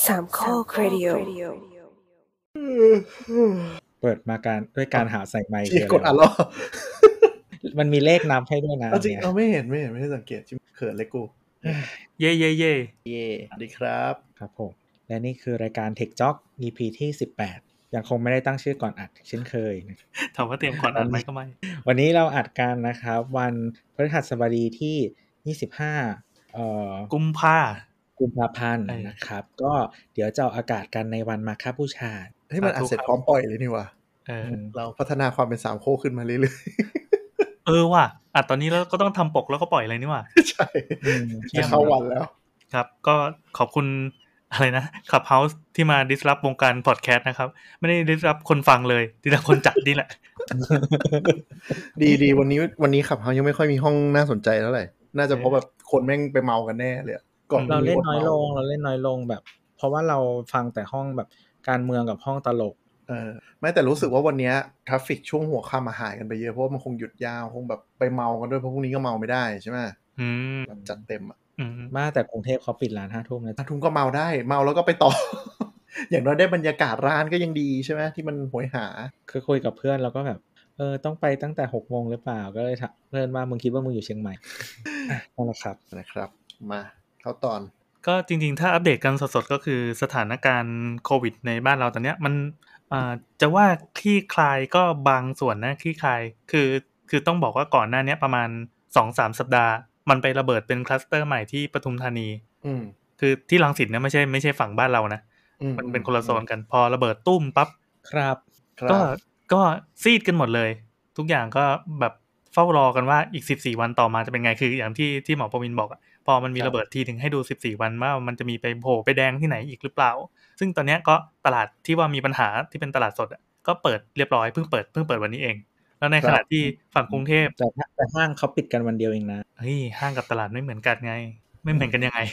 สามข้อครดิโอเปิดมาด้วยการหาใส่ไมค์ที่กดอัลลอมันมีเลขนับให้ด้วยนะจริงไม่เห็นไม่ได้สังเกตที่เขินเลยกูเย่สวัสดีครับครับผมและนี่คือรายการ Tech Jock EP ที่18ยังคงไม่ได้ตั้งชื่อก่อนอัดเช่นเคยถามว่าเตรียมก่อนอัดไหมก็ไม่วันนี้เราอัดกันนะครับวันพฤหัสบดีที่25กุมภาพันธ์นะครับก็เดี๋ยวจะออกอากาศกันในวันมาฆบูชาให้มันอัดเสร็จพร้อมปล่อยเลยนี่ว่ะเราพัฒนาความเป็น3โคขึ้นมาเรื่อยๆว่ะอัดตอนนี้แล้วก็ต้องทำปกแล้วก็ปล่อยเลยนี่ว่ะใช่จะเข้าวันแล้วครับก็ขอบคุณอะไรนะ Clubhouse ที่มา disrupt วงการพอดแคสต์นะครับไม่ได้ disrupt คนฟังเลยdisrupt คนจัดนี่แหละดีวันนี้Clubhouseยังไม่ค่อยมีห้องน่าสนใจเท่าไหร่น่าจะเพราะแบบคนแม่งไปเมากันแน่เลยก่อนเราเล่นน้อยลงแบบเพราะว่าเราฟังแต่ห้องแบบการเมืองกับห้องตลกไม่แต่รู้สึกว่าวันนี้ทราฟฟิกช่วงหัวค่ำหายกันไปเยอะเพราะว่ามันคงหยุดยาวคงแบบไปเมากันด้วยเพราะพรุ่งนี้ก็เมาไม่ได้ใช่ไหมจัดเต็มมาแต่กรุงเทพเขาปิดร้าน5 ทุ่มนะ 5 ทุ่มก็เมาได้เมาแล้วก็ไปต่อ อย่างน้อยได้บรรยากาศร้านก็ยังดีใช่ไหมที่มันหวยหาคือคุยกับเพื่อนแล้วก็แบบต้องไปตั้งแต่6 โมงหรือเปล่าก็เลยถามเพื่อนว่ามึงคิดว่ามึงอยู่เชียงใหม่นั่นแหละครับนะครับมาเข้าตอนก็จริงๆถ้าอัปเดตกันสดๆก็คือสถานการณ์โควิดในบ้านเราตอนเนี้ยมันจะว่าคลี่คลายก็บางส่วนนะคลี่คลายคือต้องบอกว่าก่อนหน้านี้ประมาณ 2-3 สัปดาห์มันไประเบิดเป็นคลัสเตอร์ใหม่ที่ปทุมธานีคือที่รังสิตเนี่ยไม่ใช่ฝั่งบ้านเรานะมันเป็นคนละโซนกันพอระเบิดตุ้มปั๊บครับก็ซีดกันหมดเลยทุกอย่างก็แบบเฝ้ารอกันว่าอีก14วันต่อมาจะเป็นไงคืออย่างที่หมอประวินบอกพอมันมีระเบิดทีถึงให้ดู14วันว่ามันจะมีไปโผล่ไปแดงที่ไหนอีกหรือเปล่าซึ่งตอนนี้ก็ตลาดที่ว่ามีปัญหาที่เป็นตลาดสดก็เปิดเรียบร้อยเพิ่งเปิดวันนี้เองแล้วในขณะที่ฝั่งกรุงเทพแต่ห้างเขาปิดกันวันเดียวเองนะเฮ้ยห้างกับตลาดไม่เหมือนกันไงไม่เหมือนกันยังไง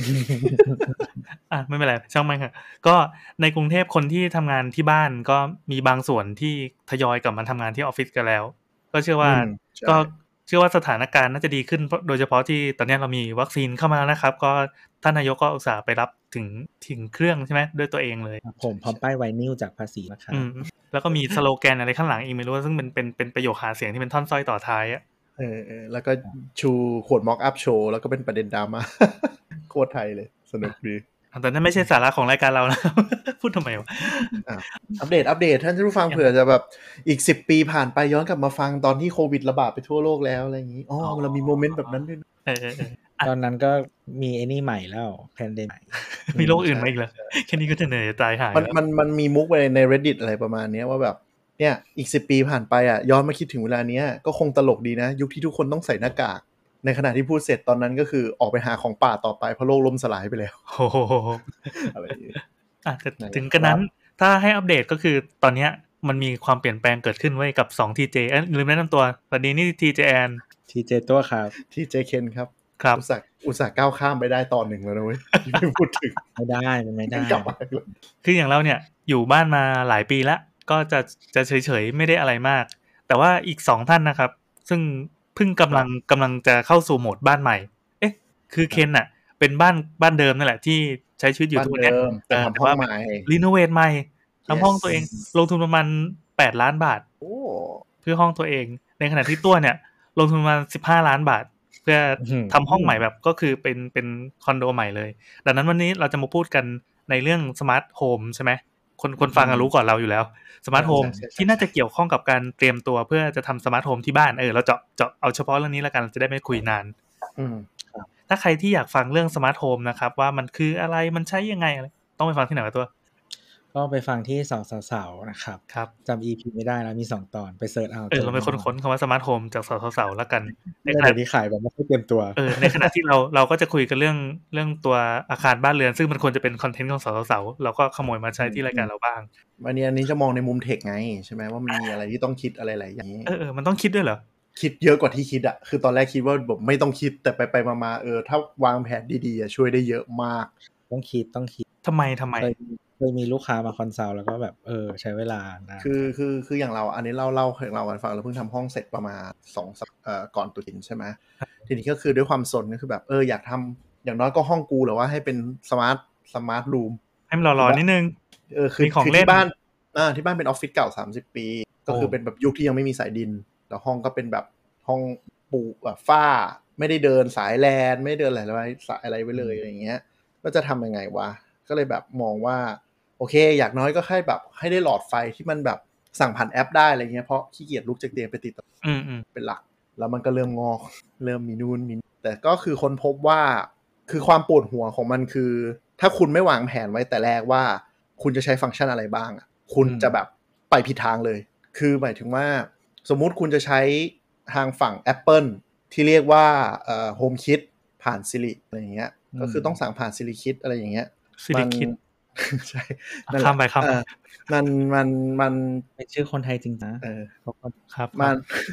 ไม่เป็นไรช่างมันค่ะก็ในกรุงเทพคนที่ทำงานที่บ้านก็มีบางส่วนที่ทยอยกลับมาทำงานที่ออฟฟิศกันแล้วก็เชื่อว่าสถานการณ์น่าจะดีขึ้นโดยเฉพาะที่ตอนนี้เรามีวัคซีนเข้ามาแล้วนะครับก็ท่านนายกก็อุตส่าห์ไปรับถึงเครื่องใช่ไหมด้วยตัวเองเลยผมพร้อมป้ายไวนิลจากภาษีนะครับแล้วก็มีสโลแกนอะไรข้างหลังอีกไม่รู้ซึ่งเป็นประโยคหาเสียงที่เป็นท่อนสร้อยต่อท้ายแล้วก็ชูขวดม็อกอัพโชว์แล้วก็เป็นประเด็นดราม่าโคตรไทยเลยสนุกดีแต่นั่นไม่ใช่สาระของรายการเรานะ พูดทำไมวะอัปเดตท่านผู้ฟังเผื่อจะแบบอีก10 ปีผ่านไปย้อนกลับมาฟังตอนที่โควิดระบาดไปทั่วโลกแล้วอะไรอย่างนี้เรามีโมเมนต์แบบนั้นด้วยตอนนั้นก็มีไอ้นี่ใหม่แล้วแพนเดมิกมีโรคอื่นมาอีกแล้วแค่นี้ก็จะเหนื่อยตายหายมันมีมุกไปใน Reddit อะไรประมาณนี้ว่าแบบเนี่ยอีก10 ปีผ่านไปย้อนมาคิดถึงเวลาเนี้ยก็คงตลกดีนะยุคที่ทุกคนต้องใส่หน้ากากในขณะที่พูดเสร็จตอนนั้นก็คือออกไปหาของป่าต่อไปเพราะโลกล่มสลายไปแล้วโอ้โหอะไรถึงกันนั้นถ้าให้อัปเดตก็คือตอนเนี้ยมันมีความเปลี่ยนแปลงเกิดขึ้นไว้กับ2 TJ ลืมแนะนำตัวสวัสดีนี่ TJ แอน TJ ตัวครับ TJ เคนครับอุตส่าห์ก้าวข้ามไปได้ตอนหนึ่งแล้วนะเว้ยไม่พูดถึงไม่ได้กลับมาคืออย่างเราเนี่ยอยู่บ้านมาหลายปีแล้วก็จะเฉยๆไม่ได้อะไรมากแต่ว่าอีก2ท่านนะครับซึ่งเพิ่งกำลังจะเข้าสู่โหมดบ้านใหม่คือเคนน่ะเป็นบ้านเดิมนั่นแหละที่ใช้ชีวิตอยู่ทุกวันนี้แต่ทำห้องใหม่รีโนเวทใหม่ทำห้องตัวเองลงทุนประมาณ8 ล้านบาทเพื่อห้องตัวเองในขณะที่ตัวเนี่ยลงทุนประมาณ15 ล้านบาทเพื่อทำห้องใหม่แบบก็คือเป็นคอนโดใหม่เลยดังนั้นวันนี้เราจะมาพูดกันในเรื่องสมาร์ทโฮมใช่ไหมคนฟังรู้ก่อนเราอยู่แล้วสมาร์ทโฮมที่น่าจะเกี่ยวข้องกับการเตรียมตัวเพื่อจะทำสมาร์ทโฮมที่บ้านเราเจาะเอาเฉพาะเรื่องนี้แล้วกันจะได้ไม่คุยนานถ้าใครที่อยากฟังเรื่องสมาร์ทโฮมนะครับว่ามันคืออะไรมันใช้ยังไงอะไรต้องไปฟังที่ไหนตัวก็ไปฟังที่สาวๆนะครับจำ EP ไม่ได้แล้วมี2 ตอนไปเสิร์ชเอาเราไปค้นคำว่าสมาร์ทโฮมจากสาวๆแล้วกันในขณะที่ขายแบบไม่ค่อยเตรียมตัวในขณะที่เราก็จะคุยกันเรื่องตัวอาคารบ้านเรือนซึ่งมันควรจะเป็นคอนเทนต์ของสาวๆเราก็ขโมยมาใช้ที่รายการเราบ้างอันนี้จะมองในมุมเทคไงใช่ไหมว่ามีอะไรที่ต้องคิดอะไรหลายอย่างนี้มันต้องคิดด้วยเหรอคิดเยอะกว่าที่คิดคือตอนแรกคิดว่าแบบไม่ต้องคิดแต่ไปมาถ้าวางแผนดีๆช่วยได้เยอะมากต้องคิดทำไมเคยมีลูกค้ามาคอนซัลท์แล้วก็แบบใช้เวลานะคืออย่างเราอันนี้เล่าให้เรากันฟังเราเพิ่งทำห้องเสร็จประมาณก่อนตุนใช่ไหมทีนี้ก็คือด้วยความสนก็คือแบบอยากทำอย่างน้อยก็ห้องกูหรือว่าให้เป็นสมาร์ทรูมให้มันหล่อๆนิดนึงคือที่บ้านเป็นออฟฟิศเก่า30ปีก็คือเป็นแบบยุคที่ยังไม่มีสายดินแล้วห้องก็เป็นแบบห้องปูแบบฝ้าไม่ได้เดินสายแลนไม่เดินอะไรสายอะไรไว้เลยอะไรอย่างเงี้ยก็จะทำยังไงวะก็เลยแบบมองว่าโอเคอยากน้อยก็แค่แบบให้ได้หลอดไฟที่มันแบบสั่งผ่านแอปได้อะไรเงี้ยเพราะขี้เกียจลุกจากเตียงไปติดเป็นหลักแล้วมันก็เริ่มงอกเริ่มมีนู่นมีแต่ก็คือค้นพบว่าคือความปวดหัวของมันคือถ้าคุณไม่วางแผนไว้แต่แรกว่าคุณจะใช้ฟังก์ชันอะไรบ้างอ่ะคุณจะแบบไปผิดทางเลยคือหมายถึงว่าสมมุติคุณจะใช้ทางฝั่ง Apple ที่เรียกว่าHomeKit ผ่าน Siri อะไรอย่างเงี้ยก็คือต้องสั่งผ่าน Siri Kit อะไรอย่างเงี้ย Siri Kit ใช่ข้ามไปมันเป็นชื่อคนไทยจริงนะครับมัน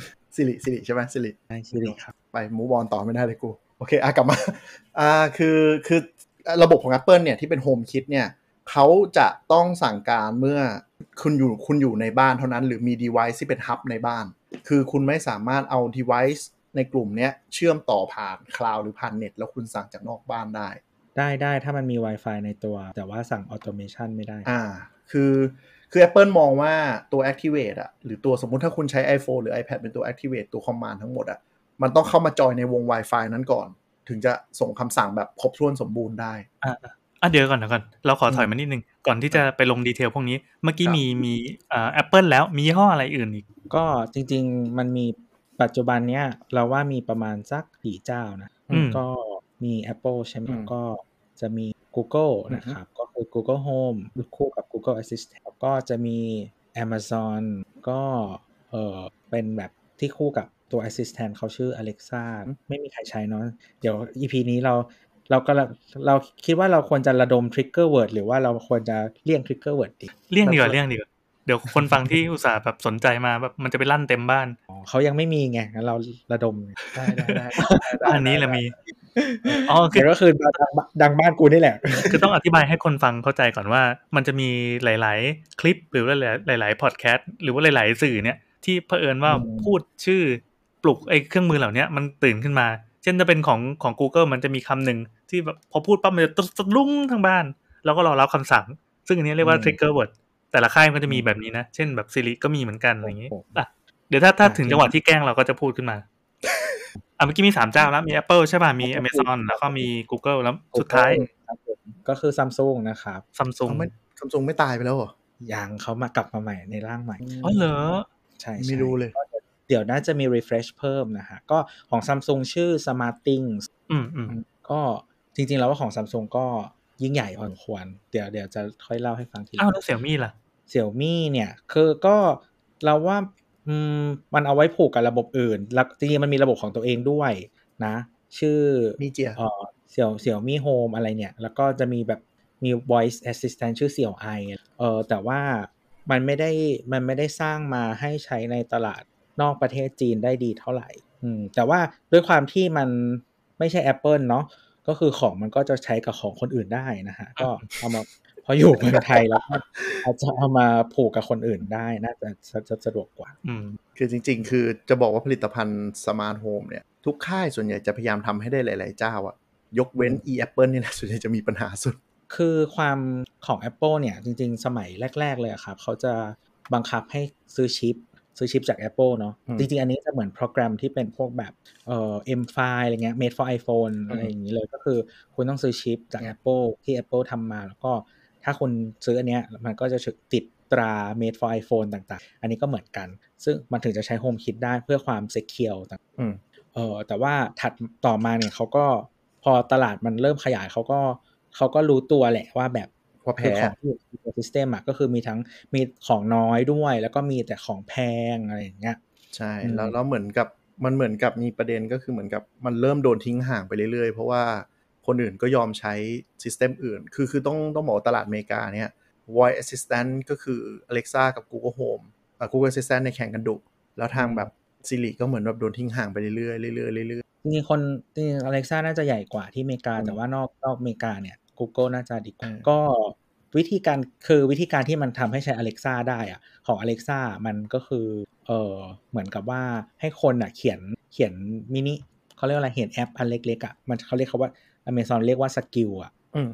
Siri ใช่ไหม Siri ใช่ Siri ครับไปมูฟออนต่อไม่ได้เลยกูโอเคกลับมาคือระบบของ Apple เนี่ยที่เป็น HomeKit เนี่ยเขาจะต้องสั่งการเมื่อคุณอยู่ในบ้านเท่านั้นหรือมี device ที่เป็น hub ในบ้านคือคุณไม่สามารถเอา device ในกลุ่มนี้เชื่อมต่อผ่านคลาวด์หรือผ่านเน็ตแล้วคุณสั่งจากนอกบ้านได้ถ้ามันมี Wi-Fi ในตัวแต่ว่าสั่ง automation ไม่ได้คือ Apple มองว่าตัว activate หรือตัวสมมุติถ้าคุณใช้ iPhone หรือ iPad เป็นตัว activate ตัว command ทั้งหมดมันต้องเข้ามาจอยในวง Wi-Fi นั้นก่อนถึงจะส่งคำสั่งแบบครบถ้วนสมบูรณ์ได้เดี๋ยวก่อนเราขอถอยมานิดนึงก่อนที่จะไปลงดีเทลพวกนี้เมื่อกี้มีApple แล้วมียี่ห้ออะไรอื่นอีกก็จริงๆมันมีปัจจุบันเนี้ยเราว่ามีประมาณสัก4เจ้านะก็มี Apple ใช่ไหมก็จะมี Google นะครับก็คือ Google Home คู่กับ Google Assistant ก็จะมี Amazon ก็เป็นแบบที่คู่กับตัว Assistant เขาชื่อ Alexa ไม่มีใครใช้เนาะเดี๋ยว EP นี้เราคิดว่าเราควรจะระดม trigger word หรือว่าเราควรจะเลี่ยง trigger word ดีเลี่ยงดีกว่าเดี๋ยวคนฟังที่อุตส่าห์แบบสนใจมาแบบมันจะไปลั่นเต็มบ้านเขายังไม่มีไงงั้นเราระดมได้อันนี้แหละมีก็คือดังบ้านกูนี่แหละคือต้องอธิบายให้คนฟังเข้าใจก่อนว่ามันจะมีหลายๆคลิปหรือหลายๆพอดแคสต์หรือว่าหลายๆสื่อเนี่ยที่เผอิญว่าพูดชื่อปลุกไอ้เครื่องมือเหล่านี้มันตื่นขึ้นมาเช่นถ้าเป็นของ Google มันจะมีคำหนึ่งที่แบบพอพูดปั๊บมันจะตะลุงทั้งบ้านแล้วก็รอรับคำสั่งซึ่งอันนี้เรียกว่า trigger word แต่ละค่ายมันจะมีแบบนี้นะเช่นแบบ Siri ก็มีเหมือนกันอะไรอย่างงี้เดี๋ยวถ้าถึงจังหวะที่แกล้งเราก็จะพูดขึ้นมาเมื่อกี้มี3เจ้าแล้วมี Apple ใช่ป่ะมี Amazon แล้วก็มี Google แล้วสุดท้ายก็คือ Samsung นะครับ Samsung ไม่ตายไปแล้วเหรอยังเขามากลับมาใหม่ในร่างใหม่เหรอใช่ไม่รู้เลยเดี๋ยวน่าจะมี refresh เพิ่มนะฮะก็ของ Samsung ชื่อ SmartThings ก็จริงๆแล้วว่าของ Samsung ก็ยิ่งใหญ่พอสมควรเดี๋ยวจะค่อยเล่าให้ฟังทีหลังแล้ว Xiaomi ล่ะ Xiaomi เนี่ยคือก็เราว่ามันเอาไว้ผูกกับระบบอื่นแล้วจริงๆมันมีระบบของตัวเองด้วยนะชื่อXiaomi Home อะไรเนี่ยแล้วก็จะมีแบบมี voice assistant ชื่อ Xiaomi แต่ว่ามันไม่ได้สร้างมาให้ใช้ในตลาดนอกประเทศจีนได้ดีเท่าไหร่แต่ว่าด้วยความที่มันไม่ใช่ Apple เนาะก็คือของมันก็จะใช้กับของคนอื่นได้นะฮะก็เอามาพออยู่เมืองไทยแล้วก็อาจจะเอามาผูกกับคนอื่นได้น่าจะสะดวกกว่าคือจริงๆคือจะบอกว่าผลิตภัณฑ์สมาร์ทโฮมเนี่ยทุกค่ายส่วนใหญ่จะพยายามทำให้ได้หลายๆเจ้ายกเว้น Apple นี่แหละส่วนใหญ่จะมีปัญหาสุดคือความของ Apple เนี่ยจริงๆสมัยแรกๆเลยครับเขาจะบังคับให้ซื้อชิปจาก Apple เนาะจริงๆอันนี้จะเหมือนโปรแกรมที่เป็นพวกแบบM5 อะไรเงี้ย made for iPhone อะไรอย่างนี้เลยก็คือคุณต้องซื้อชิปจาก Apple ที่ Apple ทำมาแล้วก็ถ้าคุณซื้ออันเนี้ยมันก็จะติดตรา made for iPhone ต่างๆอันนี้ก็เหมือนกันซึ่งมันถึงจะใช้ HomeKit ได้เพื่อความ secure ต่างแต่ว่าถัดต่อมาเนี่ยเขาก็พอตลาดมันเริ่มขยายเขาก็รู้ตัวแหละว่าแบบคือของที่ ecosystem ก็คือมีของน้อยด้วยแล้วก็มีแต่ของแพงอะไรอย่างเงี้ยใช่แล้วเหมือนกับมีประเด็นก็คือเหมือนกับมันเริ่มโดนทิ้งห่างไปเรื่อยๆเพราะว่าคนอื่นก็ยอมใช้ซิสเต็มอื่นคือต้องบอกตลาดอเมริกาเนี่ย voice assistant ก็คือ Alexa กับ Google Home Google Assistant ในแข่งกันดุแล้วทางแบบ Siri ก็เหมือนแบบโดนทิ้งห่างไปเรื่อยๆเรื่อยๆจริงๆ Alexa น่าจะใหญ่กว่าที่อเมริกาแต่ว่านอกอเมริกาเนี่ย Google น่าจะดีกว่าก็วิธีการที่มันทำให้ใช้ Alexa ได้ของ Alexa มันก็คือเหมือนกับว่าให้คนเขียนมินิเขาเรียกอะไรเห็นแอปอันเล็กๆมันเขาเรียกเขาว่า Amazon เรียกว่าสกิล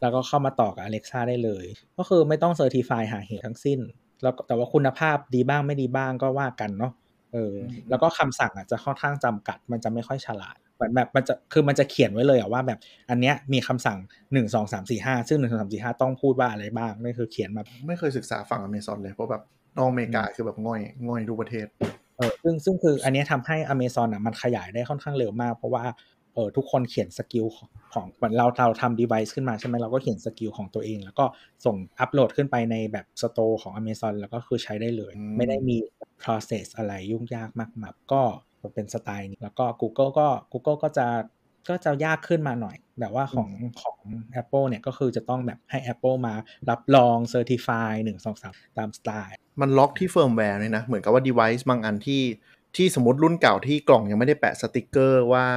แล้วก็เข้ามาต่อกับ Alexa ได้เลยก็คือไม่ต้อง Certify หาเหตุทั้งสิ้นแล้วแต่ว่าคุณภาพดีบ้างไม่ดีบ้างก็ว่ากันเนาะแล้วก็คำสั่งจะค่อนข้างจำกัดมันจะไม่ค่อยฉลาดเหมือนแบบมันจะเขียนไว้เลยว่าแบบอันเนี้ยมีคำสั่ง1 2 3 4 5ซึ่ง1 2 3 4 5ต้องพูดว่าอะไรบ้างนี่คือเขียนมาไม่เคยศึกษาฝั่ง Amazon เลยเพราะแบบนอกอเมริกาคือแบบง่อยทุกประเทศซึ่งคืออันนี้ทำให้ Amazon มันขยายได้ค่อนข้างเร็วมากเพราะว่าทุกคนเขียนสกิลของเหมือนเราทำ device ขึ้นมาใช่ไหมเราก็เขียนสกิลของตัวเองแล้วก็ส่งอัปโหลดขึ้นไปในแบบ Store ของ Amazon แล้วก็คือใช้ได้เลยไม่ได้มี process อะไรยุ่งยากมากมายก็เป็นสไตล์นี้แล้วก็ Google ก็จะยากขึ้นมาหน่อยแบบว่าของ Apple เนี่ยก็คือจะต้องแบบให้ Apple มารับรอง Certify 1 2 3ตามสไตล์มันล็อกที่เฟิร์มแวร์เลยนะเหมือนกับว่า device บางอันที่สมมติรุ่นเก่าที่กล่องยังไม่ได้แปะสติกเกอร์ว่า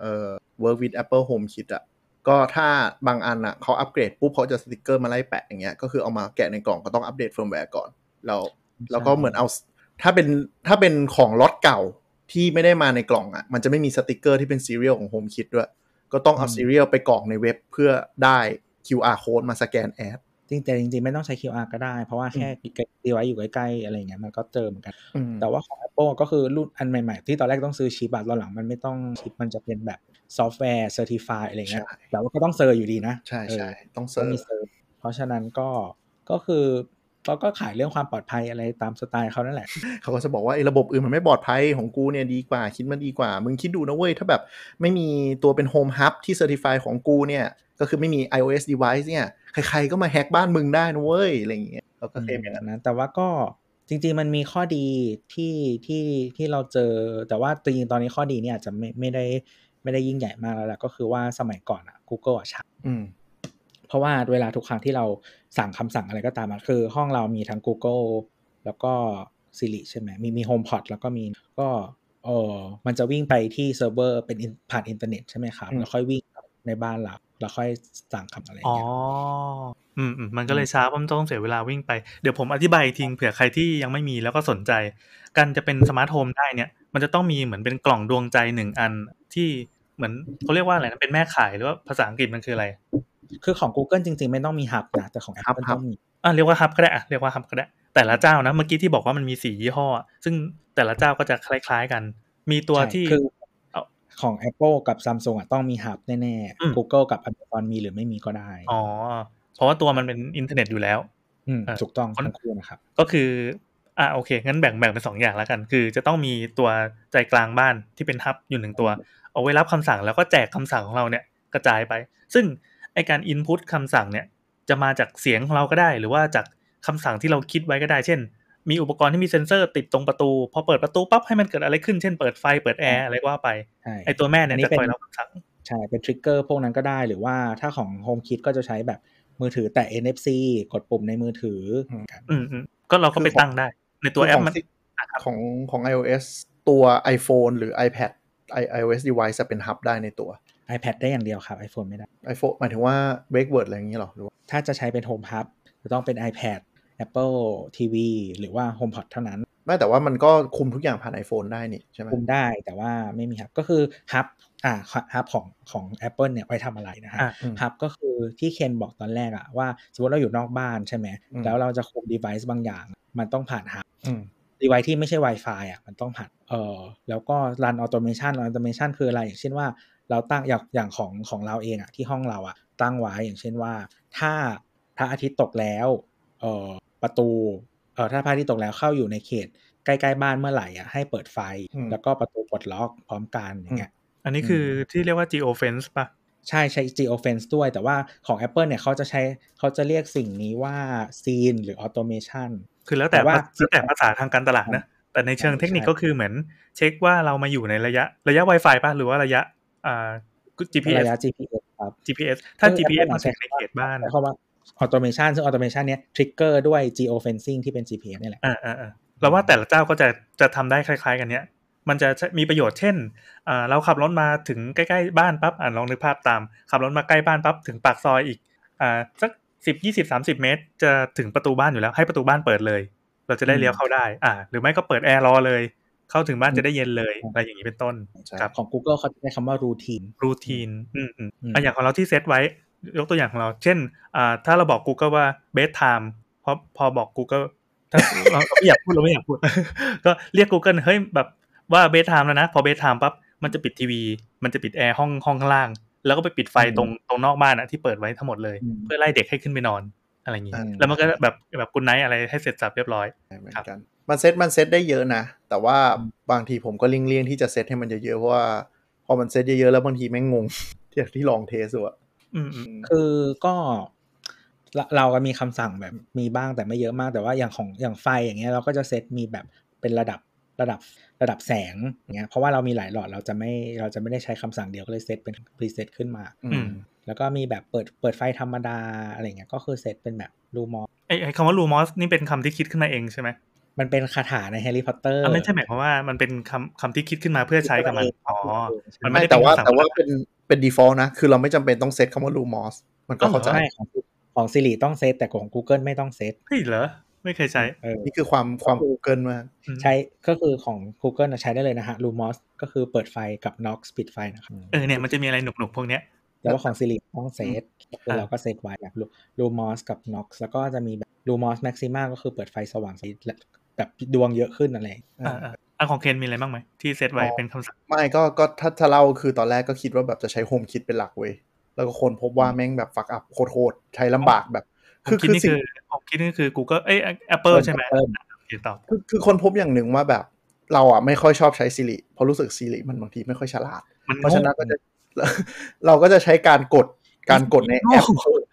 work with Apple Home Kit อ่ะก็ถ้าบางอันอ่ะเขาอัปเกรดปุ๊บเขาจะสติกเกอร์มาไล่แปะอย่างเงี้ยก็คือเอามาแกะในกล่องก็ต้องอัปเดตเฟิร์มแวร์ก่อนแล้วก็เหมือนเอาถ้าเป็นของล็อตเก่าที่ไม่ได้มาในกล่องอ่ะมันจะไม่มีสติกเกอร์ที่เป็นซีเรียลของ Home Kit ด้วยก็ต้องเอาซีเรียลไปกรอกในเว็บเพื่อได้ QR code มาสแกนแอดจริงๆไม่ต้องใช้ QR ก็ได้เพราะว่าแค่ดีไว้อยู่ใกล้ๆอะไรเงี้ยมันก็เจอเหมือนกันแต่ว่าของ Apple ก็คือรุ่นอันใหม่ๆที่ตอนแรกต้องซื้อชิปตอนหลังมันไม่ต้องชิปมันจะเป็นแบบซอฟต์แวร์ Certify อะไรเงี้ยแต่ว่าก็ต้องเซอร์อยู่ดีนะใช่ๆต้องเซอร์เพราะฉะนั้นก็คือเขาก็ขายเรื่องความปลอดภัยอะไรตามสไตล์เขานั่นแหละเขาก็จะบอกว่าไอ้ระบบอื่นมันไม่ปลอดภัยของกูเนี่ยดีกว่าคิดมันดีกว่ามึงคิดดูนะเว้ยถ้าแบบไม่มีตัวเป็น Home Hub ที่ Certify ของกูเนี่ยก็คือไม่มี iOS device เนี่ยใครๆก็มาแฮกบ้านมึงได้นะเว้ยอะไรอย่างเงี้ยเราก็เคลมอย่างนั้นแต่ว่าก็จริงๆมันมีข้อดีที่เราเจอแต่ว่าจริงๆตอนนี้ข้อดีเนี่ยอาจจะไม่ได้ยิ่งใหญ่มากแล้วแหละก็คือว่าสมัยก่อนGoogle ช้าเพราะว่าเวลาทุกครั้งที่เราสั่งคำสั่งอะไรก็ตามคือห้องเรามีทั้ง Google แล้วก็ Siri ใช่ไหมมี HomePod แล้วก็มีก็มันจะวิ่งไปที่เซิร์ฟเวอร์เป็นผ่านอินเทอร์เน็ตใช่ไหมครับแล้วค่อยวิ่งในบ้านเราแล้วค่อยสั่งคำอะไรอย่างเงี้ยมันก็เลยช้าเพราะมันต้องเสียเวลาวิ่งไปเดี๋ยวผมอธิบายอีกทีเผื่อใครที่ยังไม่มีแล้วก็สนใจการจะเป็นสมาร์ทโฮมได้เนี่ยมันจะต้องมีเหมือนเป็นกล่องดวงใจ1อันที่เหมือนเขาเรียกว่าอะไรนะเป็นแม่ข่ายหรือว่าภาษาอังกฤษมันคืออะไรคือของ Google จริงๆไม่ต้องมี Hub นะแต่ของ Apple ต้องมีเรียกว่า Hub ก็ได้เรียกว่า Hub ก็ได้แต่ละเจ้านะเมื่อกี้ที่บอกว่ามันมี4ยี่ห้อซึ่งแต่ละเจ้าก็จะคล้ายๆกันมีตัวที่คือของ Apple กับ Samsung ต้องมี Hub แน่ๆ Google กับ Amazon มีหรือไม่มีก็ได้เพราะว่าตัวมันเป็นอินเทอร์เน็ตอยู่แล้วถูกต้องทั้งคู่นะครับก็คือโอเคงั้นแบ่งเป็น2อย่างแล้วกันคือจะต้องมีตัวใจกลางบ้านที่เป็นฮับอยู่1ตัวเอาไว้รับคำสั่งแล้วก็แจกคำสั่งของเราเนี่ยกระจายไปซึ่งไอ้การอินพุตคำสั่งเนี่ยจะมาจากเสียงของเราก็ได้หรือว่าจากคำสั่งที่เราคิดไว้ก็ได้เช่นมีอุปกรณ์ที่มีเซ็นเซอร์ติดตรงประตูพอเปิดประตูปั๊บให้มันเกิดอะไรขึ้นเช่นเปิดไฟเปิดแอร์อะไรก็ว่าไปไอ้ตัวแม่เนี่ยจะคอยรับคำสั่งใช่เป็นทริกเกอร์พวกนั้นก็ได้หรือว่าถ้าของ HomeKit ก็จะใช้แบบมือถือแตะ NFC กดปุ่มในมือถือก็เราก็ไปตั้งได้ในตัวแอปมันของ iOS ตัว iPhone หรือ iPad iOS device จะเป็น Hub ได้ในตัว iPad ได้อย่างเดียวครับ iPhone ไม่ได้ iPhone หมายถึงว่า Wake Word อะไรอย่างงี้หรอหรือว่าถ้าจะใช้เป็น Home Hub จะต้องเป็น iPad Apple TV หรือว่า HomePod เท่านั้นไม่แต่ว่ามันก็คุมทุกอย่างผ่าน iPhone ได้นี่ใช่ไหมคุมได้แต่ว่าไม่มี Hub ก็คือ Hub Hub ของ Apple เนี่ยไว้ทำอะไรนะฮะ Hub ก็คือที่เคนบอกตอนแรกว่าสมมติเราอยู่นอกบ้านใช่ไหมแล้วเราจะคุม device บางอย่างมันต้องผ่าน Hub device ที่ไม่ใช่ Wi-Fi มันต้องผ่านแล้วก็ run automation คืออะไรอย่างเช่นว่าเราตั้งอย่างของเราเองที่ห้องเราตั้งไว้อย่างเช่นว่าถ้าพระอาทิตย์ตกแล้วประตูถ้าพระอาทิตย์ตกแล้วเข้าอยู่ในเขตใกล้ๆบ้านเมื่อไหร่ให้เปิดไฟแล้วก็ประตูปลดล็อกพร้อมกันอย่างเงี้ยอันนี้คือที่เรียกว่า geofence ป่ะใช่ geofence ด้วยแต่ว่าของ Apple เนี่ยเขาจะเรียกสิ่งนี้ว่า scene หรือ automation คือแล้วแต่ภาษาทางการตลาดนะแต่ในเชิงเทคนิคก็คือเหมือนเช็คว่าเรามาอยู่ในระยะ Wi-Fi ป่ะหรือว่าระยะGPS ระยะ GPS ครับ GPS ถ้า GPS มันถึงในเขตบ้านเพราะว่า automation ซึ่ง automation เนี้ย trigger ด้วย geofencing ที่เป็น GPS นี่แหละเราว่าแต่ละเจ้าก็จะทำได้คล้ายๆกันเนี้ยมันจะมีประโยชน์เช่นเราขับรถมาถึงใกล้ๆบ้านปั๊บลองนึกภาพตามขับรถมาใกล้บ้านปั๊บถึงปากซอยอีกสัก10 20 30 เมตรจะถึงประตูบ้านอยู่แล้วให้ประตูบ้านเปิดเลยเราจะได้เลี้ยวเข้าได้หรือไม่ก็เปิดแอร์รอเลยเข้าถึงบ้านจะได้เย็นเลยอะไรอย่างนี้เป็นต้นครับของ Google เขาจะใช้คำว่า routine อย่างของเราที่เซตไว้ยกตัวอย่างของเราเช่นถ้าเราบอก Google ว่า bedtime พอบอก Google ถ้าเราไม่อยากพูดก็เรียก Google เฮ้ยแบบว่า bedtime แล้วนะพอ bedtime ปั๊บมันจะปิดทีวีมันจะปิดแอร์ห้องข้างล่างแล้วก็ไปปิดไฟตรงนอกบ้านที่เปิดไว้ทั้งหมดเลยเพื่อไล่เด็กให้ขึ้นไปนอนอะไรอย่างงี้แล้วมันก็แบบgood night อะไรให้เสร็จสับเรียบร้อยเหมือนกันมันเซตได้เยอะนะแต่ว่าบางทีผมก็เลี่ยงที่จะเซตให้มันเยอะๆเพราะว่าพอมันเซตเยอะๆแล้วบางทีแม่งงงที่ลองเทสดูอ่ะคือก็เราก็มีคำสั่งแบบมีบ้างแต่ไม่เยอะมากแต่ว่าอย่างไฟอย่างเงี้ยเราก็จะเซตมีแบบเป็นระดับแสงอย่างเงี้ยเพราะว่าเรามีหลายหลอดเราจะไม่ได้ใช้คำสั่งเดียวก็เลยเซตเป็นพรีเซตขึ้นมาแล้วก็มีแบบเปิดไฟธรรมดาอะไรเงี้ยก็คือเซตเป็นแบบลูมอสไอ้คำว่าลูมอสนี่เป็นคำที่คิดขึ้นมาเองใช่ไหมมันเป็นคาถาในแฮร์รี่พอตเตอร์ไม่ใช่หมายความว่ามันเป็นคำที่คิดขึ้นมาเพื่อใช้กับมันมันไม่ได้แต่ว่าเป็น default นะคือเราไม่จำเป็นต้องเซตคำว่า lumos มันก็เข้าใจของ Siri ต้องเซตแต่ของ Google ไม่ต้องเซตเฮ้ยเหรอไม่เคยใช้นี่คือความ Google มากใช้ก็คือของ Google ใช้ได้เลยนะฮะ lumos ก็คือเปิดไฟกับ knox ปิดไฟนะครับเนี่ยมันจะมีอะไรหนุกๆพวกเนี้ยแต่ว่าของ Siri ต้องเซตคือเราก็เซตไว้แบบ lumos กับ knox แล้วก็จะมีแบบ lumos maxima ก็คือเปิดไฟสว่างแบบดวงเยอะขึ้นอะไรของเคนมีอะไรบ้างไหมที่เซตไว้เป็นคำสั่งไม่ก็ถ้าเล่าคือตอนแรกก็คิดว่าแบบจะใช้ home kit เป็นหลักเว้ยแล้วก็คนพบว่าแม่งแบบฟักอัพโคตรใช้ลำบากแบบคือคิดนี่คือ Google Apple ใช่ไหมคือคนพบอย่างหนึ่งว่าแบบเราอ่ะไม่ค่อยชอบใช้ Siri เพราะรู้สึก Siri มันบางทีไม่ค่อยฉลาดเพราะฉะนั้นเราก็จะใช้การกดในแอป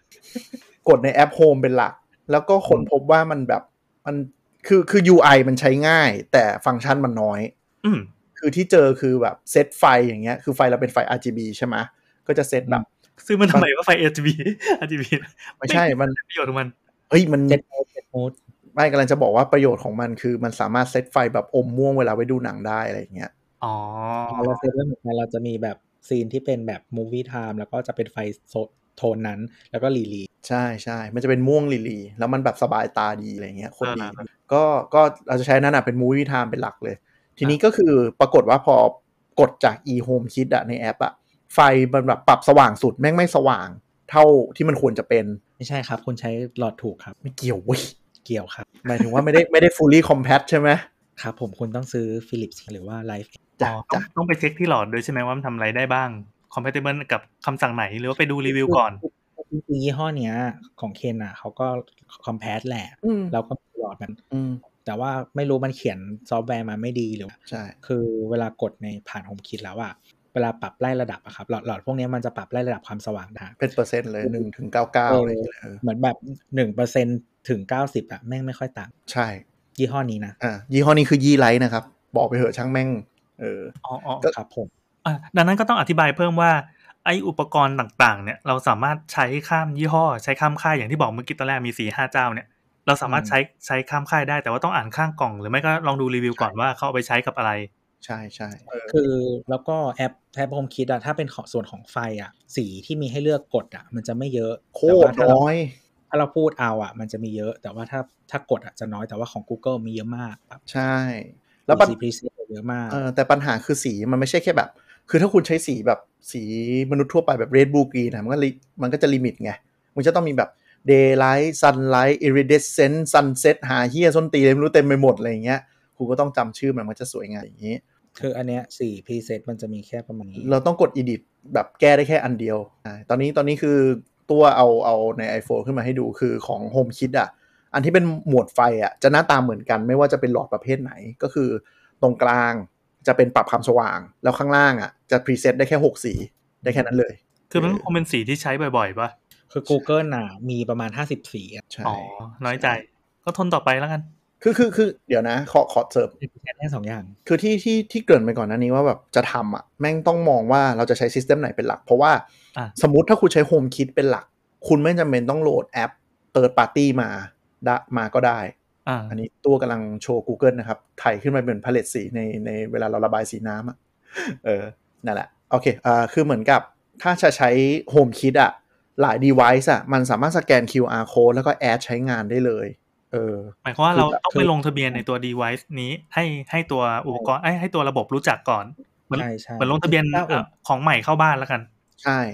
Home เป็นหลักแล้วก็คนพบว่ามันแบบมันคือ UI มันใช้ง่ายแต่ฟังก์ชันมันน้อยคือที่เจอคือแบบเซตไฟอย่างเงี้ยคือไฟเราเป็นไฟ RGB ใช่ไหมก็จะเซตแบบซึ่งมันทำไมว่าไฟ RGB ไม่ใช่มันประโยชน์ของมันมันเซตโหมดไม่กำลังจะบอกว่าประโยชน์ของมันคือมันสามารถเซตไฟแบบอมม่วงเวลาไว้ดูหนังได้อะไรอย่างเงี้ยเราเซตไว้เหมือนกันเราจะมีแบบซีนที่เป็นแบบ movie time แล้วก็จะเป็นไฟโทนนั้นแล้วก็ลีใช่มันจะเป็นม่วงลีแล้วมันแบบสบายตาดีอะไรเงี้ยโคตรดีก็เราจะใช้นั่นน่ะเป็น movie time เป็นหลักเลยทีนี้ก็คือปรากฏว่าพอกดจาก e-home kit ในแอปไฟมันแบบปรับสว่างสุดแม่งไม่สว่างเท่าที่มันควรจะเป็นไม่ใช่ครับคุณใช้หลอดถูกครับไม่เกี่ยวเว้ยเกี่ยวครับหมายถึงว่าไม่ได้ fully compact ใช่ไหมครับผมคุณต้องซื้อ Philips หรือว่า Life ต้องไปเช็คที่หลอดด้วยใช่ไหมว่ามันทำอะไรได้บ้าง compatible กับคำสั่งไหนหรือว่าไปดูรีวิวก่อนจริงๆยี่ห้อเนี้ยของเคนเขาก็ compact แหละแล้วก็หลอดมันแต่ว่าไม่รู้มันเขียนซอฟต์แวร์มาไม่ดีหรือใช่คือเวลากดในผ่าน Home Kit แล้วเวลาปรับไล่ระดับครับหลอดพวกนี้มันจะปรับไล่ระดับความสว่างได้เป็นเปอร์เซ็นต์เลย1 ถึง 99อะไรอย่างเงี้ยเหมือนแบบ 1% ถึง 90แม่งไม่ค่อยต่างใช่ยี่ห้อนี้นะยี่ห้อนี้คือยี่ไลท์นะครับบอกไปเถอะช่างแม่งครับผมดังนั้นก็ต้องอธิบายเพิ่มว่าไออุปกรณ์ต่างๆเนี่ยเราสามารถใช้ข้ามยี่ห้อใช้ข้ามค่ายอย่างที่บอกเมื่อกี้ตอนแรกมี 4-5 เจ้าเนี่ยเราสามารถใช้ข้ามค่ายได้แต่ว่าต้องอ่านข้างกล่องหรือไม่ก็ลองดูรีวิวก่อนว่าเขาเอาไปใช้กับอะไรใช่คือแล้วก็แอปHome Kitถ้าเป็นส่วนของไฟสีที่มีให้เลือกกดมันจะไม่เยอะโคตรน้อยถ้าเราพูดเอามันจะมีเยอะแต่ว่าถ้ากดจะน้อยแต่ว่าของ Google มีเยอะมากใช่แล้วสีพรีเซตเยอะมากแต่ปัญหาคือสีมันไม่ใช่แค่แบบคือถ้าคุณใช้สีแบบสีมนุษย์ทั่วไปแบบ Red Blue Green มันก็จะลิมิตไงมันจะต้องมีแบบ Daylight Sunlight Iridescent Sunset หาเหี้ยส้นตีเลยไม่รู้เต็มไปหมดอะไรอย่างเงี้ยคุณก็ต้องจำชื่อมันจะสวยงามอย่างงี้คืออันเนี้ย4 preset มันจะมีแค่ประมาณนี้เราต้องกด edit แบบแก้ได้แค่อันเดียวตอนนี้คือตัวเอาใน iPhone ขึ้นมาให้ดูคือของ Home Kit อันที่เป็นหมวดไฟจะหน้าตาเหมือนกันไม่ว่าจะเป็นหลอดประเภทไหนก็คือตรงกลางจะเป็นปรับความสว่างแล้วข้างล่างจะ preset ได้แค่6สีได้แค่นั้นเลยคือมันคงเป็นสีที่ใช้บ่อยๆป่ะคือ Google มีประมาณ50สีน้อยใจก็ทนต่อไปแล้วกันคือเดี๋ยวนะขอเสริมแค่2อย่างคือที่เกริ่นไปก่อนหน้านี้ว่าแบบจะทำแม่งต้องมองว่าเราจะใช้ซิสเต็มไหนเป็นหลักเพราะว่าสมมุติถ้าคุณใช้ Home Kit เป็นหลักคุณไม่จำเป็นต้องโหลดแอป Third Party มาก็ได้อันนี้ตัวกำลังโชว์ Google นะครับไถขึ้นมาเป็นพาเลตสีในเวลาเราระบายสีน้ำนั่นแหละโอเคคือเหมือนกับถ้าจะใช้ Home Kit หลาย device มันสามารถสแกน QR code แล้วก็แอดใช้งานได้เลยหมายความว่าเราต้องไปลงทะเบียนในตัว device นี้ให้ตัวอุปกรณ์ให้ตัวระบบรู้จักก่อนเหมือนลงทะเบียนของใหม่เข้าบ้านแล้วกันใช่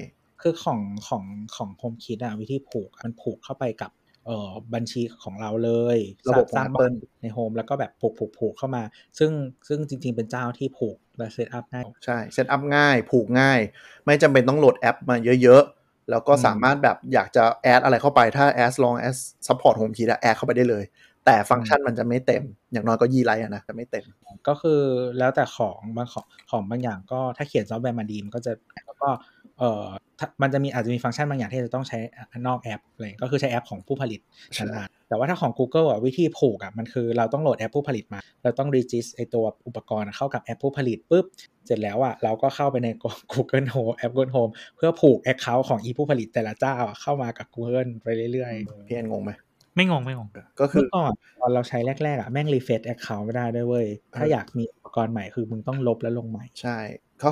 คือของ HomeKit อะวิธีผูกมันผูกเข้าไปกับบัญชีของเราเลยระบบสร้าง Apple ใน Home แล้วก็แบบผูกเข้ามาซึ่งจริงๆเป็นเจ้าที่ผูกและเซตอัพง่ายใช่เซตอัพง่ายผูกง่ายไม่จำเป็นต้องโหลดแอปมาเยอะๆแล้วก็สามารถแบบอยากจะแอดอะไรเข้าไปถ้า as long as support HomeKit แอดเข้าไปได้เลยแต่ฟังก์ชันมันจะไม่เต็มอย่างน้อยก็ยีไลท์นะจะไม่เต็มก็คือแล้วแต่ของบางอย่างก็ถ้าเขียนซอฟต์แวร์มาดีมันก็จะแล้วก็มันจะมีอาจจะมีฟังก์ชันบางอย่างที่จะต้องใช้นอกแอปอะไรก็คือใช้แอปของผู้ผลิตนั้นแต่ว่าถ้าของ Google วิธีผูกมันคือเราต้องโหลดแอปผู้ผลิตมาเราต้อง register ไอตัวอุปกรณ์เข้ากับแอปผู้ผลิตปุ๊บเสร็จแล้วเราก็เข้าไปใน Google Home แอป Google Home เพื่อผูก account ของผู้ผลิตแต่ละเจ้าเข้ามากับ Google ไปเรื่อยๆพี่แอนงงไหมไม่งงก็คือก่อนตอนเราใช้แรกๆแม่ง refresh account ไม่ได้ด้วยเว้ยถ้าอยากมีอุปกรณ์ใหม่คือมึงต้องลบแล้วลงใหม่ใช่ก็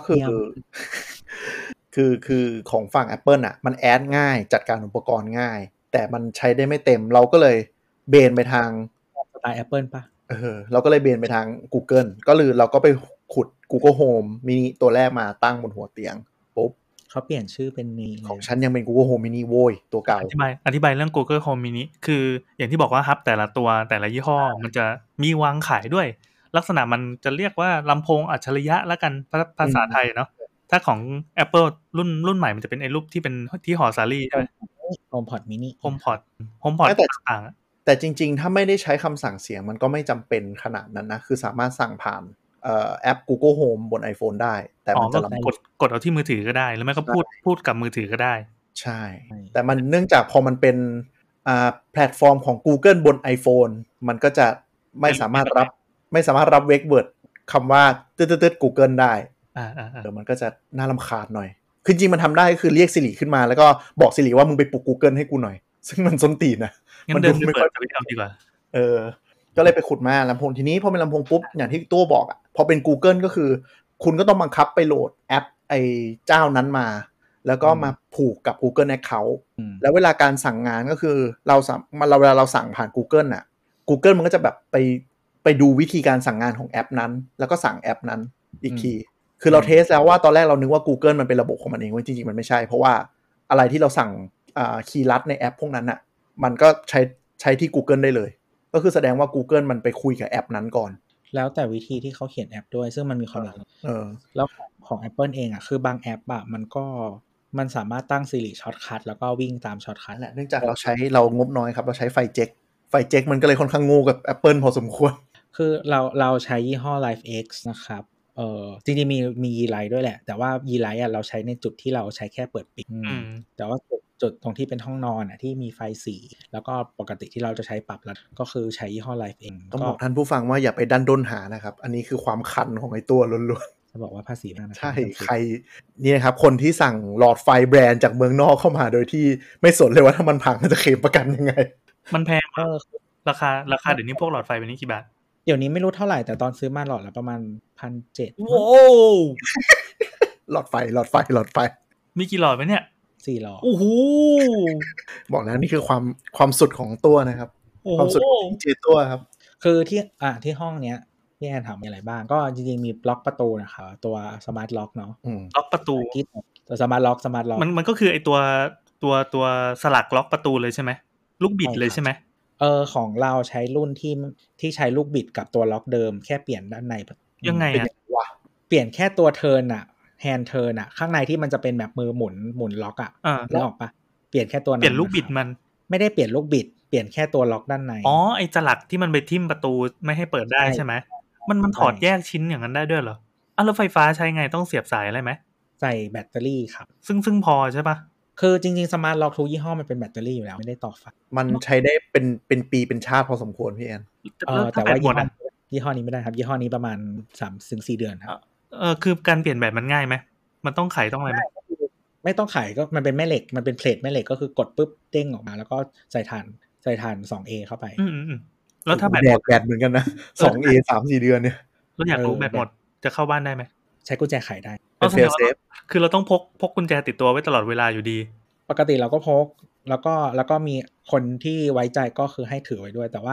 คือของฝั่ง Apple มันแอดง่ายจัดการอุปกรณ์ง่ายแต่มันใช้ได้ไม่เต็มเราก็เลยเบนไปทางสไตล์ Apple ป่ะเราก็เลยเบนไปทาง Google ก็เลยเราก็ไปขุด Google Home mini ตัวแรกมาตั้งบนหัวเตียงปุ๊บเขาเปลี่ยนชื่อเป็นนี้ของฉันยังเป็น Google Home mini โว้ยตัวเก่าอธิบายเรื่อง Google Home mini คืออย่างที่บอกว่าฮับแต่ละตัวแต่ละยี่ห้อมันจะมีวางขายด้วยลักษณะมันจะเรียกว่าลำโพงอัจฉริยะแล้วกันภาษาไทยเนาะถ้าของ Apple รุ่นใหม่มันจะเป็นไอ้รูปที่เป็นที่ห่อสาลี่ใช่ไหม HomePod mini HomePod ต่างๆแต่จริงๆถ้าไม่ได้ใช้คำสั่งเสียงมันก็ไม่จำเป็นขนาดนั้นนะคือสามารถสั่งผ่านแอป Google Home บน iPhone ได้แต่มันจะกดเอาที่มือถือก็ได้หรือไม่ก็พูดกับมือถือก็ได้ใช่แต่มันเนื่องจากพอมันเป็นแพลตฟอร์มของ Google บน iPhone มันก็จะไม่สามารถรับเวกเวิร์ดคำว่าตืด Google ได้มันก็จะน่ารำคาญหน่อยคือจริงมันทำได้คือเรียก Siri ขึ้นมาแล้วก็บอก Siri ว่ามึงไปปลุก Google ให้กูหน่อยซึ่งมันส้นตีนนะมันดูไม่ค่อยจะไปทำดีกว่าก็เลยไปขุดมาลำโพงทีนี้พอเป็นลำโพงปุ๊บอย่างที่ตัวบอกพอเป็น Google ก็คือคุณก็ต้องบังคับไปโหลดแอปไอ้เจ้านั้นมาแล้วก็มาผูกกับ Google Account แล้วเวลาการสั่งงานก็คือเวลาเราสั่งผ่าน Google Google มันก็จะแบบไปดูวิธีการสั่งงานของแอปนั้นแล้วก็สั่งแอปนั้นอีกทีคือเราเทสแล้วว่าตอนแรกเรานึกว่า Google มันเป็นระบบของมันเองจริงๆมันไม่ใช่เพราะว่าอะไรที่เราสั่งคีย์ลัดในแอปพวกนั้นมันก็ใช้ที่ Google ได้เลยก็คือแสดงว่า Google มันไปคุยกับแอปนั้นก่อนแล้วแต่วิธีที่เขาเขียนแอปด้วยซึ่งมันมีความหลากหลายแล้วของ Apple เองคือบางแอปมันสามารถตั้ง Siri Shortcut แล้วก็วิ่งตาม Shortcut แหละเนื่องจากเรางบน้อยครับเราใช้ไฟเจ็คมันก็เลยค่อนข้างโง่กับ Apple พอสมควรคือเราใช้ยี่ห้อ LifeX นะครับจริงๆมีYeelightด้วยแหละแต่ว่าYeelightเราใช้ในจุดที่เราใช้แค่เปิดปิดแต่ว่าจุดตรงที่เป็นห้องนอนที่มีไฟสีแล้วก็ปกติที่เราจะใช้ปรับแล้วก็คือใช้ยี่ห้อ LifeX ต้องบอกท่านผู้ฟังว่าอย่าไปดันด้นหานะครับอันนี้คือความคันของไอ้ตัวล้วนๆจะบอกว่าภาษีมากนะใช่ใครนี่นะครับคนที่สั่งหลอดไฟแบรนด์จากเมืองนอกเข้ามาโดยที่ไม่สนเลยว่าถ้ามันพังจะเคลมประกันยังไงมันแพงราคาเดี๋ยวนี้พวกหลอดไฟเป็นนี้กี่บาทเดี๋ยวนี้ไม่รู้เท่าไหร่แต่ตอนซื้อมาหลอดละประมาณ 1,700 โว้หลอดไฟมีกี่หลอดไหมเนี่ย 4หลอดโอ้โหบอกแล้วนี่คือความสุดของตัวนะครับความสุดของเจตัวครับคือที่ห้องเนี้ยพี่แอนถามมีอะไรบ้างก็จริงๆมีล็อกประตูนะครับตัวสมาร์ทล็อกเนาะล็อกประตูตัวสมาร์ทล็อกมันก็คือไอตัวสลักล็อกประตูเลยใช่ไหมลูกบิดเลยใช่ไหมของเราใช้รุ่นที่ใช้ลูกบิดกับตัวล็อกเดิมแค่เปลี่ยนด้านในยังไงเปลี่ยนแค่ตัวเทิร์นแฮนด์เทิร์นข้างในที่มันจะเป็นแบบมือหมุนล็อกนึกออกปะเปลี่ยนแค่ตัวนั้นเปลี่ยนลูกบิดมันไม่ได้เปลี่ยนลูกบิดเปลี่ยนแค่ตัวล็อกด้านในไอสลักที่มันไปทิ่มประตูไม่ให้เปิดได้ใช่ไหมมันถอดแยกชิ้นอย่างนั้นได้ด้วยเหรอแล้วไฟฟ้าใช้ไงต้องเสียบสายอะไรไหมใส่แบตเตอรี่ครับซึ่งพอใช่ปะคือจริงๆสมาร์ทล็อกทุกยี่ห้อมันเป็นแบตเตอรี่อยู่แล้วไม่ได้ต่อไฟมันใช้ได้เป็นปีเป็นชาติพอสมควรพี่แอนแต่ว่ายี่ห้อนี้ไม่ได้ครับยี่ห้อนี้ประมาณ 3-4 เดือนครับคือการเปลี่ยนแบตมันง่ายไหมมันต้องไขต้องอะไรไหมไม่ต้องไขก็มันเป็นแม่เหล็กมันเป็นเพลทแม่เหล็กก็คือกดปุ๊บเด้งออกมาแล้วก็ใส่ถ่าน 2A เข้าไปแล้วถ้าแบตเหมือนกันนะ 2A 3-4 เดือนเนี่ยเราอยากรู้แบตหมดจะเข้าบ้านได้ไหมใช้กุญแจไขได้เซฟคือเราต้องพกกุญแจติดตัวไว้ตลอดเวลาอยู่ดีปกติเราก็พกแล้วก็มีคนที่ไว้ใจก็คือให้ถือไว้ด้วยแต่ว่า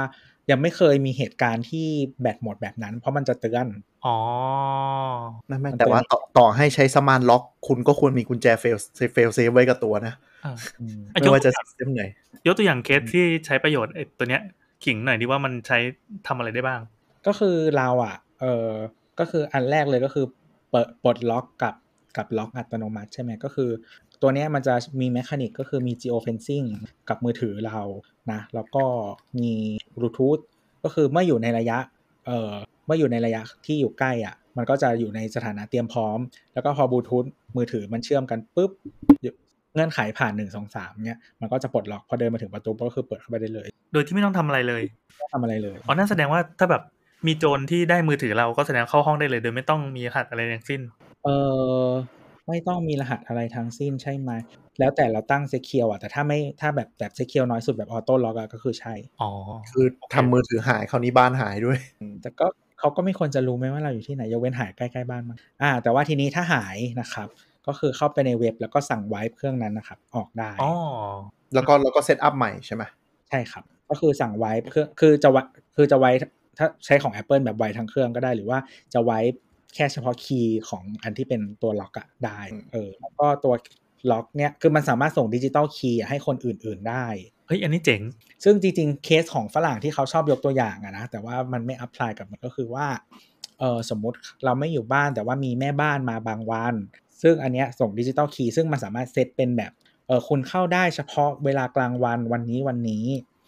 ยังไม่เคยมีเหตุการณ์ที่แบตหมดแบบนั้นเพราะมันจะเตือนอ๋อไม่แต่ว่าต่อให้ใช้สมานล็อกคุณก็ควรมีกุญแจเฟลเซฟไว้กับตัวนะไม่ว่าจะซิสเต็มไหนยกตัวอย่างเคสที่ใช้ประโยชน์ตัวเนี้ยขิงหน่อยดิว่ามันใช้ทำอะไรได้บ้างก็คือเราก็คืออันแรกเลยก็คือปลดล็อกกับล็อกอัตโนมัติใช่ไหมก็คือตัวนี้มันจะมีแมคานิกก็คือมี geofencing กับมือถือเรานะแล้วก็มีบลูทูธก็คือเมื่ออยู่ในระยะที่อยู่ใกล้อ่ะมันก็จะอยู่ในสถานะเตรียมพร้อมแล้วก็พอบลูทูธมือถือมันเชื่อมกันปุ๊บเงื่อนไขผ่าน1 2 3เนี่ยมันก็จะปลดล็อกพอเดินมาถึงประตูก็คือเปิดเข้าไปได้เลยโดยที่ไม่ต้องทำอะไรเลยไม่ทำอะไรเลยนั่นแสดงว่าถ้าแบบมีโจรที่ได้มือถือเราก็แสดงเข้าห้องได้เลยโดยไม่ต้องมีรหัสอะไรทั้งสิ้นไม่ต้องมีรหัสอะไรทั้งสิ้นใช่ไหมแล้วแต่เราตั้ง secure อ่ะแต่ถ้าแบบ secure น้อยสุดแบบ auto lock อ่ะก็คือใช่คือทำมือถือหายคราวนี้บ้านหายด้วยแต่ก็เขาก็ไม่ควรจะรู้ไหมว่าเราอยู่ที่ไหนยกเว้นหายใกล้ๆบ้านมาแต่ว่าทีนี้ถ้าหายนะครับก็คือเข้าไปในเว็บแล้วก็สั่งไวป์เครื่องนั้นนะครับออกได้แล้วก็เซตอัพใหม่ใช่ไหมใช่ครับก็คือสั่งไวป์คือจะไวป์ถ้าใช้ของ Apple แบบไวป์ทั้งเครื่องก็ได้หรือว่าจะไวป์แค่เฉพาะคีย์ของอันที่เป็นตัวล็อกอะได้แล้วก็ตัวล็อกเนี่ยคือมันสามารถส่งดิจิตอลคีย์ให้คนอื่นๆได้เฮ้ยอันนี้เจ๋งซึ่งจริงๆเคสของฝรั่งที่เขาชอบยกตัวอย่างอะนะแต่ว่ามันไม่อัพพลายกับมันก็คือว่าสมมุติเราไม่อยู่บ้านแต่ว่ามีแม่บ้านมาบางวันซึ่งอันเนี้ยส่งดิจิตอลคีย์ซึ่งมันสามารถเซตเป็นแบบคุณเข้าได้เฉพาะเวลากลางวันวันนี้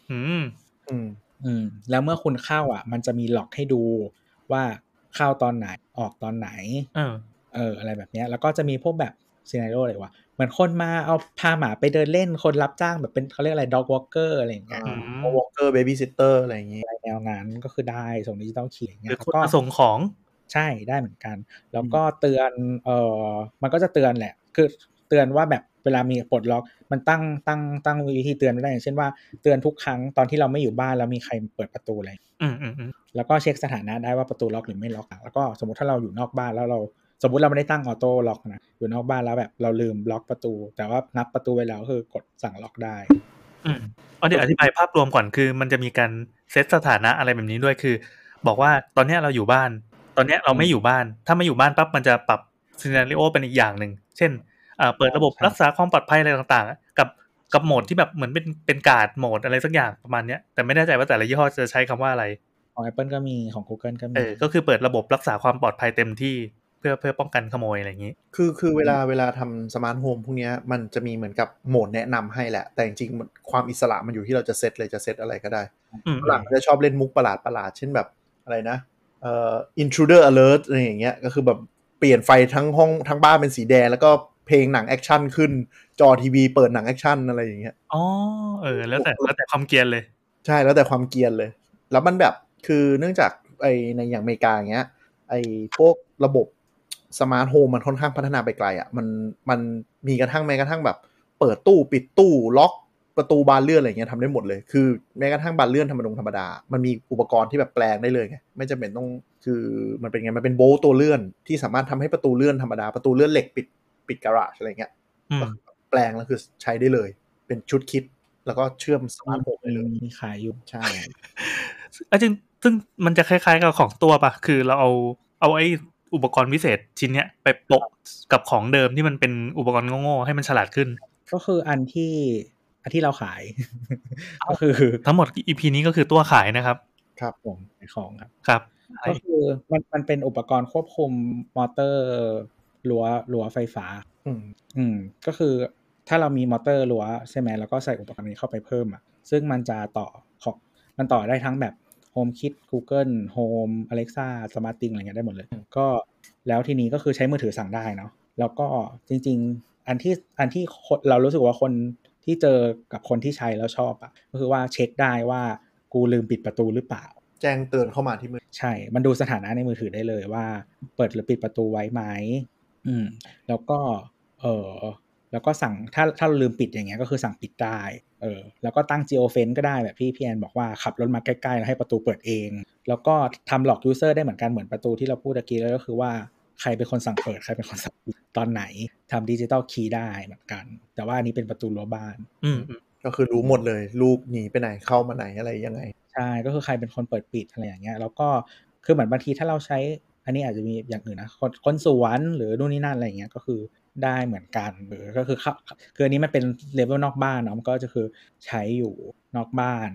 แล้วเมื่อคุณเข้าอ่ะมันจะมีล็อกให้ดูว่าเข้าตอนไหนออกตอนไหนอะไรแบบนี้แล้วก็จะมีพวกแบบซีนาริโออะไรวะเหมือนคนมาเอาพาหมาไปเดินล่นคนรับจ้างแบบเป็นเขาเรียกอะไรด็อกวอล์กเกอร์อะไรอย่างเงี้ยด็อกวอล์กเกอร์เบบี้ซิตเตอร์อะไรอย่างเงี้ยแนวนั้นก็คือได้ส่งดิจิตอลคีย์อย่างเงี้ยแล้วก็ส่งของใช่ได้เหมือนกันแล้วก็เตือนมันก็จะเตือนแหละคือเตือนว่าแบบเวลามีปลดล็อกมันตั้งวิธีเตือนได้อย่างเช่นว่าเตือนทุกครั้งตอนที่เราไม่อยู่บ้านแล้วมีใครเปิดประตูอะไรแล้วก็เช็คสถานะได้ว่าประตูล็อกหรือไม่ล็อกแล้วก็สมมติถ้าเราอยู่นอกบ้านแล้วเราสมมติเราไม่ได้ตั้งออโต้ล็อกนะอยู่นอกบ้านแล้วแบบเราลืมล็อกประตูแต่ว่างับประตูไว้แล้วคือกดสั่งล็อกได้เดี๋ยวอธิบายภาพรวมก่อนคือมันจะมีการเซตสถานะอะไรแบบนี้ด้วยคือบอกว่าตอนนี้เราอยู่บ้านตอนนี้เราไม่อยู่บ้านถ้าไม่อยู่บ้านปั๊บมันจะปรับซีนาริโอเป็นอีกอย่างนึงเช่นเปิดระบบรักษาความปลอดภัยอะไรต่างๆกับโหมดที่แบบเหมือนเป็นการ์ดโหมดอะไรสักอย่างประมาณนี้แต่ไม่แน่ใจว่าแต่ละยี่ห้อจะใช้คำว่าอะไรของ Apple ก็มีของ Google ก็มีก็คือเปิดระบบรักษาความปลอดภัยเต็มที่เพื่อป้องกันขโมยอะไรอย่างนี้คือเวลาทำสมาร์ทโฮมพวกนี้มันจะมีเหมือนกับโหมดแนะนำให้แหละแต่จริงๆความอิสระมันอยู่ที่เราจะเซตเลยจะเซตอะไรก็ได้ฝรั่งจะชอบเล่นมุกประหลาดเช่นแบบอะไรนะintruder alert อะไรอย่างเงี้ยก็คือแบบเปลี่ยนไฟทั้งห้องทั้งบ้านเป็นสีแดงแล้วก็เพลงหนังแอคชั่นขึ้นจอทีวีเปิดหนังแอคชั่นอะไรอย่างเงี้ยแล้วแต่ความเกรียนเลยใช่แล้วแต่ความเกรียนเลยแล้วมันแบบคือเนื่องจากในอย่างอเมริกาอย่างเงี้ยพวกระบบสมาร์ทโฮมมันค่อนข้างพัฒนาไปไกลอ่ะมันมีกระทั่งแม้กระทั่งแบบเปิดตู้ปิดตู้ล็อกประตูบานเลื่อนอะไรเงี้ยทำได้หมดเลยคือแม้กระทั่งบานเลื่อนธรรมดามันมีอุปกรณ์ที่แบบแปลงได้เลยไงไม่จำเป็นต้องคือมันเป็นไงมันเป็นโบล์ตัวเลื่อนที่สามารถทำให้ประตูเลื่อนธรรมดาประตูเลื่อนเหล็กปิดการาจอะไรเงี้ยแปลงแล้วคือใช้ได้เลยเป็นชุดคิดแล้วก็เชื่อมสมาร์ทโฮมได้เลยมีขายอยู่ใช่จริงซึ่งมันจะคล้ายๆกับของตัวป่ะคือเราเอาไอ้อุปกรณ์พิเศษชิ้นเนี้ยไปโปะกับของเดิมที่มันเป็นอุปกรณ์โง่ๆให้มันฉลาดขึ้นก็คืออันที่เราขายก็คือทั้งหมด EP นี้ก็คือตัวขายนะครับครับผมขายของครับก็คือมันเป็นอุปกรณ์ควบคุมมอเตอร์รั้วไฟฟ้าก็คือถ้าเรามีมอเตอร์รั้วใช่ไหมแล้วก็ใส่อุปกรณ์นี้เข้าไปเพิ่มซึ่งมันจะมันต่อได้ทั้งแบบ HomeKit Google Home Alexa SmartThings อะไรเงี้ยได้หมดเลยก็แล้วทีนี้ก็คือใช้มือถือสั่งได้เนาะแล้วก็จริงๆอันที่เรารู้สึกว่าคนที่เจอกับคนที่ใช้แล้วชอบก็คือว่าเช็คได้ว่ากูลืมปิดประตูหรือเปล่าแจ้งเตือนเข้ามาที่มือใช่มันดูสถานะในมือถือได้เลยว่าเปิดหรือปิดประตูไว้ไหมแล้วก็แล้วก็สั่งถ้าเราลืมปิดอย่างเงี้ยก็คือสั่งปิดได้แล้วก็ตั้ง geofence ก็ได้แบบพี่แอนบอกว่าขับรถมาใกล้ๆแล้วให้ประตูเปิดเองแล้วก็ทำ lock user ได้เหมือนกันเหมือนประตูที่เราพูดตะกี้แล้วก็คือว่าใครเป็นคนสั่งเปิดใครเป็นคนสั่งปิดตอนไหนทำดิจิตอลคีย์ได้เหมือนกันแต่ว่าอันนี้เป็นประตูรั้วบ้านก็คือรู้หมดเลยลูกหนีไปไหนเข้ามาไหนอะไรยังไงใช่ช่ก็คือใครเป็นคนเปิดปิดอะไรอย่างเงี้ยแล้วก็คือเหมือนบางทีถ้าเราใช้อันนี้อาจจะมีอย่างอื่นนะคนสวนหรือนู่นนี่นั่นอะไรอย่างเงี้ยก็คือได้เหมือนกันก็คือคืออันนี้มันเป็นเลเวลนอกบ้านเนาะมันก็จะคือใช้อยู่นอกบ้าน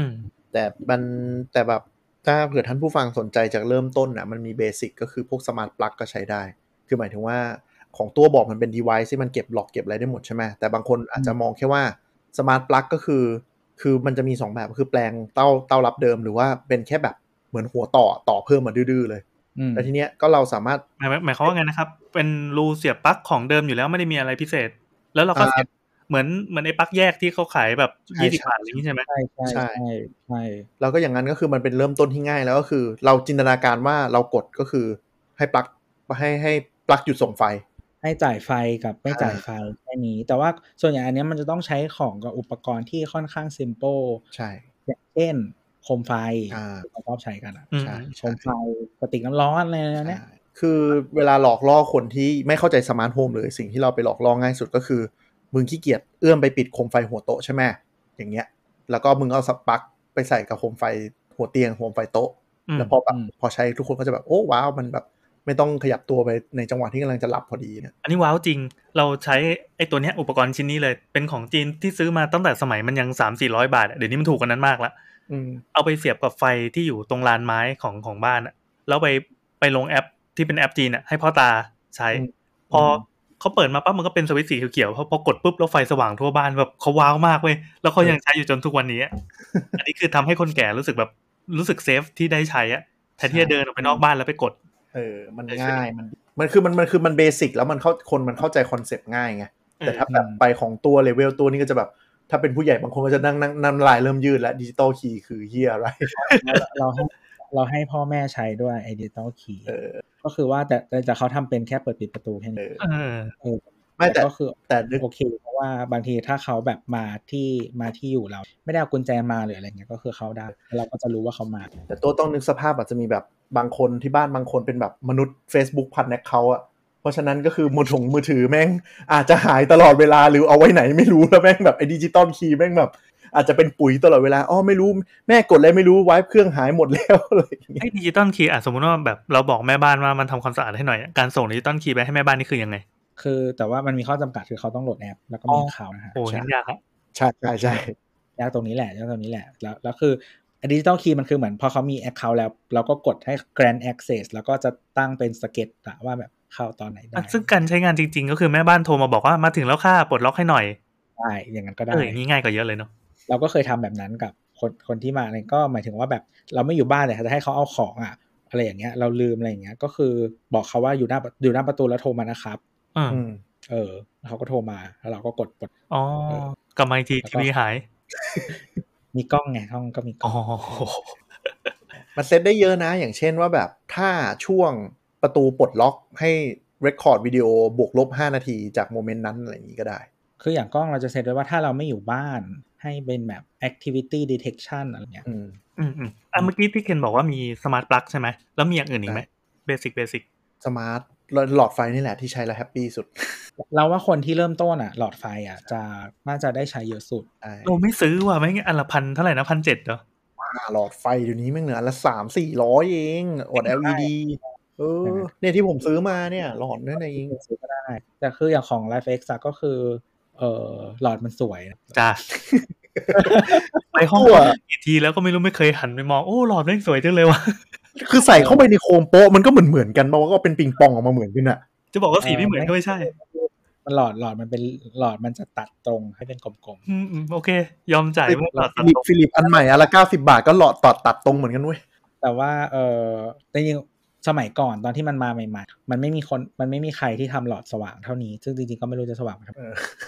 แต่แบบถ้าเผื่อท่านผู้ฟังสนใจจากเริ่มต้นอ่ะมันมีเบสิกก็คือพวกสมาร์ทปลั๊กก็ใช้ได้คือหมายถึงว่าของตัวบอกมันเป็น device ที่มันเก็บล็อกเก็บอะไรได้หมดใช่ไหมแต่บางคนอาจจะมองแค่ว่าสมาร์ทปลั๊กก็คือมันจะมี2แบบคือแปลงเต้ารับเดิมหรือว่าเป็นแค่แบบเหมือนหัวต่อเพิ่มมาดื้อๆเลยแต่ทีเนี้ยก็เราสามารถหมายความว่าไงนะครับเป็นรูเสียบปลั๊กของเดิมอยู่แล้วไม่ได้มีอะไรพิเศษแล้วเราก็เสียบเหมือนไอ้ปลั๊กแยกที่เขาขายแบบ20 บาทอะไรอย่างนี้ใช่ไหมใช่แล้วก็อย่างนั้นก็คือมันเป็นเริ่มต้นที่ง่ายแล้วก็คือเราจินตนาการว่าเรากดก็คือให้ปลั๊กหยุดส่งไฟให้จ่ายไฟกับไม่จ่ายไฟแค่นี้แต่ว่าส่วนใหญ่อันนี้มันจะต้องใช้ของกับอุปกรณ์ที่ค่อนข้าง simple ใช่อย่างเช่นโคมไฟเราชอบใช้กันใช่โคมไฟกระติกน้ำร้อนอะไรเนี่ยคือเวลาหลอกล่อคนที่ไม่เข้าใจสมาร์ทโฮมเลยสิ่งที่เราไปหลอกล่อง่ายสุดก็คือมึงขี้เกียจเอื้อมไปปิดโคมไฟหัวโต๊ะใช่ไหมอย่างเงี้ยแล้วก็มึงเอาสปลั๊กไปใส่กับโคมไฟหัวเตียงโคมไฟโต๊ะแล้วพอใช้ทุกคนก็จะแบบโอ้ว้าวมันแบบไม่ต้องขยับตัวไปในจังหวะที่กำลังจะหลับพอดีเนี่ยอันนี้ว้าวจริงเราใช้ไอ้ตัวเนี้ยอุปกรณ์ชิ้นนี้เลยเป็นของจีนที่ซื้อมาตั้งแต่สมัยมันยัง 300-400 บาทเดี๋ยวนี้มันถูกกว่านั้นมากละเอาไปเสียบกับไฟที่อยู่ตรงลานไม้ของบ้านแล้วไปลงแอปที่เป็นแอปจีนให้พ่อตาใช้พอเขาเปิดมาปั๊บมันก็เป็นสวิตช์สีเขียวๆพอกดปุ๊บแล้วไฟสว่างทั่วบ้านแบบเขาว้าวมากเว้ยแล้วเขายังใช้อยู่จนทุกวันนี้อันนี้คือทำให้คนแก่รู้สึกแบบรู้สึกเซฟที่ได้ใช้แทนที่จะเดินออกไปนอกบ้านแล้วไปกดมันง่ายมันคือเบสิกแล้วคนมันเข้าใจคอนเซปต์ง่ายไงแต่ถ้าแบบไปของตัวเลเวลตัวนี้ก็จะแบบถ้าเป็นผู้ใหญ่บางคนก็จะนั่งลายเริ่มยืดแล้วดิจิตอลคีย์คือเหี้ยอะไรเราให้พ่อแม่ใช้ด้วยไอ้ดิจิตอลคีย์ก็คือว่าแต่เขาทำเป็นแค่เปิดปิดประตูแค่นี้ไม่แต่ก็คือแต่โอเคเพราะว่าบางทีถ้าเขาแบบมาที่อยู่เราไม่ได้เอากุญแจมาหรืออะไรเงี้ยก็คือเขาได้เราก็จะรู้ว่าเขามาแต่ตัวต้องนึกสภาพอาจจะมีแบบบางคนที่บ้านบางคนเป็นแบบมนุษย์ Facebook พันแอคเคาท์เพราะฉะนั้นก็คือมือถือแม่งอาจจะหายตลอดเวลาหรือเอาไว้ไหนไม่รู้แล้วแม่งแบบไอ้ดิจิตอลคีย์แม่งแบบอาจจะเป็นปุ๋ยตลอดเวลาไม่รู้แม่กดอะไรไม่รู้ไว้เครื่องหายหมดแล้วอะไรอย่างเงี้ยไอ้ดิจิตอลคีย์สมมุติว่าแบบเราบอกแม่บ้านว่ามันทำความสะอาดให้หน่อยการส่งดิจิตอลคีย์ไปให้แม่บ้านนี่คือยังไงคือแต่ว่ามันมีข้อจำกัดคือเขาต้องโหลดแอปแล้วก็มีข่าวนะฮะโอ้ยยากครับใช่ยากตรงนี้แหละแล้วคือดิจิตอลคีย์มันคือเหมือนพอเขามี account แล้วเราก็กดให้ grant access แล้วก็จะตั้งเป็นสเก็ตว่าแบบเข้าตอนไหนได้ซึ่งการใช้งานจริงๆก็คือแม่บ้านโทรมาบอกว่ามาถึงแล้วค่ะปลดล็อกให้หน่อยได้อย่างนั้นก็ได้นี่ง่ายกว่าเยอะเลยเนาะเราก็เคยทำแบบนั้นกับคนที่มาเนี่ยก็หมายถึงว่าแบบเราไม่อยู่บ้านแต่จะให้เขาเอาของอะไรอย่างเงี้ยเราลืมอะไรอย่างเงี้ยก็คือบอกเขาว่าอยู่หน้าประตูแล้วโทรมานะครับเขาก็โทรมาแล้วเราก็กดปลดกลับมาอีกทีทีวีหายมีกล้องไงห้องก็มีกล้องมันเซตได้เยอะนะอย่างเช่นว่าแบบถ้าช่วงประตูปลดล็อกให้เรคคอร์ดวิดีโอบวกลบ5 นาทีจากโมเมนต์นั้นอะไรอย่างนี้ก็ได้คืออย่างกล้องเราจะเซตไว้ว่าถ้าเราไม่อยู่บ้านให้เป็นแบบ activity detection อะไรเงี้ยเมื่อกี้ที่เคนบอกว่ามีสมาร์ทปลั๊กใช่ไหมแล้วมีอย่างอื่นอีกไหมเบสิกสมาร์ทหลอดไฟนี่แหละที่ใช้แล้วแฮปปี้สุดเราว่าคนที่เริ่มต้นหลอดไฟน่าจะได้ใช้เยอะสุดเราไม่ซื้อว่ะไม่งั้นอันละ1,000เท่าไหร่นะ1,700เหรอหลอดไฟเดี๋ยวนี้แม่งเหลือละ 300-400 เองหลอด LED เนี่ยที่ผมซื้อมาเนี่ยหลอดนั่นเองซื้อก็ได้แต่คืออย่างของ LifeX ก็คือหลอดมันสวยจ้าไปห้องกี่ทีแล้วก็ไม่เคยหันไปมองโอ้หลอดแม่งสวยจังเลยวะคือใส่เข้าไปในโคมโป๊ะมันก็เหมือนกันเพราะว่าก็เป็นปิงปองออกมาเหมือนกันจะบอกว่าสีไม่เหมือนก็ไม่ใช่มันหลอดมันเป็นหลอดมันจะตัดตรงให้เป็นกลมๆโอเคยอมจ่ายว่าหลอดฟิลิปอันใหม่ละ90 บาทก็หลอดตัดตรงเหมือนกันเว้ยแต่ว่าจริงสมัยก่อนตอนที่มันมาใหม่ๆมันไม่มีใครที่ทำหลอดสว่างเท่านี้ซึ่งจริงๆก็ไม่รู้จะสว่างทำไม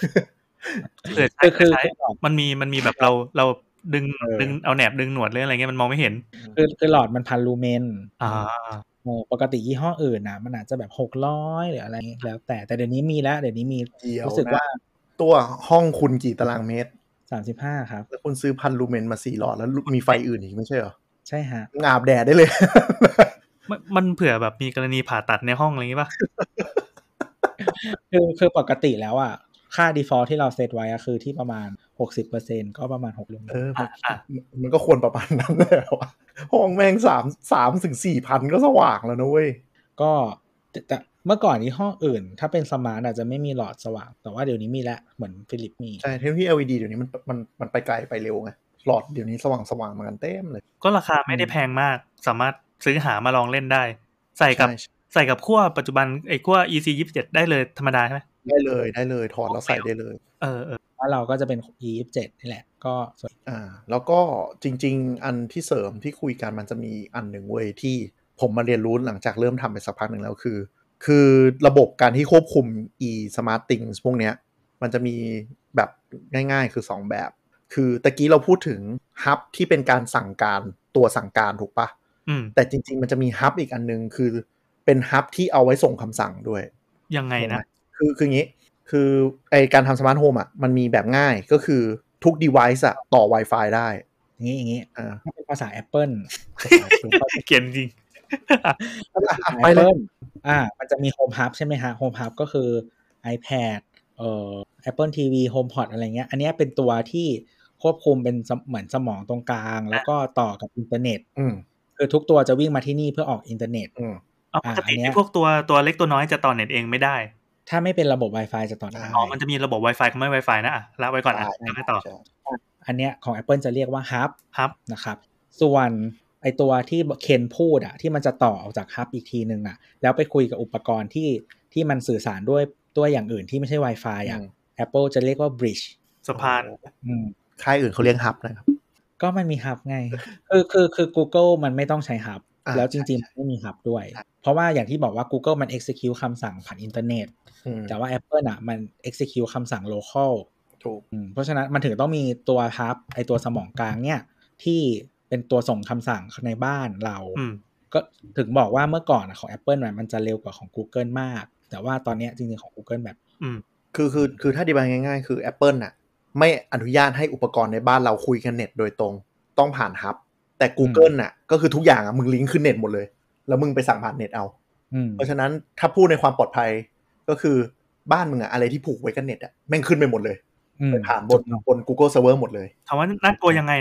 คือมันมีแบบเราดึงเอาแหนบดึงหนวดหรืออะไรเงี้ยมันมองไม่เห็นคือหลอดมัน1,000 ลูเมนปกติยี่ห้ออื่นมันอาจจะแบบ600หรืออะไรแล้วแต่เดี๋ยวนี้มีแล้วเดี๋ยวนี้มีรู้สึกว่าตัวห้องคุณกี่ตารางเมตร 35ครับแล้วคุณซื้อ1,000 ลูเมนมา4 หลอดแล้วมีไฟอื่นอีกไม่ใช่เหรอใช่ฮะอาบแดดได้เลยมันเผื่อแบบมีกรณีผ่าตัดในห้องอะไรอย่างงี้ป่ะคือปกติแล้วค่า default ที่เราเซตไว้อะคือที่ประมาณ 60% ก็ประมาณ6 มันก็ควรประมาณนั้นแหละวะห้องแม่ง3 ถึง 4,000 ก็สว่างแล้วนะเว้ยก็แต่เมื่อก่อนนี้ห้องอื่นถ้าเป็นสมาร์ทอาจจะไม่มีหลอดสว่างแต่ว่าเดี๋ยวนี้มีแล้วเหมือนฟิลิปมีใช่เทคโนโลยี LED เดี๋ยวนี้มันไปไกลไปเร็วไงหลอดเดี๋ยวนี้สว่างมากันเต็มเลยก็ราคาไม่ได้แพงมากสามารถซื้อหามาลองเล่นได้ใส่กับขั้วปัจจุบันไอ้ขั้ว EC27 ได้เลยธรรมดาใช่ไหมได้เลยถอดแล้วใส่ได้เลยแล้วเราก็จะเป็น E27 นี่แหละก็แล้วก็จริงๆอันที่เสริมที่คุยกันมันจะมีอันหนึ่งเว้ยที่ผมมาเรียนรู้หลังจากเริ่มทำไปสักพักหนึ่งแล้วคือระบบการที่ควบคุม Smart Things พวกเนี้ยมันจะมีแบบง่ายๆคือ2แบบคือตะกี้เราพูดถึงฮับที่เป็นการสั่งการตัวสั่งการถูกปะแต่จริงๆมันจะมีฮับอีกอันนึงคือเป็นฮับที่เอาไว้ส่งคำสั่งด้วยยังไงนะคืออย่างนี้คือไอการทำสมาร์ทโฮมอ่ะมันมีแบบง่ายก็คือทุก device อ่ะต่อ Wi-Fi ได้อย่างนี้ถ้าเป็นภาษา Apple เขียนจริงไปเลยมันจะมี Home Hub ใช่ไหมฮะ Home Hub ก็คือ iPad Apple TV HomePod อะไรเงี้ยอันนี้เป็นตัวที่ควบคุมเป็นเหมือนสมองตรงกลางแล้วก็ต่อกับอินเทอร์เน็ตคือทุกตัวจะวิ่งมาที่นี่เพื่อออกอินเทอร์เน็ตปกติพวกตัวเล็กตัวน้อยจะต่อเน็ตเองไม่ได้ถ้าไม่เป็นระบบ Wi-Fi จะต่อได้มันจะมีระบบ Wi-Fi กับไม่ Wi-Fi นะละไว้ก่อนไม่ต่ออันเนี้ยของ Apple จะเรียกว่า Hub นะครับส่วนไอตัวที่เคนพูดที่มันจะต่อออกจาก Hub อีกทีนึงแล้วไปคุยกับอุปกรณ์ที่มันสื่อสารด้วยอย่างอื่นที่ไม่ใช่ Wi-Fi Apple จะเรียกว่า Bridge สะพานค่ายอื่นเขาเรียก Hub นะครับก็มันมี Hub ไงคือ Google มันไม่ต้องใช้ Hub แล้วจริงๆมันไม่มี Hub ด้วยเพราะว่าอย่างที่บอกว่า Google มัน execute คำสั่งผ่านอินเทอร์เน็ตแต่ว่า Apple มัน execute คำสั่ง local ถูกเพราะฉะนั้นมันถึงต้องมีตัว Hub ไอตัวสมองกลางเนี่ยที่เป็นตัวส่งคำสั่งในบ้านเราก็ถึงบอกว่าเมื่อก่อนของ Apple มันจะเร็วกว่าของ Google มากแต่ว่าตอนนี้จริงๆของ Google แบบคือถ้าอธิบายง่ายๆคือ Apple ไม่อนุญาตให้อุปกรณ์ในบ้านเราคุยกันเน็ตโดยตรงต้องผ่านฮับแต่ Google ก็คือทุกอย่างมึงลิงก์ขึ้นเน็ตหมดเลยแล้วมึงไปสั่งผ่านเน็ตเอาเพราะฉะนั้นถ้าพูดในความปลอดภัยก็คือบ้านมึงอะไรที่ผูกไว้กันเน็ตแม่งขึ้นไปหมดเลยไปผ่านบน Google Server หมดเลยถามว่าน่ากลัวยังไง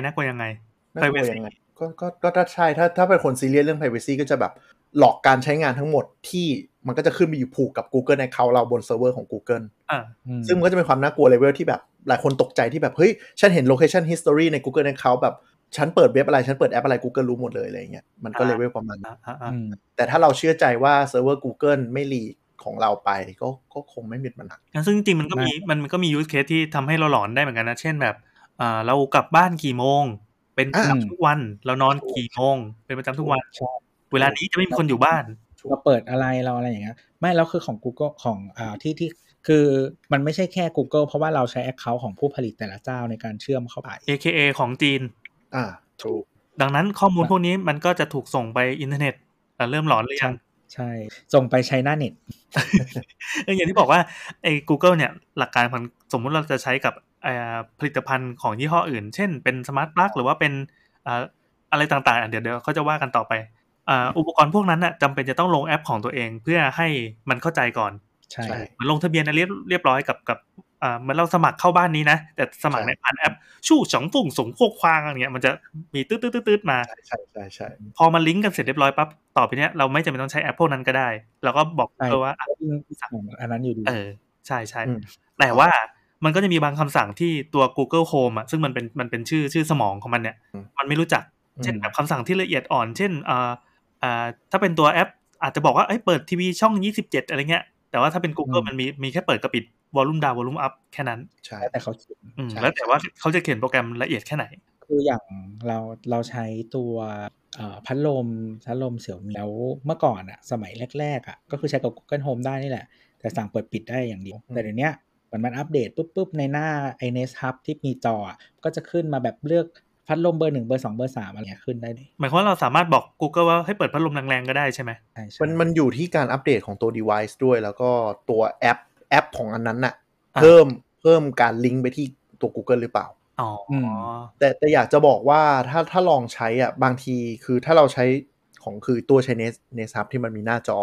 ก็ถ้าใช่ถ้าเป็นคนซีเรียสเรื่อง privacy ก็จะแบบหลอกการใช้งานทั้งหมดที่มันก็จะขึ้นไปอยู่ผูกกับ Google Account เราบนเซิร์ฟเวอร์ของ Google ซึ่งมันก็จะเป็นความน่ากลัวเลเวลที่แบบหลายคนตกใจที่แบบเฮ้ยฉันเห็น location history ใน Google Account แบบฉันเปิดเว็บอะไรฉันเปิดแอปอะไร Google รู้หมดเลยอะไรเงี้ยมันก็เลเวลประมาณนั้นแต่ถ้าเราเชื่อใจว่าเซิร์ฟเวอร์ Google ไม่ลีกของเราไปก็คงไม่มีปัญหาซึ่งจริงๆมันก็มี use case ที่ทำให้เราหลอนได้เหมือนกันนะเช่นแบบเรากลับบ้านกี่โมงเป็นประจำทุกวันเรานอนกี่โมงเป็นประจำทุกวันเวลานี้จะไม่มีคนอยู่บ้านเราเปิดอะไรอย่างเงี้ยไม่แล้วคือของ Google ของที่คือมันไม่ใช่แค่ Google เพราะว่าเราใช้ account ของผู้ผลิตแต่ละเจ้าในการเชื่อมเข้าไป AKA ของจีนถูกดังนั้นข้อมูลพวกนี้มันก็จะถูกส่งไปอินเทอร์เน็ตเริ่มหลอนหรือยังใช่ส่งไป China Net อย่างที่บอกว่าไอ้ Google เนี่ยหลักการของสมมุติเราจะใช้กับผลิตภัณฑ์ของยี่ห้ออื่นเช่นเป็นสมาร์ทปลั๊กหรือว่าเป็นอะไรต่างๆเดี๋ยวเขาจะว่ากันต่อไปอุปกรณ์พวกนั้นจำเป็นจะต้องลงแอปของตัวเองเพื่อให้มันเข้าใจก่อนใช่มันลงทะเบียนเรียบร้อยกับเหมือนเราสมัครเข้าบ้านนี้นะแต่สมัครในผ่านแอปชู่ฉงฝุ่งสงโคกควางอะไรเงี้ยมันจะมีตืดๆๆมาใช่พอมาลิงก์กันเสร็จเรียบร้อยปั๊บต่อไปเนี้ยเราไม่จำเป็นต้องใช้แอปพวกนั้นก็ได้เราก็บอกว่าอันนั้นอยู่ดีใช่ๆแต่ว่ามันก็จะมีบางคำสั่งที่ตัว Google Home ซึ่งมันเป็นชื่อสมองของมันเนี่ยมันไม่รู้จักเช่นแบบคำสั่งที่ละเอียดอ่อนเช่นถ้าเป็นตัวแอปอาจจะบอกว่าเปิดทีวีช่อง27อะไรเงี้ยแต่ว่าถ้าเป็น Google มันมีแค่เปิดกับปิด volume down volume up แค่นั้นใช่แต่เขาเขียนแล้วแต่ว่าเขาจะเขียนโปรแกรมละเอียดแค่ไหนคืออย่างเราใช้ตัวพัดลมเสี่ยวมี่แล้วเมื่อก่อนสมัยแรกๆก็คือใช้กับ Google Home ได้นี่แหละแต่สั่งเปิดปิดได้อย่างเดียวแต่เดี๋ยวนี้มันอัปเดตปุ๊บในหน้า Nest Hub ที่มีจอก็จะขึ้นมาแบบเลือกพัดลมเบอร์1เบอร์2เบอร์3อะไรขึ้นได้หมายความว่าเราสามารถบอก Google ว่าให้เปิดพัดลมแรงๆก็ได้ใช่ไหมมันอยู่ที่การอัปเดตของตัว device ด้วยแล้วก็ตัวแอปของอันนั้นเพิ่มการลิงก์ไปที่ตัว Google หรือเปล่าแต่อยากจะบอกว่าถ้าลองใช้บางทีคือถ้าเราใช้ของคือตัวใช้ Nest Hub ที่มันมีหน้าจอ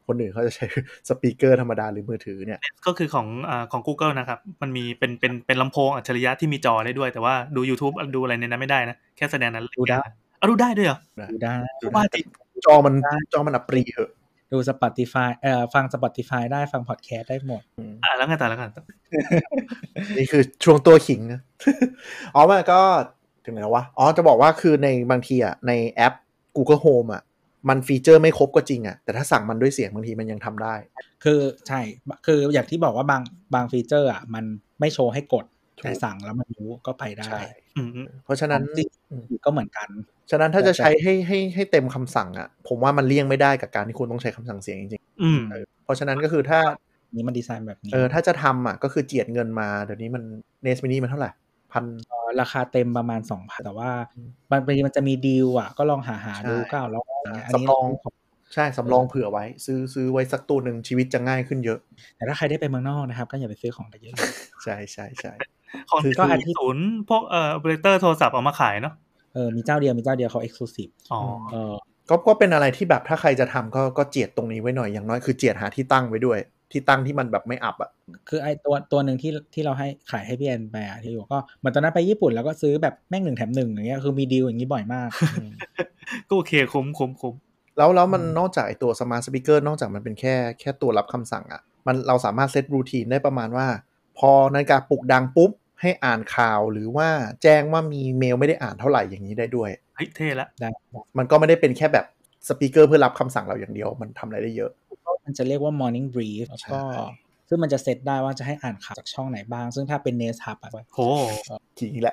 คนอื่นเขาจะใช้สปีกเกอร์ธรรมดาหรือมือถือเนี่ยก็คือของ Google นะครับมันมีเป็นลำโพงอัจฉริยะที่มีจอได้ด้วยแต่ว่าดู YouTube ดูอะไรในนั้นไม่ได้นะแค่แสดงนั้นดูได้ดูได้ด้วยเหรอดูได้บ้าจริงจอมันอัปรีเหอะดู Spotify ฟัง Spotify ได้ฟังพอดแคสต์ได้หมดแล้วไงต่อนี่คือช่วงตัวขิงนะอ๋อมันก็ถึงไหนแล้ววะจะบอกว่าคือในบางทีอ่ะในแอป Google Home อ่ะมันฟีเจอร์ไม่ครบก็จริงอ่ะแต่ถ้าสั่งมันด้วยเสียงบางทีมันยังทำได้คือใช่คืออย่างที่บอกว่าบางฟีเจอร์อ่ะมันไม่โชว์ให้กดแต่สั่งแล้วมันรู้ก็ไปได้เพราะฉะนั้นก็เหมือนกันฉะนั้นถ้าจะใช้ให้เต็มคำสั่งอ่ะผมว่ามันเลี่ยงไม่ได้กับการที่คุณต้องใช้คำสั่งเสียงจริงๆเพราะฉะนั้นก็คือถ้านี้มันดีไซน์แบบนี้ถ้าจะทำอ่ะก็คือเจียดเงินมาเดี๋ยวนี้มัน Nest Mini มันเท่าไหร่ราคาเต็มประมาณ 2,000 แต่ว่ามันจะมีดีลอ่ะก็ลองหาดู900อย่างเงี้ยอันนี้ใช่สำรองเผื่อไว้ซื้อไว้สักตัวนึงชีวิตจะง่ายขึ้นเยอะแต่ถ้าใครได้ไปเมืองนอกนะครับก็อย่าไปซื้อของเยอะใช่ของก็อันที่ศูนย์พวกoperator โทรศัพท์เอามาขายเนาะมีเจ้าเดียวเขา exclusive ก็เป็นอะไรที่แบบถ้าใครจะทำก็เจียดตรงนี้ไว้หน่อยอย่างน้อยคือเจียดหาที่ตั้งไว้ด้วยที่ตั้งที่มันแบบไม่อับอ่ะคือไอ้ตัวนึงที่เราให้ขายให้พี่แอนไปอ่ะที่อยู่ก็เหมือนตอนนั้นไปญี่ปุ่นแล้วก็ซื้อแบบแม่ง1แถม1อย่างเงี้ยคือมีดีลอย่างนี้บ่อยมากก็โอเคคุ้มแล้วมันนอกจากไอ้ตัว Smart Speaker นอกจากมันเป็นแค่ตัวรับคำสั่งอ่ะเราสามารถเซตรูทีนได้ประมาณว่าพอนาฬิกาปลุกดังปุ๊บให้อ่านข่าวหรือว่าแจ้งว่ามีเมลไม่ได้อ่านเท่าไหร่อย่างนี้ได้ด้วยเฮ้ยเท่ละมันก็ไม่ได้เป็นแค่แบบสปีกเกอร์เพื่อรับคำสั่งเราอย่างเดียวมันทำอะไรได้เยอะมันจะเรียกว่า morning brief แล้วก็ซึ่งมันจะเซตได้ว่าจะให้อ่านข่าวจากช่องไหนบ้างซึ่งถ้าเป็น Nest Hub อ่ะโหขี่แล้ว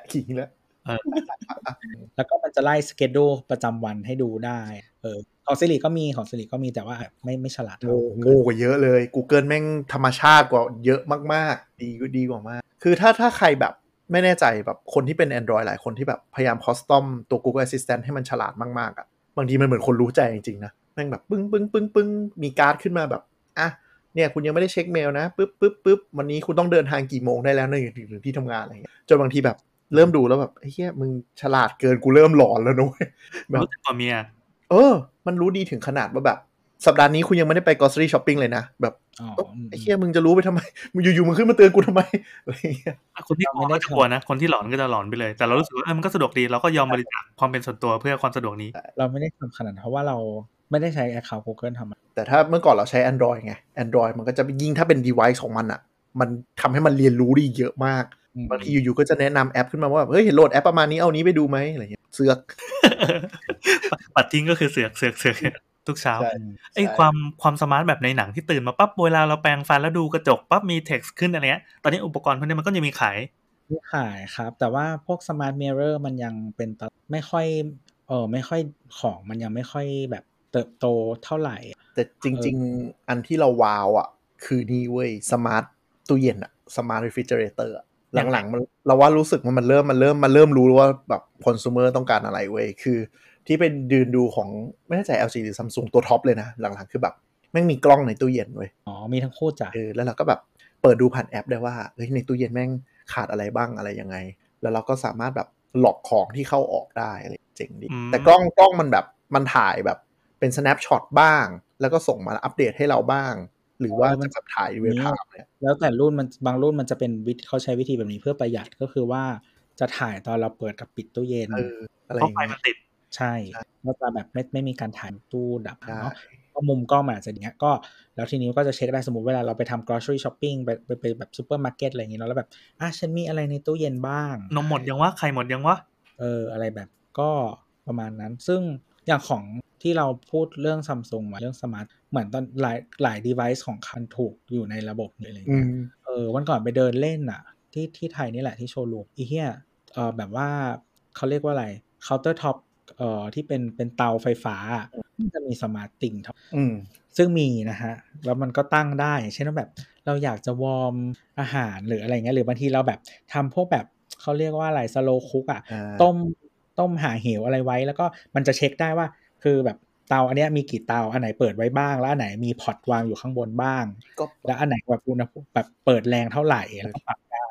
แล้วก็มันจะไล่ schedule ประจำวันให้ดูได้ของสิริก็มีแต่ว่าไม่ฉลาดเท่าโง่กว่าเยอะเลย Google แม่งธรรมชาติกว่าเยอะมากๆดีกว่ามากคือถ้าใครแบบไม่แน่ใจแบบคนที่เป็น Android หลายคนที่แบบพยายามคอสตอมตัว Google Assistant ให้มันฉลาดมากๆอ่ะบางทีมันเหมือนคนรู้ใจจริงๆนะแม่งแบบปึ้งมีการ์ดขึ้นมาแบบอ่ะเนี่ยคุณยังไม่ได้เช็คเมลนะปึ๊บวันนี้คุณต้องเดินทางกี่โมงได้แล้วในถึงที่ทำงานอะไรเงี้ยจนบางทีแบบเริ่มดูแล้วแบบไอ้เหี้ยมึงฉลาดเกินกูเริ่มหลอนแล้วนุ้ยแบบรู้ตัวเมียมันรู้ดีถึงขนาดว่าแบบสัปดาห์นี้คุณยังไม่ได้ไป grocery shopping เลยนะแบบไอ้เหี้ยมึงจะรู้ไปทำไมมึงอยู่ๆมึงขึ้นมาเตือนกูทำไมอะไรเงี้ยคนที่ไม่ได้กลัวนะคนที่หลอนก็จะหลอนไปเลยแต่เรารู้สึกว่ามันก็สะดวกดีเราก็ยอมบริจาคความเป็นส่วนตัวเพื่อความสะดวกนี้เราไม่ได้ทำขนาดเพราะว่าเราไม่ได้ใช้ account Google ทำแต่ถ้าเมื่อก่อนเราใช้ Android ไง Android มันก็จะยิ่งถ้าเป็น device ของมันอ่ะมันทำให้มันเรียนรู้ได้เยอะมากบางทีอยู่ๆก็จะแนะนำแอปขึ้นมาว่าเฮ้ยเห็นโหลดแอปประมาณนี้เอานี้ไปดูไหมอะไรเงี้ยเสือกปัดทิ้งก็คือเสือกทุกเช้าไอ้ความสมาร์ทแบบในหนังที่ตื่นมาปั๊บเวลาเราแปรงฟันแล้วดูกระจกปั๊บมี text ขึ้นอะไรเงี้ยตอนนี้อุปกรณ์พวกนี้มันก็จะมีขายครับแต่ว่าพวก smart mirror มันยังเป็นไม่ค่อยของมันยังไม่ค่อยแบบเติบโตเท่าไหร่แต่จริงๆอันที่เราว้าวอ่ะคือนี่เว้ยสมาร์ทตู้เย็นอ่ะสมาร์ทรีฟริเจเรเตอร์หลังๆมันเราว่ารู้สึกว่ามันเริ่มรู้ว่าแบบคอน sumer ต้องการอะไรเว้ยคือที่เป็นดูของไม่แน่ใจ LG หรือ Samsung ตัวท็อปเลยนะหลังๆคือแบบแม่งมีกล้องในตู้เย็นเว้ยมีทั้งคู่จ้ะแล้วเราก็แบบเปิดดูผ่านแอปได้ว่าเฮ้ยในตู้เย็นแม่งขาดอะไรบ้างอะไรยังไงแล้วเราก็สามารถแบบหลอกของที่เข้าออกได้อะไรเจ๋งดีแต่กล้องมันแบบมันถ่ายแบบเป็น snapshot บ้างแล้วก็ส่งมาอัปเดตให้เราบ้างหรือว่าจะแบบถ่ายเรียลไทม์เนี่ยแล้วแต่รุ่นมันบางรุ่นมันจะเป็นเขาใช้วิธีแบบนี้เพื่อประหยัดก็คือว่าจะถ่ายตอนเราเปิดกับปิดตู้เย็นอะไรอย่างเงี้ยใช่ก็จะแบบไม่มีการถ่ายตู้ดับเนาะก็มุมกล้องมันอาจจะอย่างเงี้ยก็แล้วทีนี้ก็จะเช็คได้สมมุติเวลาเราไปทำ grocery shopping ไปแบบซูเปอร์มาร์เก็ตอะไรอย่างงี้เนาะแล้วแบบฉันมีอะไรในตู้เย็นบ้างนมหมดยังวะไข่หมดยังวะอะไรแบบก็ประมาณนั้นซึ่งอย่างของที่เราพูดเรื่อง Samsung มาเรื่องสมาร์ทเหมือนตอนหลาย device ของคันถูกอยู่ในระบบนี้อะไรอย่างเงี้ยวันก่อนไปเดินเล่นอ่ะที่ไทยนี่แหละที่โชว์รูมอีเหี้ยแบบว่าเขาเรียกว่าอะไร counter top ที่เป็นเตาไฟฟ้าจะมีสมาร์ทติ่งซึ่งมีนะฮะแล้วมันก็ตั้งได้เช่นว่าแบบเราอยากจะวอร์มอาหารหรืออะไรเงี้ยหรือบางทีเราแบบทำพวกแบบเขาเรียกว่าอะไรสโลว์คุกอ่ะต้มหาเหวอะไรไว้แล้วก็มันจะเช็คได้ว่าคือแบบเตาอันเนี้ยมีกี่เตาอันไหนเปิดไว้บ้างแล้วอันไหนมีพอตวางอยู่ข้างบนบ้างแล้วอันไหนแบบอุณหภูมิแบบเปิดแรงเท่าไหร่แล้วก็ปรับได้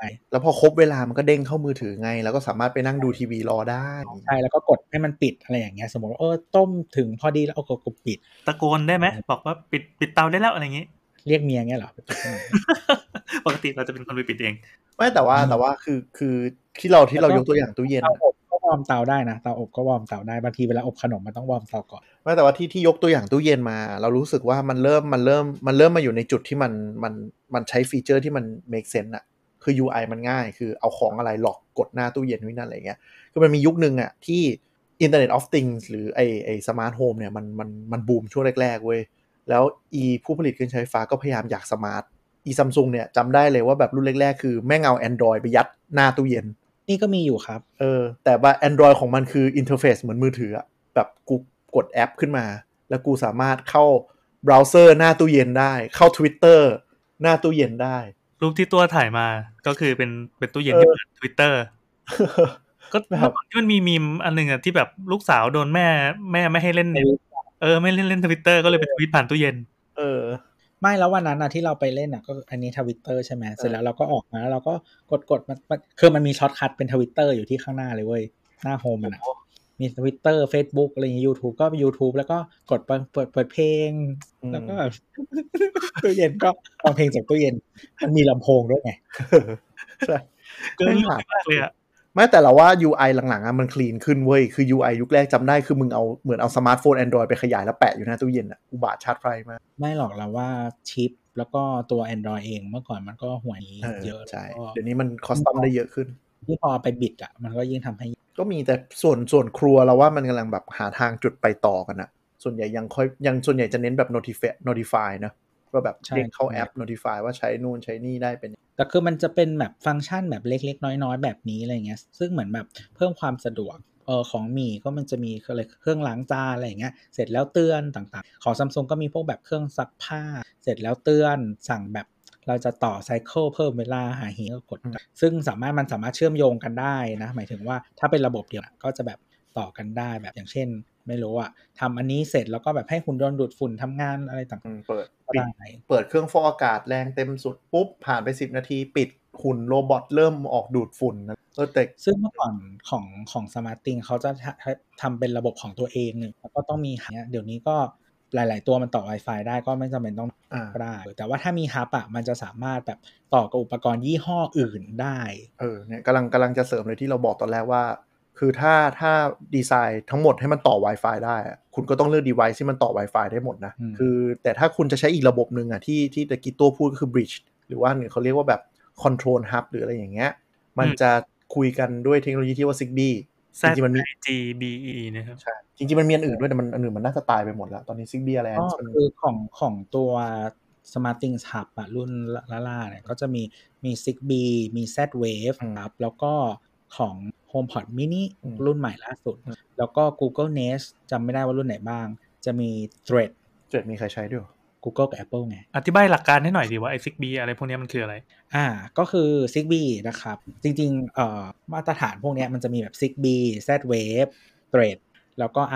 แล้วพอครบเวลามันก็เด้งเข้ามือถือไงแล้วก็สามารถไปนั่งดูทีวีรอได้ใช่แล้วก็กดให้มันปิดอะไรอย่างเงี้ยสมมติว่าต้มถึงพอดีแล้วเอากดปิดตะโกนได้ไหมบอกว่าปิดเตาได้แล้วอะไรอย่างงี้เรียกเมียเงี้ยเหรอปกติเราจะเป็นคนไปปิดเองไม่แต่ว่าคือที่เรายกตัวอย่างตู้เย็นเตาอบก็วอร์มเตาได้นะเตาอบก็วอร์มเตาได้บางทีเวลาอบขนมมันต้องวอร์มเตาก่อนไม่แต่ว่าที่ยกตัวอย่างตู้เย็นมาเรารู้สึกว่ามันเริ่มมาอยู่ในจุดที่มันใช้ฟีเจอร์ที่มัน make sense อะคือ UI มันง่ายคือเอาของอะไรหลอกกดหน้าตู้เย็นนี่นั่นอะไรเงี้ยคือมันมียุคนึงอะที่ Internet of Things หรือไอ Smart Home เนี่ยมันบูมช่วงแรกๆเว้ยแล้วผู้ผลิตเครื่องใช้ไฟฟ้าก็พยายามอยากสมาร์ทSamsung เนี่ยจำได้เลยว่าแบบรุ่นแรกๆคือแม่งเอา Android ไปยัดหน้าตู้เย็นนี่ก็มีอยู่ครับแต่ว่า Android ของมันคืออินเทอร์เฟซเหมือนมือถืออะแบบกูกดแอปขึ้นมาแล้วกูสามารถเข้าเบราว์เซอร์หน้าตู้เย็นได้เข้า Twitter หน้าตู้เย็นได้รูปที่ตัวถ่ายมาก็คือเป็นตู้เย็นที่เปิด Twitter ก็เมื่อก่อนที่มันมีมีมอันนึงอ่ะที่แบบลูกสาวโดนแม่ไม่ให้เล่นเนี่ยไม่เล่น Twitter ก็เลยไปทวีตผ่านตู้เย็นไม่แล้ววันนั้นที่เราไปเล่นก็อันนี้ Twitter ใช่ไหมเสร็จแล้วเราก็ออกมาแล้วเราก็กดมันคือมันมีช็อตคัทเป็น Twitter อยู่ที่ข้างหน้าเลยเว้ยหน้าโฮมมันมี Twitter Facebook อะไรอย่างงี้ YouTube ก็ YouTube แล้วก็กดเปิดเพลงแล้วก็ตู้เย็นก็ฟังเพลงจากตู้เย็นมันมีลำโพงด้วยไงใช่เกินมากเลยอ่ะไม่แต่เราว่า UI หลังๆมันคลีนขึ้นเว้ยคือ UI ยุคแรกจำได้คือมึงเหมือนเอาสมาร์ทโฟน Android ไปขยายแล้วแปะอยู่หน้าตู้เย็นอ่ะอุบาทชาร์จไฟมากไม่หรอกเราว่าชิปแล้วก็ตัว Android เองเมื่อก่อนมันก็ห่วยเยอะใช่เดี๋ยวนี้มันคอสตอมได้เยอะขึ้นที่พอไปบิดมันก็ยิ่งทำให้ก็มีแต่ส่วนครัวเราว่ามันกำลังแบบหาทางจุดไปต่อกันอะส่วนใหญ่ส่วนใหญ่จะเน้นแบบ notify นะว่าแบบเด้งเข้าแอป notify ว่าใช้นู่นใช้นี่ได้เป็นแต่คือมันจะเป็นแบบฟังก์ชันแบบเล็กๆน้อยๆแบบนี้อะไรเงี้ยซึ่งเหมือนแบบเพิ่มความสะดวกของมีก็มันจะมีเครื่องล้างจานอะไรอย่างเงี้ยเสร็จแล้วเตือนต่างๆของ Samsung ก็มีพวกแบบเครื่องซักผ้าเสร็จแล้วเตือนสั่งแบบเราจะต่อไซเคิลเพิ่มเวลาหาหีก็กดซึ่งมันสามารถเชื่อมโยงกันได้นะหมายถึงว่าถ้าเป็นระบบเดียวก็จะแบบต่อกันได้แบบอย่างเช่นไม่รู้อะทำอันนี้เสร็จแล้วก็แบบให้หุ่นยนต์ดูดฝุ่นทำงานอะไรต่างๆเปิดเครื่องฟอกอากาศแรงเต็มสุดปุ๊บผ่านไป10 นาทีปิดหุ่นโรบอทเริ่มออกดูดฝุ่นนะแต่ซึ่งเมื่อก่อนของ SmartThings เขาจะทำเป็นระบบของตัวเองแล้วก็ต้องมีเดี๋ยวนี้ก็หลายๆตัวมันต่อ Wi-Fi ได้ก็ไม่จำเป็นต้องก็ได้แต่ว่าถ้ามีฮับมันจะสามารถแบบต่อกับอุปกรณ์ยี่ห้ออื่นได้เนี่ยกำลังจะเสริมเลยที่เราบอกตอนแรกว่าคือถ้าดีไซน์ทั้งหมดให้มันต่อ Wi-Fi ได้คุณก็ต้องเลือก device ที่มันต่อ Wi-Fi ได้หมดนะคือแต่ถ้าคุณจะใช้อีกระบบนึงที่ตะกี้ตัวพูดก็คือ bridge หรือว่าเขาเรียกว่าแบบ control hub หรืออะไรอย่างเงี้ยมันจะคุยกันด้วยเทคโนโลยีที่ว่า Zigbee จริงๆมันมี ZIGBE นะครับใช่จริงๆมันมีอันอื่นด้วยแต่อันอื่นมันน่าจะตายไปหมดแล้วตอนนี้ Zigbee Alliance คือของตัว SmartThings Hub รุ่นล่าๆเนี่ยก็จะมี Zigbee มี Z-Wave ครับแล้วก็ของ HomePod mini รุ่นใหม่ล่าสุดแล้วก็ Google Nest จำไม่ได้ว่ารุ่นไหนบ้างจะมี Thread มีใครใช้ด้วย Google กับ Apple ไงอธิบายหลักการให้หน่อยดีว่าไอ้ Zigbee อะไรพวกนี้มันคืออะไรก็คือ Zigbee นะครับจริงๆมาตรฐานพวกนี้มันจะมีแบบ Zigbee Z-Wave Thread แล้วก็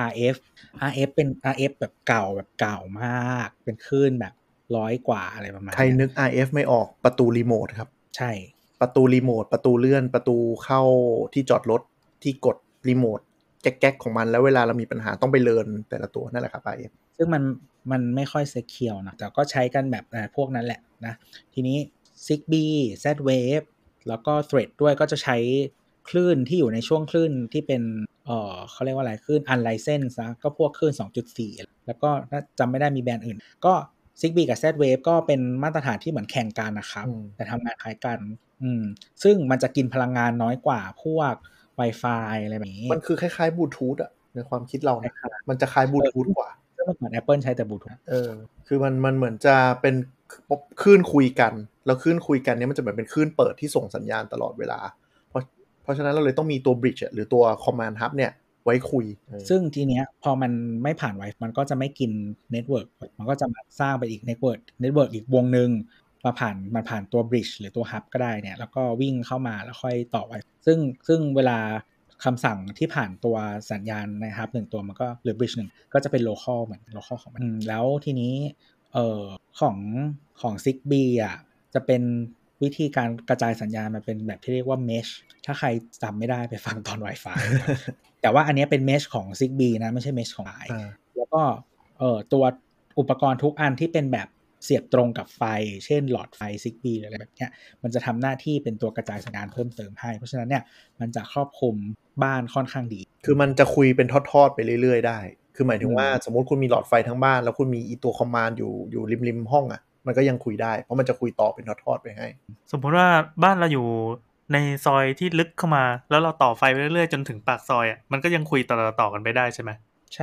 RF เป็น RF แบบเก่ามากเป็นคลื่นแบบ100 กว่าอะไรประมาณใครนึก RF ไม่ออกประตูรีโมทครับใช่ประตูรีโมทประตูเลื่อนประตูเข้าที่จอดรถที่กดรีโมทแก๊กๆของมันแล้วเวลาเรามีปัญหาต้องไปเลิร์นแต่ละตัวนั่นแหละครับ RF ซึ่งมันไม่ค่อยเซคิวนะแต่ก็ใช้กันแบบพวกนั้นแหละนะทีนี้ Zigbee Z-Wave แล้วก็ Thread ด้วยก็จะใช้คลื่นที่อยู่ในช่วงคลื่นที่เป็นเขาเรียกว่าอะไรคลื่น unlicensed นะก็พวกคลื่น 2.4 แล้วก็จำไม่ได้มีแบรนด์อื่นก็ Zigbee กับ Z-Wave ก็เป็นมาตรฐานที่เหมือนแข่งกันนะครับแต่ทำงานคล้ายกันซึ่งมันจะกินพลังงานน้อยกว่าพวก Wi-Fi อะไรแบบนี้มันคือคล้ายๆบลูทูธอะในความคิดเรานะมันจะคล้ายบลูทูธกว่าเมื่อก่อน Apple ใช้แต่บลูทูธคือมันเหมือนจะเป็นคลื่นคุยกันแล้วคลื่นคุยกันเนี้ยมันจะเหมือนเป็นคลื่นเปิดที่ส่งสัญญาณตลอดเวลาเพราะฉะนั้นเราเลยต้องมีตัว bridge หรือตัว command hub เนี่ยไว้คุยซึ่งทีเนี้ยพอมันไม่ผ่านไวมันก็จะไม่กินเน็ตเวิร์กมันก็จะมาสร้างไปอีกเน็ตเวิร์กอีกวงนึงมันผ่านตัว bridge หรือตัว hub ก็ได้เนี่ยแล้วก็วิ่งเข้ามาแล้วค่อยต่อไวซึ่งเวลาคำสั่งที่ผ่านตัวสัญญาณใน hub 1ตัวมันก็หรือ bridge 1ก็จะเป็น local เหมือน local ของมันแล้วทีนี้ของ Zigbee จะเป็นวิธีการกระจายสัญญาณมันเป็นแบบที่เรียกว่า mesh ถ้าใครจำไม่ได้ไปฟังตอน Wi-Fi แต่ว่าอันนี้เป็น mesh ของ Zigbee นะไม่ใช่ mesh ของ i แล้วก็ตัวอุปกรณ์ทุกอันที่เป็นแบบเสียบตรงกับไฟเช่นหลอดไฟ Zigbee หรืออะไรแบบเนี้ยมันจะทำหน้าที่เป็นตัวกระจายสัญญาณเพิ่มเติมให้เพราะฉะนั้นเนี่ยมันจะครอบคลุมบ้านค่อนข้างดีคือมันจะคุยเป็นทอดๆไปเรื่อยๆได้คือหมายถึงว่าสมมติคุณมีหลอดไฟทั้งบ้านแล้วคุณมีอีตัวคอมมานด์อยู่ริมห้องอ่ะมันก็ยังคุยได้เพราะมันจะคุยต่อเป็นทอดๆไปให้สมมติว่าบ้านเราอยู่ในซอยที่ลึกเข้ามาแล้วเราต่อไฟไปเรื่อยๆจนถึงปากซอยอ่ะมันก็ยังคุยต่อกันไปได้ใช่ไหมใช่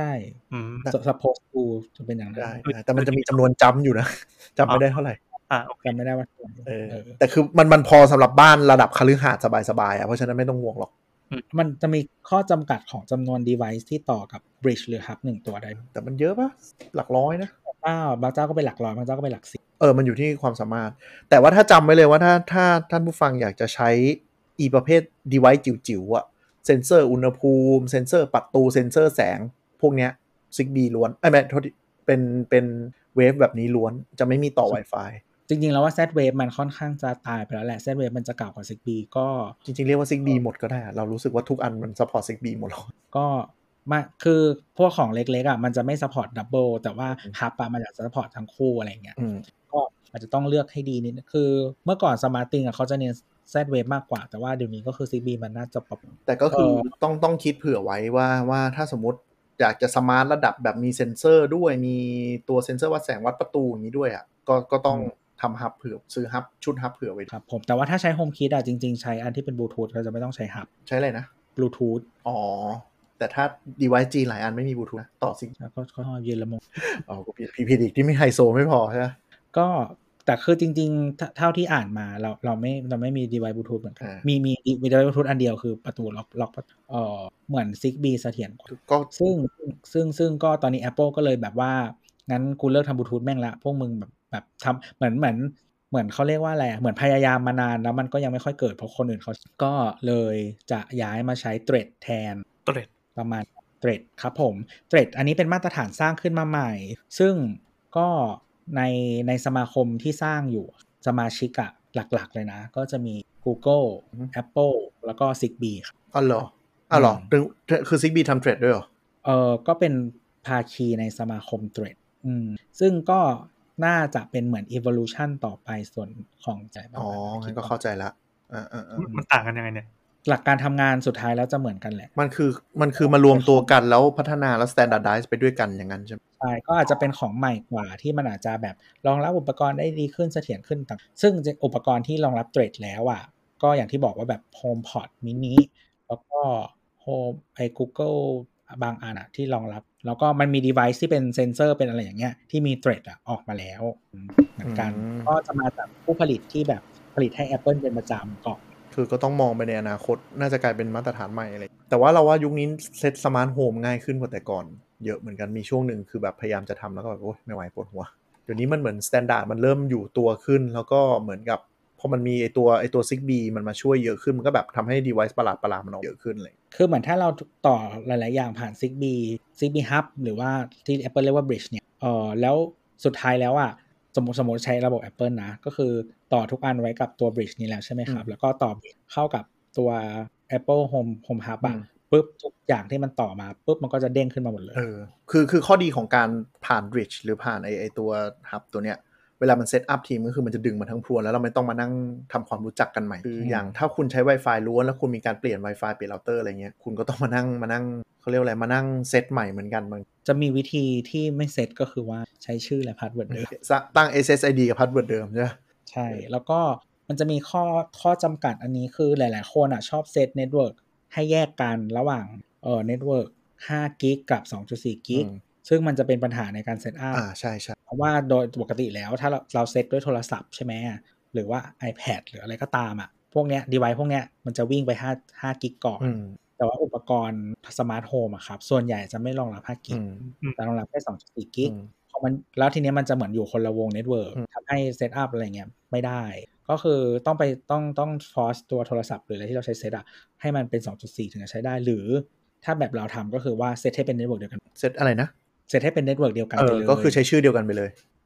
suppose to จะเป็นอย่างนั้นได้แต่มันจะมีจำนวนจำอยู่นะจำไม่ได้เท่าไหร่จำไม่ได้ว่าแต่คือมันพอสำหรับบ้านระดับคฤหาสน์สบายๆอ่ะเพราะฉะนั้นไม่ต้องห่วงหรอกมันจะมีข้อจำกัดของจำนวน device ที่ต่อกับ bridge หรือ hub 1 ตัวได้แต่มันเยอะปะหลักร้อยนะบางเจ้าก็เป็นหลักร้อยบางเจ้าก็เป็นหลักสิบมันอยู่ที่ความสามารถแต่ว่าถ้าจำไว้เลยว่าถ้าท่านผู้ฟังอยากจะใช้ประเภท device จิ๋วๆอ่ะเซนเซอร์อุณหภูมิเซนเซอร์ประตูเซนเซอร์แสงพวกเนี้ย Zigbee ล้วนไม่โทษเป็นเวฟแบบนี้ล้วนจะไม่มีต่อ Wi-Fi จริงๆแล้วว่า Z-Wave มันค่อนข้างจะตายไปแล้วแหละ Z-Wave มันจะเก่ากว่า Zigbee ก็จริงๆเรียกว่า Zigbee หมดก็ได้เรารู้สึกว่าทุกอันมัน support Zigbee หมดแล้วก็มาคือพวกของเล็กๆอ่ะมันจะไม่ support double แต่ว่า hub อ่ะมันอยากจะ support ทั้งคู่อะไรเงี้ยก็อาจจะต้องเลือกให้ดีนิดคือเมื่อก่อน Smartthing อ่ะเขาจะเน้น Z-Wave มากกว่าแต่ว่าเดี๋ยวนี้ก็คือ Zigbee มันน่าจะปรับแต่ก็คือต้องคิดเผื่อไว้ว่าถ้าสมมติอยากจะสมาร์ทระดับแบบมีเซ็นเซอร์ด้วยมีตัวเซ็นเซอร์วัดแสงวัดประตูอย่างนี้ด้วยอ่ะก็ต้องทำฮับเผื่อซื้อฮับชุดฮับเผื่อไว้ครับผมแต่ว่าถ้าใช้ HomeKit อ่ะจริงๆใช้อันที่เป็นบลูทูธเราจะไม่ต้องใช้ฮับใช้อะไรนะบลูทูธแต่ถ้า device จีนหลายอันไม่มีบลูทูธต่อซิก็ยืนละมงก็ผิดอีกที่ไม่ไฮโซไม่พอใช่ไหมก็แต่คือจริงๆเท่าที่อ่านมาเราไม่มี device บลูทูธเหมือนกันมี device บลูทูธอันเดียวคือประตูล็อกเหมือน Zigbee เสถียรกว่าซึ่งก็ตอนนี้ Apple ก็เลยแบบว่างั้นกูเลิกทำบลูทูธแม่งละพวกมึงแบบทำเหมือนเขาเรียกว่าอะไรเหมือนพยายามมานานแล้วมันก็ยังไม่ค่อยเกิดเพราะคนอื่นเขาก็เลยจะย้ายมาใช้ Thread แทน Thread ประมาณ Thread ครับผม Thread อันนี้เป็นมาตรฐานสร้างขึ้นมาใหม่ซึ่งก็ในสมาคมที่สร้างอยู่สมาชิกอะหลักๆเลยนะก็จะมี Google Apple แล้วก็ Zigbee ครับเหรอคือ Zigbee ทำ Thread ด้วยเหรอก็เป็นภาคีในสมาคม Thread ซึ่งก็น่าจะเป็นเหมือน evolution ต่อไปส่วนของใจงั้นก็เข้าใจละมันต่างกันยังไงเนี่ยหลักการทำงานสุดท้ายแล้วจะเหมือนกันแหละมันคือมารวมตัวกันแล้วพัฒนาแล้ว standardize ไปด้วยกันอย่างนั้นใช่ไหมใช่ก็อาจจะเป็นของใหม่กว่าที่มันอาจจะแบบรองรับอุปกรณ์ได้ดีขึ้นเสถียรขึ้นต่างซึ่งอุปกรณ์ที่รองรับ Thread แล้วอ่ะก็อย่างที่บอกว่าแบบ HomePod mini แล้วก็ Home Google บางอันที่รองรับแล้วก็มันมี device ที่เป็นเซนเซอร์เป็นอะไรอย่างเงี้ยที่มี Thread ออกมาแล้วเหมือนกันก็จะมาจากผู้ผลิตที่แบบผลิตให้ Apple เป็นประจำก่อนคือก็ต้องมองไปในอนาคตน่าจะกลายเป็นมาตรฐานใหม่อะไรแต่ว่าเราว่ายุคนี้เซตสมาร์ทโฮมง่ายขึ้นกว่าแต่ก่อนเยอะเหมือนกันมีช่วงหนึ่งคือแบบพยายามจะทำแล้วก็แบบโอ๊ยไม่ไหวปวดหัวเดี๋ยวนี้มันเหมือนสแตนดาร์ดมันเริ่มอยู่ตัวขึ้นแล้วก็เหมือนกับพอมันมีไอตัว Zigbee มันมาช่วยเยอะขึ้นมันก็แบบทำให้ device ประหลาดมันออกเยอะขึ้นเลยคือเหมือนถ้าเราต่อหลายๆอย่างผ่าน Zigbee Hub หรือว่าที่ Apple เรียกว่า Bridge เนี่ยแล้วสุดท้ายแล้วอ่ะสมมติใช้ระบบ Apple นะก็คือต่อทุกอันไว้กับตัว Bridge นี้แล้วใช่ไหมครับแล้วก็ต่อเข้ากับตัว Apple Home Hub อ่ะปุ๊บทุกอย่างที่มันต่อมาปุ๊บมันก็จะเด้งขึ้นมาหมดเลยคือข้อดีของการผ่าน Bridge หรือผ่านไอตัว Hub ตัวเนี้ยเวลามันเซตอัพทีมก็คือมันจะดึงมาทั้งพรวนแล้วเราไม่ต้องมานั่งทำความรู้จักกันใหม่คืออย่างถ้าคุณใช้ Wi-Fi ล้วนแล้วคุณมีการเปลี่ยน Wi-Fi เปลี่ยนเราเตอร์อะไรเงี้ยคุณก็ต้องมานั่งเขาเรียกอะไรมานั่งเซตใหม่เหมือนกันจะมีวิธีที่ไม่เซตก็คือว่าใช้ชื่อและพาสเวิร์ดเดิมตั้ง SSID กับพาสเวิร์ดเดิมใช่ไหมใช่แล้วก็มันจะมีข้อจำกัดอันนี้คือหลายๆคนชอบเซตเน็ตเวิร์กให้แยกกันระหว่างเน็ตเวิร์ก5 กิกกับ 2.4 กิกซึ่งมันจะเป็นปัญหาในการเซตอัพใช่เพราะว่าโดยปกติแล้วถ้าเราเซตด้วยโทรศัพท์ใช่ไหมหรือว่า iPad หรืออะไรก็ตามพวกเนี้ย device พวกเนี้ยมันจะวิ่งไป5 กิกก่อนแต่ว่าอุปกรณ์สมาร์ทโฮมครับส่วนใหญ่จะไม่รองรับ5 กิกแต่รองรับแค่ 2.4 กิกแล้วทีนี้มันจะเหมือนอยู่คนละวงเน็ตเวิร์กทำให้เซตอัพอะไรเงี้ยไม่ได้ก็คือต้องฟอร์สตัวโทรศัพท์หรืออะไรที่เราใช้เซตให้มันเป็น 2.4 ถึงจะใช้ได้หรือถ้าแบบเราทำก็คือว่าเซตให้เป็นเน็ตเวิร์กเดียวกันเซตอะไรนะเซตให้เป็นเน็ตเวิร์กเดียวกันไปเลยก็คือใช้ชื่อเดียวกันไปเลย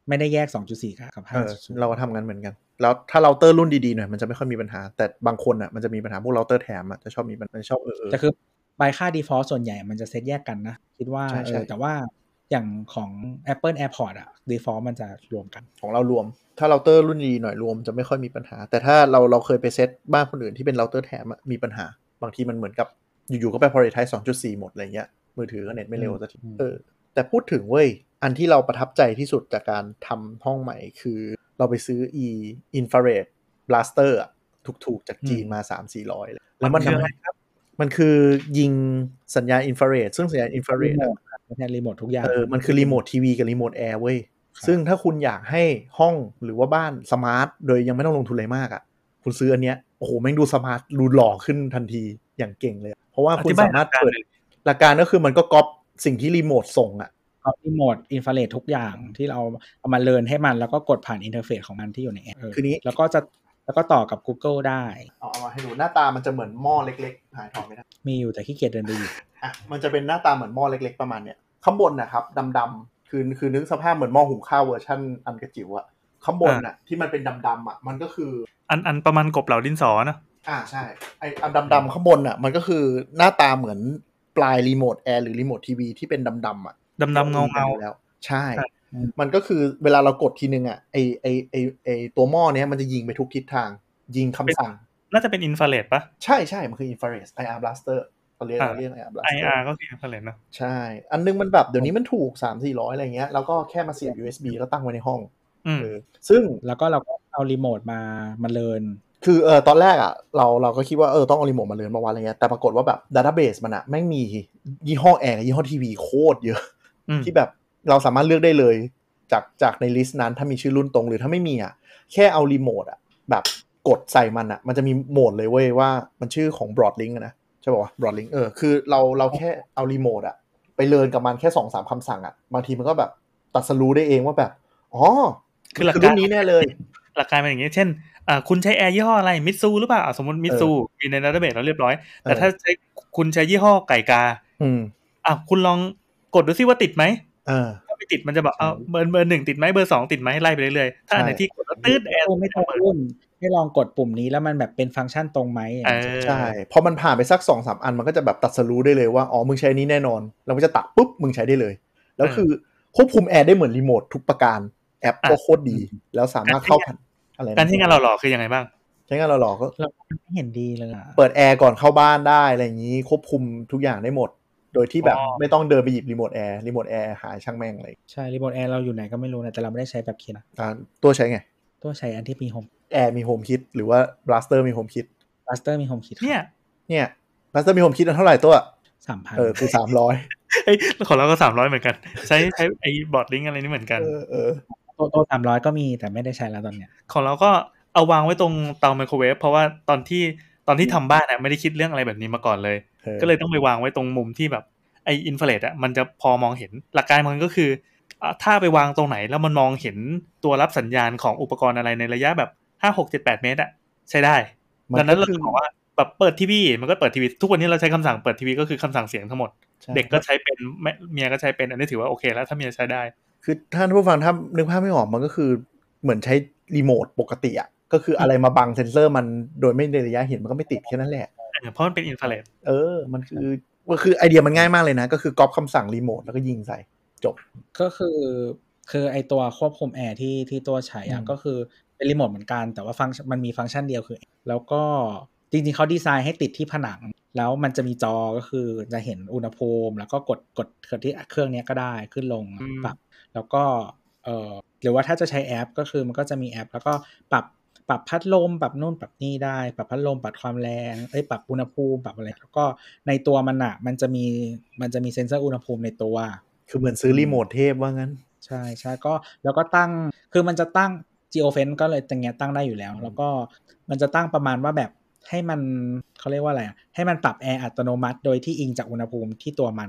ไม่ได้แยก 2.4 กับ 5.0 เราก็ทำงั้นเหมือนกันแล้วถ้าเราเตอร์รุ่นดีๆหน่อยมันจะไม่ค่อยมีปัญหาแต่บางคนอ่ะมันจะมีปัญหาพวกเราเตอร์แถมอ่ะจะชอบมีมันชอบแต่คือใบค่า default ส่วนใหญ่มันจะเซตแยกกันนะคิดว่าแต่ว่าอย่างของ Apple AirPods อ่ะ default มันจะรวมกันของเรารวมถ้าเราเตอร์รุ่นดีหน่อยรวมจะไม่ค่อยมีปัญหาแต่ถ้าเราเคยไปเซตบ้านคนอื่นที่เป็นเราเตอร์แถมมีปัญหาบางทีมันเหมือนกับอยู่ๆก็ไป prioritize 2.4 หมดอะไรเงี้ยมือถือก็เน็ตไม่เร็วสักทีแต่พูดถึงเว้ยอันที่เราประทับใจที่สุดจากการทำห้องใหม่คือเราไปซื้อinfrared blaster อ่ะถูกๆจากจีนมา 3-400 แล้วมันทำให้มันคือยิงสัญญาณอินฟราเรดซึ่งสัญญาณอินฟราเรดมันเป็นรีโมททุกอย่างมันคือรีโมททีวีกับรีโมทแอร์เว้ยซึ่งถ้าคุณอยากให้ห้องหรือว่าบ้านสมาร์ทโดยยังไม่ต้องลงทุนอะไรมากอ่ะคุณซื้ออันเนี้ยโอ้โหแม่งดูสมาร์ทดูหล่อขึ้นทันทีอย่างเก่งเลยเพราะว่าคุณสามารถเปิดหลักการก็คือมันก็ก๊อปสิ่งที่รีโมทส่งอ่ะก๊อปรีโมทอินฟราเรดทุกอย่างที่เราเอามาเลิร์นให้มันแล้วก็กดผ่านอินเทอร์เฟซของมันที่อยู่ในแอปคือนี้แล้วก็ต่อกับ Google ได้เอามาให้ดูหน้าตามันจะเหมือนหม้อเล็กๆหายถอดไม่ได้มีอยู่แต่ขี้เกียจเดินไปหยิบมันจะเป็นหน้าตาเหมือนหม้อเล็กๆประมาณเนี้ยข้างบนนะครับดำๆคือนึกสภาพเหมือนหม้อหุงข้าวเวอร์ชั่นอันกระจิ๋วอะข้างบนน่ะที่มันเป็นดำๆอะมันก็คืออันประมาณกบเหลาดินสอนะใช่ไออันดำๆข้างบนน่ะมันก็คือหน้าตาเหมือนปลายรีโมทแอร์หรือรีโมททีวีที่เป็นดำๆอะดำๆเงาๆแล้วใช่มันก็คือเวลาเรากดทีนึงอะไอตัวหม้อเนี้ยมันจะยิงไปทุกทิศทางยิงคำสั่งน่าจะเป็นอินฟราเรดปะใช่มันคืออินฟราเรด IR blaster เราเรียก IR blaster IR ก็คืออินฟราเรดนะใช่อันนึงมันแบบเดี๋ยวนี้มันถูก 3-400 อะไรเงี้ยแล้วก็แค่มาเสียบ USB แล้วตั้งไว้ในห้องซึ่งแล้วก็เราก็เอารีโมทมาเลิร์นคือตอนแรกอ่ะเราก็คิดว่าต้องเอารีโมทมาเลิร์นมาวันอะไรเงี้ยแต่ปรากฏว่าแบบดัตต้าเบสมันอ่ะแม่งมียี่ห้อแอร์กับยี่ห้อทีวีโคตรเยอะที่แบบเราสามารถเลือกได้เลยจากในลิสต์นั้นถ้ามีชื่อรุ่นตรงหรือถ้าไม่มีอ่ะแค่เอารีโมทอ่ะแบบกดใส่มันอ่ะมันจะมีโหมดเลยเว้ยว่ามันชื่อของ Broadlink นะใช่ป่าววะ Broadlink คือเราแค่เอารีโมทอ่ะไปเลิร์นกับมันแค่ 2-3 คำสั่งอ่ะบางทีมันก็แบบตัดสรู้ได้เองว่าแบบอ๋อคือรุ่นนี้แน่เลยหลักการเป็นอย่างงี้เช่นคุณใช้แอร์ยี่ห้ออะไรมิตซูหรือเปล่าสมมุติมิตซูมีในดัตต้าเบสแล้วเรียบร้อยแต่ถ้าคุณใช้ยี่ห้อไก่กาคุณลองกดดูซิว่าติดไหมถ้าไม่ติดมันจะบอกเบอร์1ติดไหมเบอร์2ติดไหมไล่ไปเรื่อยๆถ้าอันไหนที่กดแล้วตืดแอร์ไม่ต้องรุ่นให้ลองกดปุ่มนี้แล้วมันแบบเป็นฟังก์ชันตรงไหมใช่พอมันผ่านไปสัก 2-3 อันมันก็จะแบบตัดสรู้ได้เลยว่ามึงใช้นี้แน่นอนแล้วมันจะตัดปุ๊บมึงใช้ได้เลยแล้วคือควบคุมแอร์ได้เหมือนรีโมททุกประการแอปก็โคตรดีแล้วสามารถเข้าผ่านอะไรการใช้งานหล่อๆคือยังไงบ้างใช้งานหล่อๆก็ไม่เห็นดีเลยเปิดแอร์ก่อนเข้าบ้านได้อะไรอย่างนี้ควบคุมทุกอย่างได้หมดโดยที่แบบไม่ต้องเดินไปหยิบรีโมทแอร์หาช่างแม่งเลยใช่รีโมทแอร์เราอยู่ไหนก็ไม่รู้นะแต่เราไม่ได้ใช้แบบคิดตัวใช้ไงตัวใช้อันที่มีโฮมแอร์มีโฮมคิดหรือว่าบลาสเตอร์มีโฮมคิดบลาสเตอร์มีโฮมคิดเนี่ยบลาสเตอร์มีโฮมคิดเท่าไหร่ตัว 3,000 คือ300 ของเราก็300เหมือนกันใช้ไอ้บอร์ดลิงก์อะไรนี่เหมือนกันตัว300ก็มีแต่ไม่ได้ใช้แล้วตอนเนี้ยของเราก็เอาวางไว้ตรงเตาไมโครเวฟเพราะว่าตอนที่ทำบ้านน่ะไม่ได้คิดเรื่องอะไรแบบนี้มาก่อนเลยก็เลยต้องไปวางไว้ตรงมุมที่แบบไอ้อินฟราเรดอ่ะมันจะพอมองเห็นหลักการมันก็คือถ้าไปวางตรงไหนแล้วมันมองเห็นตัวรับสัญญาณของอุปกรณ์อะไรในระยะแบบ5 6 7 8เมตรอ่ะใช้ได้ดังนั้นเราบอกว่าแบบเปิดทีวีมันก็เปิดทีวีทุกวันนี้เราใช้คำสั่งเปิดทีวีก็คือคำสั่งเสียงทั้งหมดเด็กก็ใช้เป็นเมียก็ใช้เป็นอันนี้ถือว่าโอเคแล้วถ้าเมียใช้ได้คือท่านผู้ฟังถ้านึกภาพไม่ออกมันก็คือเหมือนใช้รีโมทปกติอ่ะก็คืออะไรมาบังเซ็นเซอร์มันโดยไม่ในระยะเห็นมันก็ไม่ติดแค่นั้นแหละเพราะมันเป็นอินฟราเรดมันคือไอเดียมันง่ายมากเลยนะก็คือก๊อปคำสั่งรีโมทแล้วก็ยิงใส่จบก็คือไอตัวควบคุมแอร์ที่ตัวใช้อ่ะก็คือเป็นรีโมทเหมือนกันแต่ว่ามันมีฟังก์ชันเดียวคือแล้วก็จริงๆเขาดีไซน์ให้ติดที่ผนังแล้วมันจะมีจอก็คือจะเห็นอุณหภูมิแล้วก็กดที่เครื่องนี้ก็ได้ขึ้นลงปรับแล้วก็หรือว่าถ้าจะใช้แอปก็คือมันก็จะมีแอปแล้วก็ปรับพัดลมปรับนู่นปรับนี่ได้ปรับพัดลมปรับความแรงปรับอุณหภูมิปรับอะไรแล้วก็ในตัวมันอ่ะมันจะมีเซ็นเซอร์อุณหภูมิในตัวคือเหมือนซื้อรีโมทเทพว่างั้นใช่ก็แล้วก็ตั้งคือมันจะตั้ง Geofence ก็เลยอย่างเงี้ยตั้งได้อยู่แล้วแล้วก็มันจะตั้งประมาณว่าแบบให้มันเขาเรียกว่าอะไรให้มันปรับแอร์อัตโนมัติโดยที่อิงจากอุณหภูมิที่ตัวมัน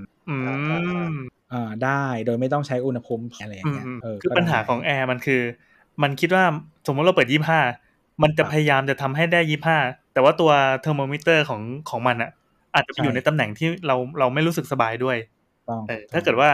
ได้โดยไม่ต้องใช้อุณหภูมิอะไรอย่างเงี้ยคือปัญหาของแอร์มันคือมันคิดว่าสมมติเราเปิด25มันจะพยายามจะทำให้ได้25แต่ว่าตัวเทอร์โมมิเตอร์ของมันอ่ะอาจจะไปอยู่ในตำแหน่งที่เราไม่รู้สึกสบายด้วยถ้าเกิดว่า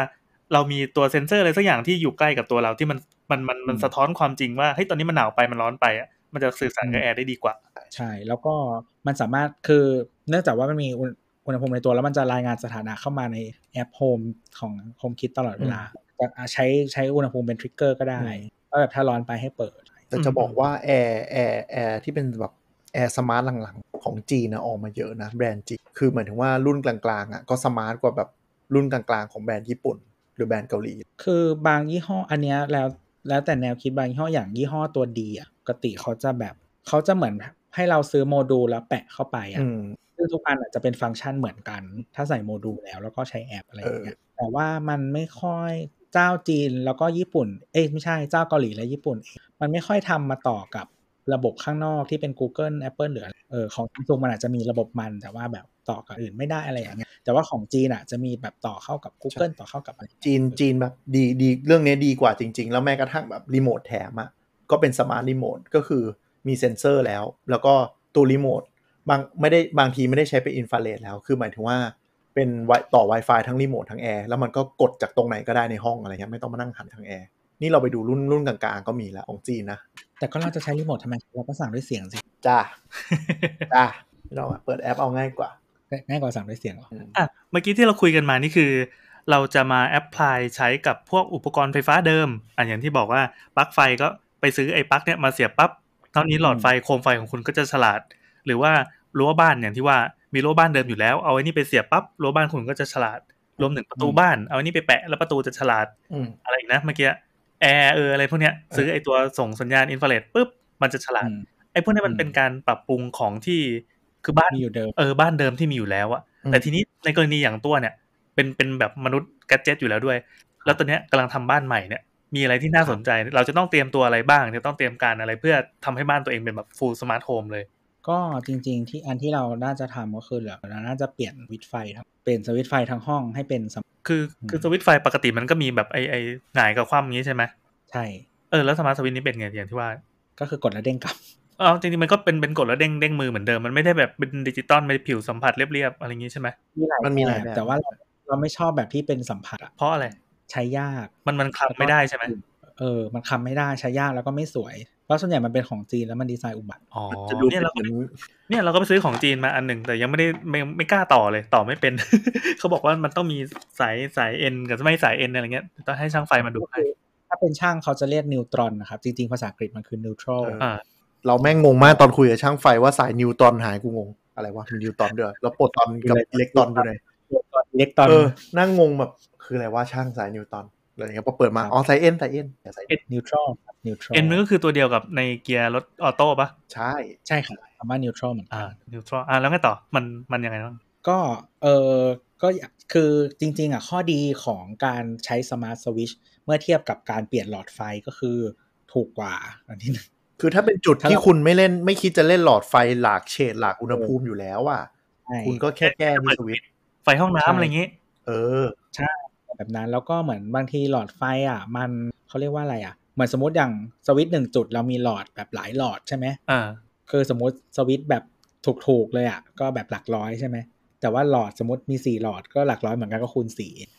เรามีตัวเซ็นเซอร์อะไรสักอย่างที่อยู่ใกล้กับตัวเราที่มันสะท้อนความจริงว่าเฮ้ยตอนนี้มันหนาวไปมันร้อนไปอ่ะมันจะสื่อสารกับแอร์ได้ดีกว่าใช่แล้วก็มันสามารถคือเนื่องจากว่ามันมีอุณหภูมิในตัวแล้วมันจะรายงานสถานะเข้ามาในแอป Home ของ HomeKit ตลอดเวลาจะใช้อุณหภูมิเป็นทริกเกอร์ก็ได้ว่าแบบถ้าร้อนไปให้เปิดแต่จะบอกว่าแอร์ที่เป็นแบบแอร์สมาร์ทหลังๆของจีนนะออกมาเยอะนะแบรนด์จีนคือหมายถึงว่ารุ่นกลางๆอ่ะก็สมาร์ทกว่าแบบรุ่นกลางๆของแบรนด์ญี่ปุ่นหรือแบรนด์เกาหลีคือบางยี่ห้ออันเนี้ยแล้วแต่แนวคิดบางยี่ห้ออย่างยี่ห้อตัวดีอ่ะปกติเขาจะเหมือนให้เราซื้อโมดูลแล้วแปะเข้าไปอ่ะซึ่งทุกอันอาจจะเป็นฟังก์ชันเหมือนกันถ้าใส่โมดูลแล้วก็ใช้แอปอะไรอย่างเงี้ยแต่ว่ามันไม่ค่อยเจ้าจีนแล้วก็ญี่ปุ่นไม่ใช่เจ้าเกาหลีและญี่ปุ่นเองมันไม่ค่อยทำมาต่อกับระบบข้างนอกที่เป็น Google Apple หรือของ Samsung มันอาจจะมีระบบมันแต่ว่าแบบต่อกับอื่นไม่ได้อะไรอย่างเงี้ยแต่ว่าของจีนอ่ะจะมีแบบต่อเข้ากับ Google ต่อเข้ากับอะไรจีนแบบดีเรื่องนี้ดีกว่าจริงๆแล้วแม้กระทั่งแบบรีโมทแถมอ่ะก็เป็นสมาร์ทรีโมทก็คือมีเซ็นเซอร์แล้วก็ตัวรีโมทบางทีไม่ได้ใช้เป็นอินฟราเรดแล้วคือหมายถึงว่าเป็นต่อ Wi-Fi ทั้งรีโมททั้งแอร์แล้วมันก็กดจากตรงไหนก็ได้ในห้องอะไรเงี้ยไม่ต้องมานั่งหันทางแอร์นี่เราไปดูรุ่นกลางๆก็มีแล้วของจีนนะแต่ก็เราจะใช้รีโมททำไมเราก็สั่งด้วยเสียงสิจ้าไม่ต้องเปิดแอปเอาง่ายกว่าสั่งด้วยเสียงหรอเมื่อกี้ที่เราคุยกันมานี่คือเราจะมาแอพพลายใช้กับพวกอุปกรณ์ไฟฟ้าเดิมอย่างที่บอกว่าปลั๊กไฟก็ไปซื้อไอ้ปลั๊กเนี่ยมาเสียบปั๊บเท่านี้หลอดไฟโคมไฟของคุณก็จะฉลาดหรือว่ารั้วบ้านอย่างที่ว่ามีรั้วบ้านเดิมอยู่แล้วเอาไอ้นี่ไปเสียบปั๊บรั้วบ้านคุณก็จะฉลาดรวมถึงประตูบ้านเอาไอ้นี่ไปแปะแล้วประตูจะฉลาดอะไรอีกนะเมื่อกี้แอร์อะไรพวกเนี้ยซื้อไอ้ตัวส่งสัญญาณอินฟราเรดปุ๊บมันจะฉลาดไอ้พวกนี้มันเป็นการปรับปรุงของที่คือบ้านมีอยู่เดิมบ้านเดิมที่มีอยู่แล้วอะแต่ทีนี้ในกรณีอย่างตัวเนี่ยเป็นแบบมนุษย์แกดเจ็ตอยู่แล้วด้วยแล้วตอนนี้กำลังทำบ้านใหม่เนี่ยมีอะไรที่น่าสนใจเราจะต้องเตรียมตัวอะไรบ้างจะต้องเตรียมการอะไรเพื่อทำให้บ้านตัวเองเป็นแบบ full smart home เลยก็จริงๆที่อันที่เราน่าจะทำก็คือเราน่าจะเปลี่ยนสวิตช์ไฟเปลี่ยนสวิตช์ไฟทั้งห้องให้เป็นคือสวิตช์ไฟปกติมันก็มีแบบไอ้หงายกับคว่ำอย่างนี้ใช่ไหมใช่แล้วสมาร์ทสวิตช์นี้เป็นไงอย่างที่ว่าก็คือกดแล้วเด้งกลับจริงๆมันก็เป็นกดแล้วเด้งมือเหมือนเดิมมันไม่ได้แบบเป็นดิจิตอลไม่ผิวสัมผัสเรียบๆอะไรอย่างนี้ใช่ไหมมันมีหลายแบบแต่ว่าเราไม่ชอบแบบที่เป็นสัมผัสเพราะอะไรใช้ยากมันคลำไม่ได้ใช่ไหมมันคำไม่ได้ใช้ยากแล้วก็ไม่สวยเพราะส่วนใหญ่มันเป็นของจีนแล้วมันดีไซน์อุบัติเนี่ยเราก็ไปซื้อของจีนมาอันหนึ่งแต่ยังไม่กล้าต่อเลยต่อไม่เป็น เขาบอกว่ามันต้องมีสายเอ็นกับไม่สายเอ็นอะไรเงี้ยต้องให้ช่างไฟมาดูให้ถ้าเป็นช่างเขาจะเรียกนิวตรอนนะครับจริงๆภาษาอังกฤษมันคือนิวทรัลเราแม่งงงมากตอนคุยกับช่างไฟว่าสายนิวตรอนหายกูงงอะไรวะนิวตรอนด้วยแล้วโปรตอนกับอิเล็กตรอนอยู่ไหนนั่งงงแบบคืออะไรว่าช่างสายนิวตรอนอะไรเงี้ยพอเปิดมาสายเอ็นนิวทรัลเอ็นมันก็คือตัวเดียวกับในเกียร์รถออโต้ปะใช่ครับคำว่านิวทรัลเหมือนนิวทรัลแล้วไงต่อมันยังไงบ้างก็ก็คือจริงๆข้อดีของการใช้สมาร์ทสวิตช์เมื่อเทียบกับการเปลี่ยนหลอดไฟก็คือถูกกว่าอันที่นึงคือถ้าเป็นจุดที่คุณไม่คิดจะเล่นหลอดไฟหลากเฉดหลากอุณหภูมิอยู่แล้วอ่ะคุณก็แค่แก้ที่สวิตช์ไฟห้องน้ำอะไรอย่างงี้ใช่แบบนั้นแล้วก็เหมือนบางทีหลอดไฟมันเขาเรียกว่าอะไรเหมือนสมมติอย่างสวิตช์1จุดเรามีหลอดแบบหลายหลอดใช่ไหมคือสมมติสวิตช์แบบถูกๆเลยก็แบบหลักร้อยใช่ไหมแต่ว่าหลอดสมมติมี4หลอดก็หลักร้อยเหมือนกันก็คูณ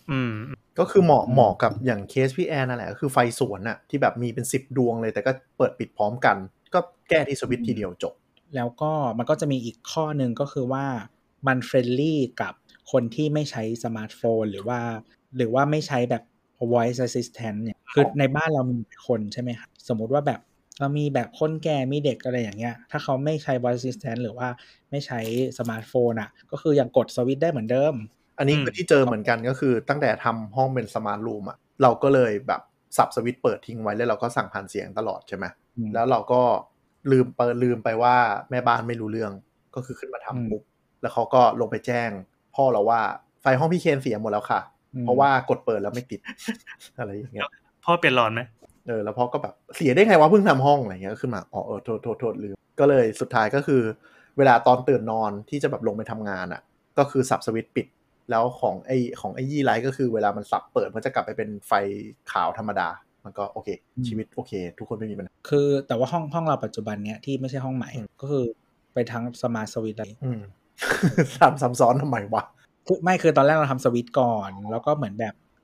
4 ก็คือเหมาะกับอย่างเคสพี่แอนนั่นแหละก็คือไฟสวนน่ะที่แบบมีเป็น10ดวงเลยแต่ก็เปิดปิดพร้อมกันก็แก้ที่สวิตช์ทีเดียวจบแล้วก็มันก็จะมีอีกข้อนึงก็คือว่ามันเฟรนลี่กับคนที่ไม่ใช้สมาร์ทโฟนหรือว่าไม่ใช้แบบ voice assistant เนี่ยคือในบ้านเรามีคนใช่ไหมครับสมมุติว่าแบบเรามีแบบคนแก่มีเด็กอะไรอย่างเงี้ยถ้าเขาไม่ใช้ voice assistant หรือว่าไม่ใช้สมาร์ทโฟนก็คือยังกดสวิตช์ได้เหมือนเดิมอันนี้คือที่เจอเหมือนกันก็คือตั้งแต่ทำห้องเป็นสมาร์ทรูมเราก็เลยแบบสับสวิตช์เปิดทิ้งไว้แล้วเราก็สั่งผ่านเสียงตลอดใช่ไหมแล้วเราก็ลืมไปว่าแม่บ้านไม่รู้เรื่องก็คือขึ้นมาทำปุ๊บแล้วเขาก็ลงไปแจ้งพ่อเราว่าไฟห้องพี่เคนเสียหมดแล้วค่ะเพราะว่ากดเปิดแล้วไม่ติดอะไรอย่างเงี้ยพ่อเปลี่ยนหลอดไหมแล้วพ่อก็แบบเสียได้ไงวะเพิ่งทำห้องอะไรเงี้ยขึ้นมาโทษลืมก็เลยสุดท้ายก็คือเวลาตอนตื่นนอนที่จะแบบลงไปทำงานก็คือสับสวิตช์ปิดแล้วของไอ้ยี่ไลท์ก็คือเวลามันสับเปิดมันจะกลับไปเป็นไฟขาวธรรมดามันก็โอเคชีวิตโอเคทุกคนไม่มีปัญหาคือแต่ว่าห้องเราปัจจุบันเนี้ยที่ไม่ใช่ห้องใหม่ก็คือไปทั้งสมาร์ทสวิตช์เลยซ้ำซ้อนทำไมวะคือไม่คือตอนแรกเราทำสวิตช์ก่อนแล้วก็เหมือนแบบ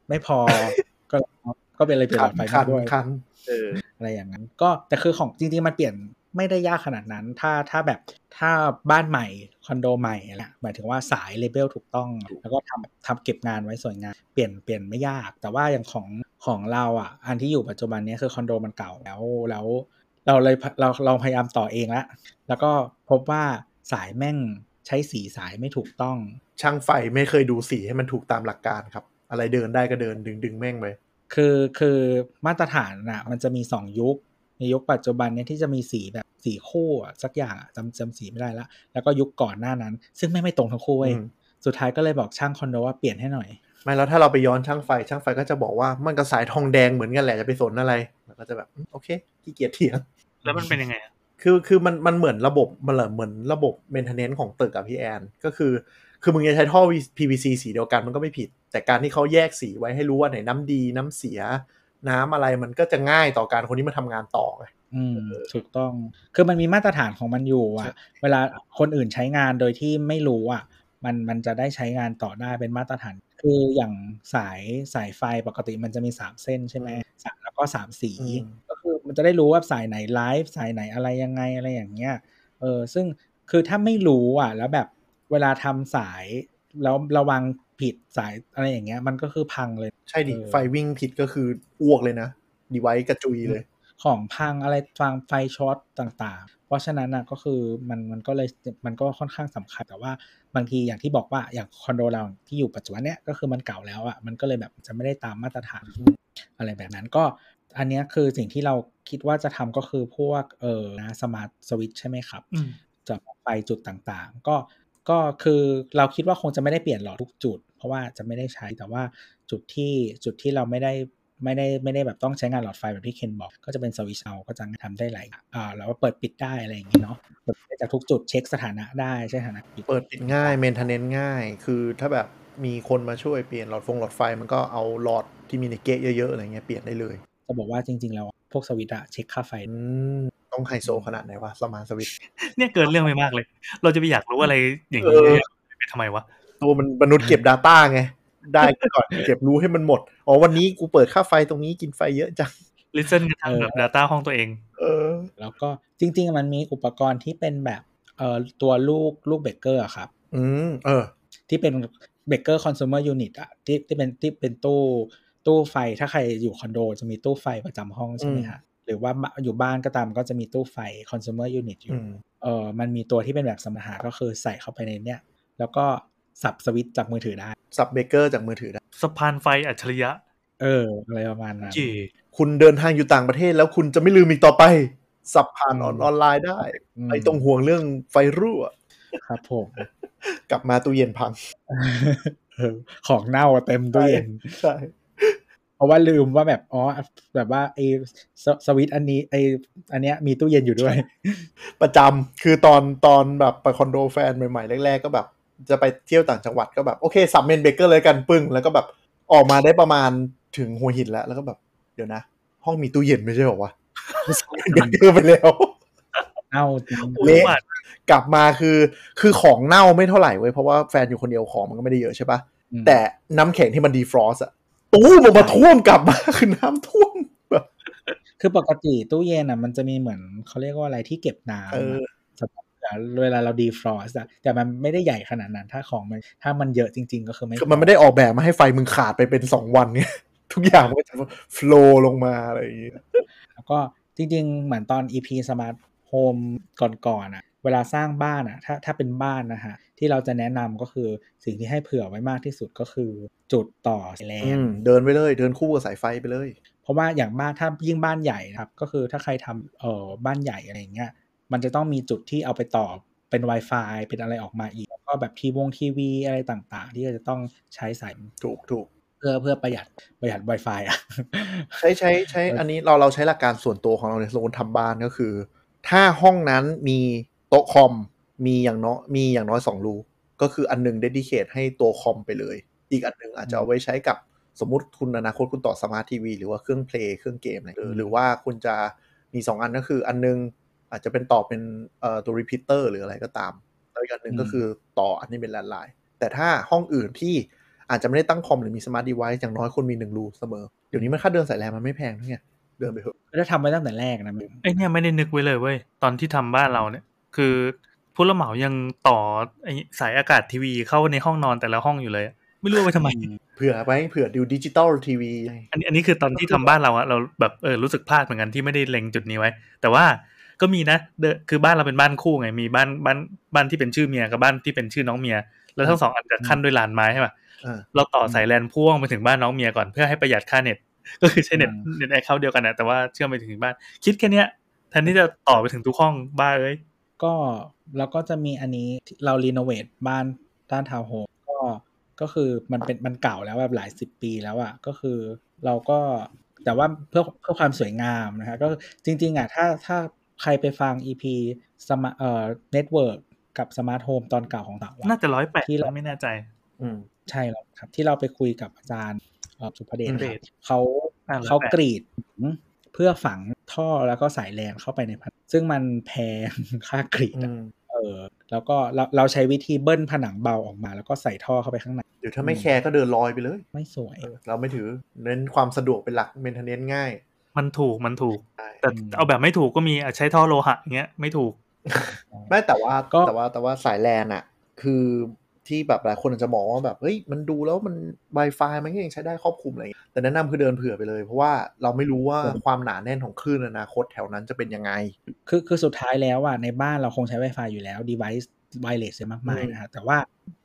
ไม่พอ ก็เป็นอะไรเปลี่ยนหลอดไฟมากด้วยอะไรอย่างนั้นก็แต่คือของจริงๆมันเปลี่ยนไม่ได้ยากขนาดนั้นถ้าแบบถ้าบ้านใหม่คอนโดใหม่แหละหมายถึงว่าสายเลเบลถูกต้องแล้วก็ทำเก็บงานไว้สวยงามเปลี่ยนไม่ยากแต่ว่าอย่างของเราอ่ะอันที่อยู่ปัจจุบันนี้คือคอนโดมันเก่าแล้วเราพยายามต่อเองแล้วก็พบว่าสายแม่งใช้สีสายไม่ถูกต้องช่างไฟไม่เคยดูสีให้มันถูกตามหลักการครับอะไรเดินได้ก็เดินดึงแม่งไปคือมาตรฐานน่ะมันจะมี2ยุคในยุคปัจจุบันเนี่ยที่จะมีสีแบบสีคู่สักอย่างจำสีไม่ได้แล้วก็ยุคก่อนหน้านั้นซึ่งไม่ตรงทั้งคู่เว้ยสุดท้ายก็เลยบอกช่างคอนโดว่าเปลี่ยนให้หน่อยไม่แล้วถ้าเราไปย้อนช่างไฟก็จะบอกว่ามันก็สายทองแดงเหมือนกันแหละจะไปสนอะไรแล้วก็จะแบบโอเคขี้เกียจเถียงแล้วมันเป็นยังไงคือมันเหมือนระบบมันเหมือนระบบเมนเทนเนนซ์ของตึกอะพี่แอนก็คือมึงจะใช้ท่อ PVC สีเดียวกันมันก็ไม่ผิดแต่การที่เขาแยกสีไว้ให้รู้ว่าไหนน้ำดีน้ำเสียน้ำอะไรมันก็จะง่ายต่อการคนที่มาทำงานต่อไงถูกต้องคือมันมีมาตรฐานของมันอยู่เวลาคนอื่นใช้งานโดยที่ไม่รู้มันจะได้ใช้งานต่อได้เป็นมาตรฐานคืออย่างสายไฟปกติมันจะมี3เส้นใช่ไหมแล้วก็3สีก็คือมันจะได้รู้ว่าสายไหนไลฟ์สายไหนอะไรยังไงอะไรอย่างเงี้ยซึ่งคือถ้าไม่รู้แล้วแบบเวลาทำสายแล้วระวังผิดสายอะไรอย่างเงี้ยมันก็คือพังเลยใช่ดิไฟวิ่งผิดก็คืออ้วกเลยนะดีไวซ์กระจุยเลยของพังอะไรฟังไฟช็อตต่างๆเพราะฉะนั้นก็คือมันก็เลยมันก็ค่อนข้างสำคัญแต่ว่าบางทีอย่างที่บอกว่าอย่างคอนโดเราที่อยู่ปัจจุบันเนี้ยก็คือมันเก่าแล้วมันก็เลยแบบจะไม่ได้ตามมาตรฐานอะไรแบบนั้นก็อันนี้คือสิ่งที่เราคิดว่าจะทำก็คือพวกสมาร์ทสวิตช์ใช่ไหมครับจะไฟจุดต่างๆก็คือเราคิดว่าคงจะไม่ได้เปลี่ยนหลอดทุกจุดเพราะว่าจะไม่ได้ใช้แต่ว่าจุดที่เราไม่ได้แบบต้องใช้งานหลอดไฟแบบที่เคนบอกก็จะเป็นสวิตช์เอาก็จะทำได้หลายแล้วก็เปิดปิดได้อะไรอย่างงี้เนาะเปิดจากทุกจุดเช็คสถานะได้ใช่สถานะเปิดปิดง่ายเมนเทนเนนซ์ง่ายคือถ้าแบบมีคนมาช่วยเปลี่ยนหลอดไฟมันก็เอาหลอดที่มีในเกะเยอะๆอะไรเงี้ยเปลี่ยนได้เลยจะบอกว่าจริงๆแล้วพวกสวิตช์เช็คค่าไฟต้องไฮโซขนาดไหนวะสมาร์ทสวิตช์เนี่ยเกินเรื่องไปมากเลยเราจะไปอยากรู้อะไรอย่างนี้ไปทำไมวะตัวมันมนุษย์เก็บ Data ไงได้ก่อนเก็บรู้ให้มันหมดอ๋อวันนี้กูเปิดค่าไฟตรงนี้กินไฟเยอะจัง listen กันทำแบบ data ห้องตัวเองแล้วก็จริงๆมันมีอุปกรณ์ที่เป็นแบบตัวลูกเบเกอร์ครับที่เป็นเบเกอร์คอน sumer unit ที่เป็นตู้ไฟถ้าใครอยู่คอนโดจะมีตู้ไฟประจำห้องใช่ไหมฮะหรือว่าอยู่บ้านก็ตามก็จะมีตู้ไฟ consumer unit อยู่มันมีตัวที่เป็นแบบสมรรถนะก็คือใส่เข้าไปในเนี้ยแล้วก็สับสวิตช์จากมือถือได้สับเบเกอร์จากมือถือได้สะพานไฟอัจฉริยะอะไรประมาณนั้นคุณเดินทางอยู่ต่างประเทศแล้วคุณจะไม่ลืมอีกต่อไปสับผ่านออนไลน์ได้ไม่ต้องห่วงเรื่องไฟรั่วครับผมกลับมาตู้เย็นพังของเน่าเต็มตู้เย็นใช่เพราะว่าลืมว่าแบบแบบว่าไอ้สวิตช์อันเนี้ยมีตู้เย็นอยู่ด้วยประจำคือตอนแบบไปคอนโดแฟนใหม่ๆแรกๆก็แบบจะไปเที่ยวต่างจังหวัดก็แบบโอเคสับเมนเบเกอร์เลยกันปึ้งแล้วก็แบบออกมาได้ประมาณถึงหัวหินแล้วก็แบบเดี๋ยวนะห้องมีตู้เย็นไม่ใช่หรอวะเบเกอร์ไปแล้วเน่าเละกลับมาคือของเน่าไม่เท่าไหร่เว้ยเพราะว่าแฟนอยู่คนเดียวของมันก็ไม่ได้เยอะใช่ปะแต่น้ำแข็งที่มันดีฟรอสต์ตู้มันมาท่วมกลับมาคือน้ำท่วมแบบคือปกติตู้เย็นมันจะมีเหมือนเขาเรียกว่าอะไรที่เก็บน้ำสำหรับเวลาเราดีฟรอสต์แต่มันไม่ได้ใหญ่ขนาดนั้นถ้ามันเยอะจริงๆก็คือมันไม่ได้ออกแบบมาให้ไฟมึงขาดไปเป็น2 วันเนี่ยทุกอย่างมันก็จะโฟลว์ลงมาอะไรอย่างเงี้ยแล้วก็จริงๆเหมือนตอน EP Smart Home ก่อนเวลาสร้างบ้านถ้าเป็นบ้านนะฮะที่เราจะแนะนำก็คือสิ่งที่ให้เผื่อไว้มากที่สุดก็คือจุดต่อแลนเดินไปเลยเดินคู่กับสายไฟไปเลยเพราะว่าอย่างบ้านถ้ายิ่งบ้านใหญ่ครับก็คือถ้าใครทำบ้านใหญ่อะไรอย่างเงี้ยมันจะต้องมีจุดที่เอาไปต่อเป็น Wi-Fi เป็นอะไรออกมาอีกแล้วก็แบบทีวีอะไรต่างๆที่จะต้องใช้สายถูกเพื่อประหยัด Wi-Fi ใช้อันนี้เราใช้หลักการส่วนตัวของเราในสมมุติทำบ้านก็คือถ้าห้องนั้นมีโต๊ะคอมมีอย่างน้อย2 รูก็คืออันนึงเดดิเคทให้ตัวคอมไปเลยอีกอันนึงอาจจะเอาไว้ใช้กับสมมุติคุณอนาคตคุณต่อสมาร์ททีวีหรือว่าเครื่องเพลย์เครื่องเกมอะไรหรือว่าคุณจะมี2อันก็คืออันนึงอาจจะเป็นต่อเป็นตัวรีพีเตอร์หรืออะไรก็ตามแล้วอีกอันนึงก็คือต่ออันนี้เป็นแลนด์ไลน์แต่ถ้าห้องอื่นที่อาจจะไม่ได้ตั้งคอมหรือมีสมาร์ทดีไวซ์อย่างน้อยคนมี1รูเสมอเดี๋ยวนี้มันค่าเดินสายแลนมันไม่แพงทั้งไงเดินไปเถอะถ้าทำไว้ตั้งแต่แรกนะไอ้เนี่ยไม่ได้นึกไว้เลยเว้ยตอนที่ทำบ้านเราเนี่ยคือผู้รับเหมายังต่อไอ้สายอากาศทีวีเข้าในห้องนอนแต่ละห้องอยู่เลยไม่รู้ไปทำไมเผื่อดูดิจิตอลทีวีอันนี้คือตอนที่ทำบ้านเราอะเราแบบรู้สึกพลาดเหมือนกันที่ไม่ได้เล็งจุดนี้ไว้แต่ว่าก็มีนะคือบ้านเราเป็นบ้านคู่ไงมีบ้านที่เป็นชื่อเมียกับบ้านที่เป็นชื่อน้องเมียแล้วทั้งสองอันจะขั้นด้วยลานไม้ใช่ป่ะเราต่อสายแลนพ่วงไปถึงบ้านน้องเมียก่อนเพื่อให้ประหยัดค่าเน็ตก็คือใช้เน็ตแอคเคาท์เดียวกันนะแต่ว่าเชื่อมไปถึงบ้านคิดแค่เนี้ยแทนที่จะต่อไปถึงทุกห้องบ้าก็แล้วก็จะมีอันนี้เรารีโนเวทบ้านด้านทาวน์โฮมก็คือมันเก่าแล้วแบบหลาย10 ปีแล้วอ่ะก็คือเราก็แต่ว่าเพื่อความสวยงามนะฮะก็จริงๆอ่ะถ้าใครไปฟัง EP เน็ตเวิร์กกับสมาร์ทโฮมตอนเก่าของเราน่าจะ108ที่เราไม่แน่ใจใช่แล้วครับที่เราไปคุยกับอาจารย์สุภเดชเขากรีดเพื่อฝังท่อแล้วก็สายแลนเข้าไปในผนังซึ่งมันแพงค่ากรีดแล้วก็เราใช้วิธีเบิ้ลผนังเบาออกมาแล้วก็ใส่ท่อเข้าไปข้างในเดี๋ยวถ้าไม่แคร์ก็เดินลอยไปเลยไม่สวยเราไม่ถือเน้นความสะดวกเป็นหลักเมนเทนเนนซ์ง่ายมันถูกแต่เอาแบบไม่ถูกก็มีใช้ท่อโลหะอย่างเงี้ยไม่ถูกไม่แต่ว่าสายแลนอ่ะคือที่แบบหลายคนอาจจะมองว่าแบบเฮ้ยมันดูแล้วมัน Wi-Fi มันก็ยังใช้ได้ครอบคลุมอะไรแต่แนะนำคือเดินเผื่อไปเลยเพราะว่าเราไม่รู้ว่าความหนาแน่นของคลื่นอนาคตแถวนั้นจะเป็นยังไงคือสุดท้ายแล้วอ่ะในบ้านเราคงใช้ Wi-Fi อยู่แล้ว device wireless มากมายนะฮะแต่ว่า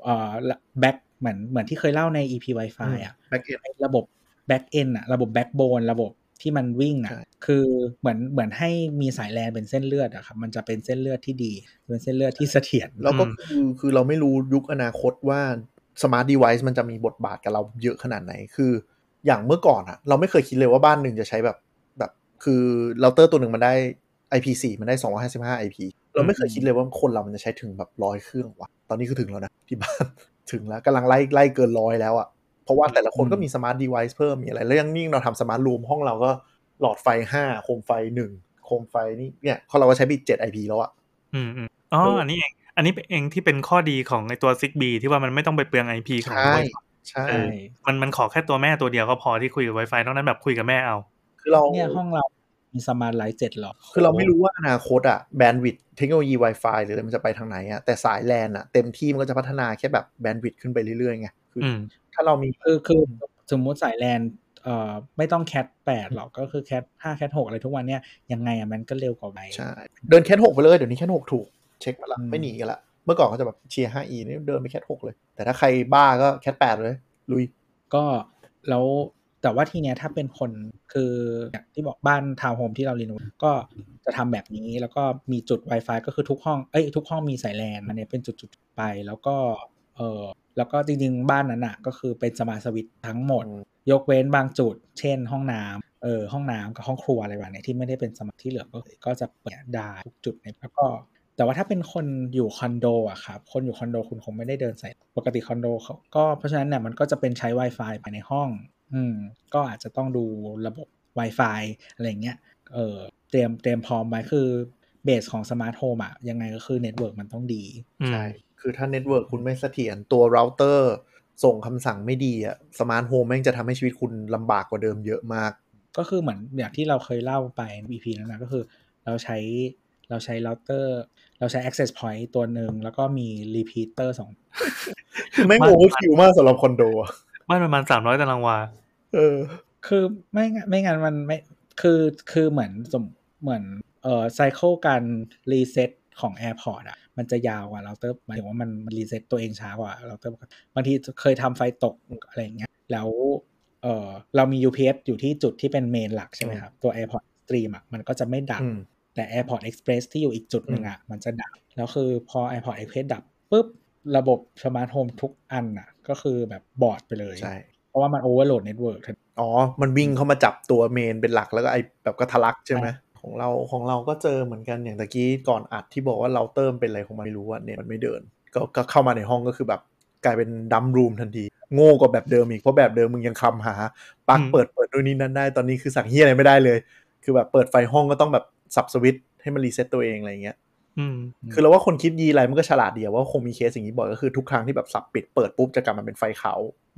back เหมือนที่เคยเล่าใน EP Wi-Fi อ่ะระบบ back end อ่ะระบบ backbone ระบบที่มันวิ่งอ่ะคือเหมือนให้มีสายแลนเป็นเส้นเลือดอะครับมันจะเป็นเส้นเลือดที่ดีเป็นเส้นเลือดที่เสถียรแล้วก็คือเราไม่รู้ยุคอนาคตว่า smart device มันจะมีบทบาทกับเราเยอะขนาดไหนคืออย่างเมื่อก่อนอะเราไม่เคยคิดเลยว่าบ้านหนึ่งจะใช้แบบคือเราเตอร์ตัวหนึ่งมันได้ IP4 มันได้255 IP เราไม่เคยคิดเลยว่าคนเรามันจะใช้ถึงแบบ100เครื่องวะตอนนี้คือถึงแล้วนะที่บ้านถึงแล้วกำลังไล่เกิน100แล้วอะเพราะว่าแต่ละคนก็มี smart device เพิ่มมีอะไรแล้วยังยิ่งเราทำ smart room ห้องเราก็หลอดไฟ5โคมไฟ1โคมไฟนี่เนี่ยเราก็ใช้ไป7 IP แล้วอะอ๋ออันนี้เองที่เป็นข้อดีของไอตัว Zigbee ที่ว่ามันไม่ต้องไปเปลือง IP ของใช่มันขอแค่ตัวแม่ตัวเดียวก็พอที่คุยกับ Wi-Fi นอกนั้นแบบคุยกับแม่เอาคือเราเนี่ยห้องเรามีสมาร์ทไลท์7หรอคือเราไม่รู้ว่าอนาคตอะแบนด์วิดต์เทคโนโลยี Wi-Fi หรืออะไรมันจะไปทางไหนอะแต่สายแลนอะเต็มที่มันก็จะพัฒนาแค่แบบแบนด์วิดต์ขึ้นไปเรื่อยๆไงคือถ้าเรามีคือสมมุติสายแลนไม่ต้องแคท8หรอกก็คือแคท5แคท6อะไรทุกวันเนี้ยยังไงมันก็เร็วกว่าใช่เดินแคท6ไปเลยเดี๋ยวนี้แคท6ถูกเช็คมาละไม่หนีกันละเมื่อก่อนก็จะแบบเชียร์ 5E นี่เดินไปแคท6เลยแต่ถ้าใครบ้าก็แคท8เลยลุยก็แล้วแต่ว่าทีเนี้ยถ้าเป็นคนคืออย่างที่บอกบ้านทาวน์โฮมที่เราเรียนก็จะทำแบบนี้แล้วก็มีจุด Wi-Fi ก็คือทุกห้องมีสายแลนอันนี้เป็นจุดๆไปแล้วก็จริงๆบ้านนั้นน่ะก็คือเป็นสมาร์ทสวิตช์ทั้งหมดยกเว้นบางจุดเช่นห้องน้ำห้องน้ำกับห้องครัวอะไรแบบนี้ที่ไม่ได้เป็นสมาร์ทที่เหลือก็จะเปิดได้ทุกจุดแล้วก็แต่ว่าถ้าเป็นคนอยู่คอนโดอะครับคนอยู่คอนโดคุณคงไม่ได้เดินสายปกติคอนโดเขาก็เพราะฉะนั้นเนี่ยมันก็จะเป็นใช้ Wi-Fi ภายในห้องก็อาจจะต้องดูระบบ Wi-Fi อะไรเงี้ยเตรียมพร้อมไว้คือเบสของสมาร์ทโฮมอะยังไงก็คือเน็ตเวิร์กมันต้องดีใช่คือถ้าเน็ตเวิร์กคุณไม่เสถียรตัวเราเตอร์ส่งคำสั่งไม่ดีอะสมาร์ทโฮมแม่งจะทำให้ชีวิตคุณลำบากกว่าเดิมเยอะมากก็คือเหมือนอย่างที่เราเคยเล่าไปใน EP นั้นนะก็คือเราใช้เราเตอร์เราใช้ access point ตัวหนึ่งแล้วก็มี repeater 2 ไม่โอเวอร์คิวมากสำหรับคอนโดบ้านประมาณ300ตารางวาคือไม่งั้นมันไม่คือเหมือนไซเคิลการรีเซ็ตของ AirPort อ่ะมันจะยาวกว่าเราเตอร์หมายถึงว่ามันรีเซ็ตตัวเองช้ากว่าเราเตอร์บางทีเคยทำไฟตกอะไรอย่างเงี้ยแล้วเรามี UPS อยู่ที่จุดที่เป็นเมนหลักใช่ไหมครับตัว AirPort Stream อ่ะมันก็จะไม่ดับแต่ AirPort Express ที่อยู่อีกจุดหนึ่งอ่ะมันจะดับแล้วคือพอ AirPort Express ดับปุ๊บระบบสมาร์ทโฮมทุกอันอ่ะก็คือแบบบอดไปเลยเพราะว่ามันโอเวอร์โหลดเน็ตเวิร์กมันวิ่งเข้ามาจับตัวเมนเป็นหลักแล้วก็ไอแบบก็ทะลักใช่ไหมของเราก็เจอเหมือนกันอย่างตะกี้ก่อนอัดที่บอกว่าเราเติมเป็นอะไรของมันไม่รู้ว่าเนี่ยมันไม่เดินก็เข้ามาในห้องก็คือแบบกลายเป็นดัมรูมทันทีโง่กว่าแบบเดิมอีกเพราะแบบเดิมมึงยังคลำหาปลั๊กเปิดด้วยนี้นั่นได้ตอนนี้คือสั่งเฮียอะไรไม่ได้เลยคือแบบเปิดไฟห้องก็ต้องแบบสับสวิตช์ให้มันรีเซ็ตตัวเองอะไรเงี้ยคือเราว่าคนคิดยีไรมันก็ฉลาดเดียวว่าคงมีเคสอย่างนี้บ่อยก็คือทุกครั้งที่แบบสับปิดเปิดปุ๊บจะกลับมาเป็นไฟขาว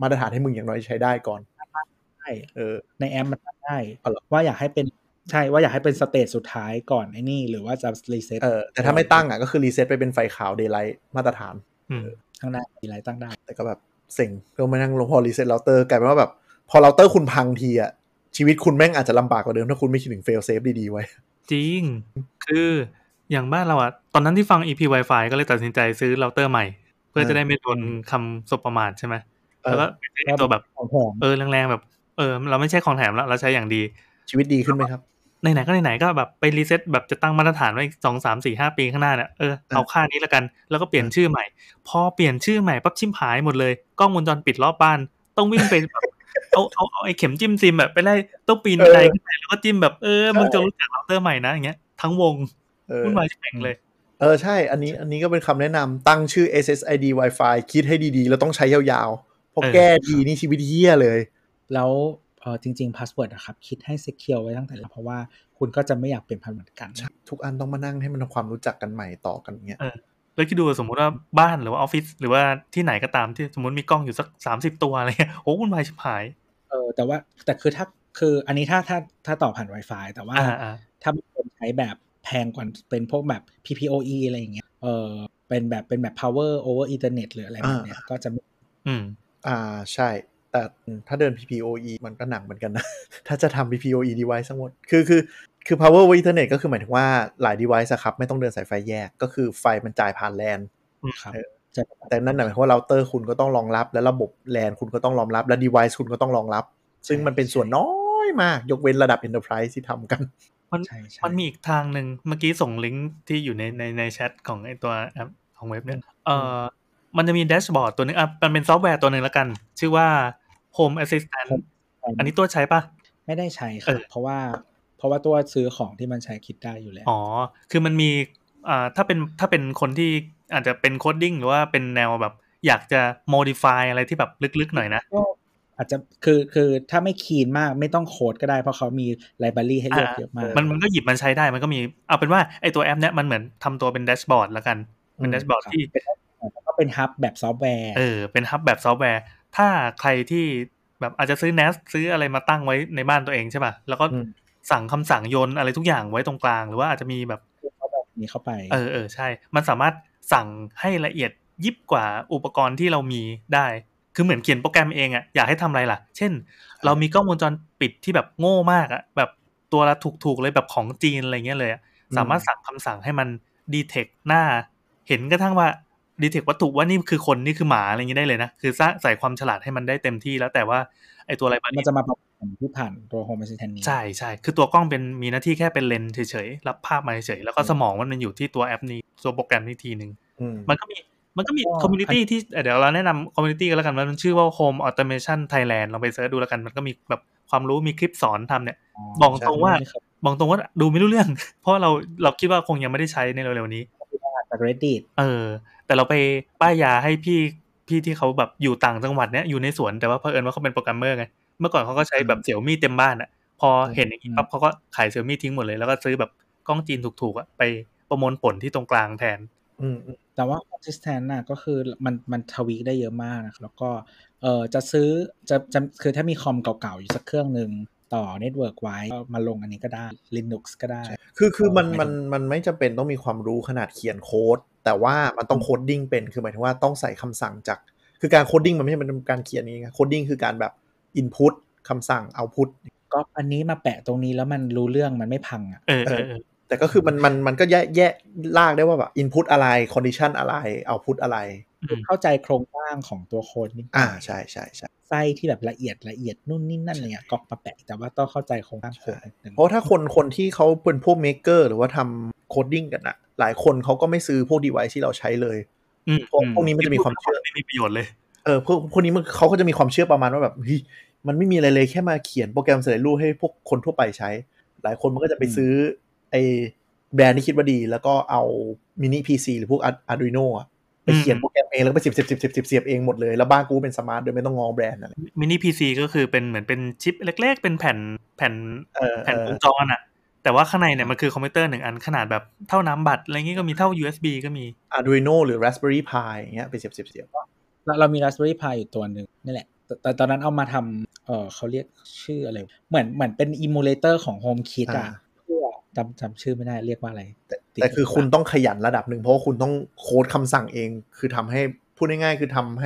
มาตรฐานให้มึงอย่างน้อยใช้ได้ก่อนใช่ในแอปมันตั้งได้ว่าอยากให้เป็นใช่ว่าอยากให้เป็นสเตจสุดท้ายก่อนไอ้นี่หรือว่าจะรีเซ็ตแต่ถ้าไม่ตั้งก็คือรีเซ็ตไปเป็นไฟขาว Daylight มาตรฐานข้างหน้าDaylightตั้งได้แต่ก็แบบเซ็งก็มานั่งลงพอรีเซ็ตเราเตอร์กลายเป็นว่าแบบพอเราเตอร์คุณพังทีอ่ะชีวิตคุณแม่งอาจจะลำบากกว่าเดิมถ้าคุณไม่คิดถึง fail safe ดีๆไว้จริงคืออย่างบ้านเราอะตอนนั้นที่ฟัง EP Wi-Fi ก็เลยตัดสินใจซื้อเราเตอร์ใหม่เพื่อจะได้ไม่โดนคำสบประมาทใช่ไหมแล้วก็ซื้อตัวแบบแรงๆแบบเราไม่ใช่ของแถมแล้วเราใช้อย่างดีชีวิตดีขึ้นไหมครับไหนๆก็ไหนๆก็แบบไปรีเซ็ตแบบจะตั้งมาตรฐานไว้2 3 4 5 ปีข้างหน้าเนี่ยเอาค่านี้ละกันแล้วก็เปลี่ยนชื่อใหม่พอเปลี่ยนชื่อใหม่ปั๊บชิมหายหมดเลยกล้องวงจรปิดรอบบ้านต้องวิ่งไปแบบเอาไอ้เข็มจิ้มซิมแบบไปไล่ต้องปีนบันไดขึ้นไปแล้วก็จิ้มแบบมึงจะรู้จักเราเตอร์ใหม่นะอย่างเงี้ยทั้งวงวุ่นวายแข่งเลยใช่อันนี้ก็เป็นคำแนะนำตั้งชื่อ SSID Wi-Fi คิดให้ดีๆแล้วต้องใช้ยาวๆพอแก้ดีนี่ชีวิตเหี้ยเลยแล้วจริงๆพาสเวิร์ดครับคิดให้ secure ไว้ตั้งแต่แรกเพราะว่าคุณก็จะไม่อยากเปลี่ยนพาสเวิร์ดกันทุกอันต้องมานั่งให้มันทำความรู้จักกันใหม่ต่อกันเงี้ยแล้วคิดดูสมมุติว่าบ้านหรือว่าออฟฟิศหรือว่าที่ไหนก็ตามที่สมมุติมีกล้องอยู่สัก30ตัวอะไรเงี้ยโหวุ่นวายชิบหายแต่คืออันนี้ถ้าต่อผ่าน Wi-Fi แต่ว่าถ้าคนใช้แบบแพงกว่าเป็นพวกแบบ PPOE อะไรอย่างเงี้ยเป็นแบบ power over ethernet หรืออะไรแบบเนี้ยก็จะใช่แต่ถ้าเดิน PPOE มันก็หนักเหมือนกันนะถ้าจะทำ PPOE device ทั้งหมดคือ power over ethernet ก็คือหมายถึงว่าหลาย device ครับไม่ต้องเดินสายไฟแยกก็คือไฟมันจ่ายผ่าน LAN แต่นั่นหมายความว่าเราเตอร์คุณก็ต้องรองรับและระบบ LAN คุณก็ต้องรองรับและ device คุณก็ต้องรองรับซึ่งมันเป็นส่วนน้อยมากยกเว้นระดับ enterprise ที่ทำกันมันมีอีกทางหนึ่งเมื่อกี้ส่งลิงก์ที่อยู่ในแชทของไอตัวแอปของเว็บเนี่ยมันจะมีแดชบอร์ดตัวนึงมันเป็นซอฟต์แวร์ตัวนึงแล้วกันชื่อว่า Home Assistant อันนี้ตัวใช้ปะไม่ได้ใช้ครับเพราะว่าตัวซื้อของที่มันใช้คิดได้อยู่แล้วคือมันมีถ้าเป็นคนที่อาจจะเป็นโคดดิ้งหรือว่าเป็นแนวแบบอยากจะ modify อะไรที่แบบลึกๆหน่อยนะอาจจะคือถ้าไม่คีนมากไม่ต้องโค้ดก็ได้เพราะเขามีไลบรารีให้เลือกเยอะมากมันก็หยิบมันใช้ได้มันก็มีเอาเป็นว่าไอตัวแอปเนี้ยมันเหมือนทำตัวเป็นแดชบอร์ดแล้วกันเป็นแดชบอร์ดที่ก็เป็นฮับแบบซอฟต์แวร์เป็นฮับแบบซอฟต์แวร์ถ้าใครที่แบบอาจจะซื้อ NAS ซื้ออะไรมาตั้งไว้ในบ้านตัวเองใช่ป่ะแล้วก็สั่งคำสั่งโยนอะไรทุกอย่างไว้ตรงกลางหรือว่าอาจจะมีแบบนี้เข้าไปใช่มันสามารถสั่งให้ละเอียดยิบกว่าอุปกรณ์ที่เรามีได้คือเหมือนเขียนโปรแกรมเองอ่ะอยากให้ทำอะไรล่ะเช่นเรามีกล้องวงจรปิดที่แบบโง่มากอ่ะแบบตัวละถูกเลยแบบของจีนอะไรเงี้ยเลยสามารถสั่งคำสั่งให้มันดีเทคหน้าเห็นกระทั่งว่าดีเทควัตถุว่านี่คือคนนี่คือหมาอะไรเงี้ยได้เลยนะคือใส่ความฉลาดให้มันได้เต็มที่แล้วแต่ว่าไอตัวอะไรมันจะมาประมวลที่ผ่านตัว Home Assistant นี้ใช่คือตัวกล้องมีหน้าที่แค่เป็นเลนส์เฉยๆรับภาพมาเฉยๆแล้วก็สมองมันอยู่ที่ตัวแอปนี้ตัวโปรแกรมนี้ทีนึงมันก็มีคอมมูนิตี้ที่เดี๋ยวเราแนะนำคอมมูนิตี้กันแล้วกันมันชื่อว่า Home Automation Thailand ลองไปเสิร์ชดูแล้วกันมันก็มีแบบความรู้มีคลิปสอนทำเนี่ยบอกตรงว่าดูไม่รู้เรื่องเพราะเราคิดว่าคงยังไม่ได้ใช้ในเร็วๆนี้จาก Reddit แต่เราไปป้ายยาให้พี่ที่เขาแบบอยู่ต่างจังหวัดเนี้ยอยู่ในสวนแต่ว่าเผอิญว่าเขาเป็นโปรแกรมเมอร์ไงเมื่อก่อนเขาก็ใช้แบบ Xiaomi เต็มบ้านอ่ะพอเห็นอย่างนี้ปั๊บเขาก็ขาย Xiaomi ทิ้งหมดเลยแล้วก็ซื้อแบบกล้องจีนถูกๆอ่ะไปประมวลผลที่ตรงกลางแทนแต่ว่า Assistant น่ะก็คือมันทวีได้เยอะมากนะครับแล้วก็จะซื้อจะคือถ้ามีคอมเก่าๆอยู่สักเครื่องนึงต่อเน็ตเวิร์กไว้มาลงอันนี้ก็ได้ Linux ก็ได้คือมันไม่จำเป็นต้องมีความรู้ขนาดเขียนโค้ดแต่ว่ามันต้องโคดดิ้งเป็นคือหมายถึงว่าต้องใส่คำสั่งจากคือการโคดดิ้งมันไม่ใช่เป็นการเขียนนี้ไงโคดดิ้งคือการแบบ input คำสั่ง output ก็อันนี้มาแปะตรงนี้แล้วมันรู้เรื่องมันไม่พังอ่ะแต่ก็คือมันก็แยกลากได้ว่าแบบ input อะไร condition อะไร output อะไรเข้าใจโครงสร้างของตัวโค้ดนิดใช่ไส้ที่แบบละเอียดนู่นนี่นั่นอะไรเงี้ยก็มาแปะแต่ว่าต้องเข้าใจโครงสร้างโค้ดเพราะถ้าคนที่เขาเป็นพวก maker หรือว่าทำโคดดิ้งกันอะหลายคนเขาก็ไม่ซื้อพวก device ที่เราใช้เลยพวกนี้มันจะมีความเชื่อไม่มีประโยชน์เลยพวกนี้เขาก็จะมีความเชื่อประมาณว่าแบบมันไม่มีอะไรเลยแค่มาเขียนโปรแกรมสำเร็จรูปให้พวกคนทั่วไปใช้หลายคนมันก็จะไปซื้อไอ้แบรนด์ที่คิดว่าดีแล้วก็เอามินิ PC หรือพวก Arduino อ่ะไปเขียนโปรแกรมเองแล้วก็ไปเสียบเองหมดเลยแล้วบ้านกูเป็นสมาร์ทโดยไม่ต้องงอแบรนด์อะไรมินิ PC ก็คือเป็นเหมือนเป็นชิปเล็กๆเป็นแผ่นวงจรอ่ะแต่ว่าข้างในเนี่ยมันคือคอมพิวเตอร์1อันขนาดแบบเท่าน้ำบัตรอะไรเงี้ยก็มีเท่า USB ก็มี Arduino หรือ Raspberry Pi อย่างเงี้ยไปเสียบเรามี Raspberry Pi อยู่ตัวนึงนี่แหละแต่ตอนนั้นเอามาทำเขาเรียกชื่ออะไรเหมือนเป็นอิมูเลเตอร์ของ HomeKit อ่ะเพื่อจำชื่อไม่ได้เรียกว่าอะไรแต่คือคุณต้องขยันระดับหนึ่งเพราะว่าคุณต้องโค้ดคำสั่งเองคือทำให้พูดง่ายๆคือทำให้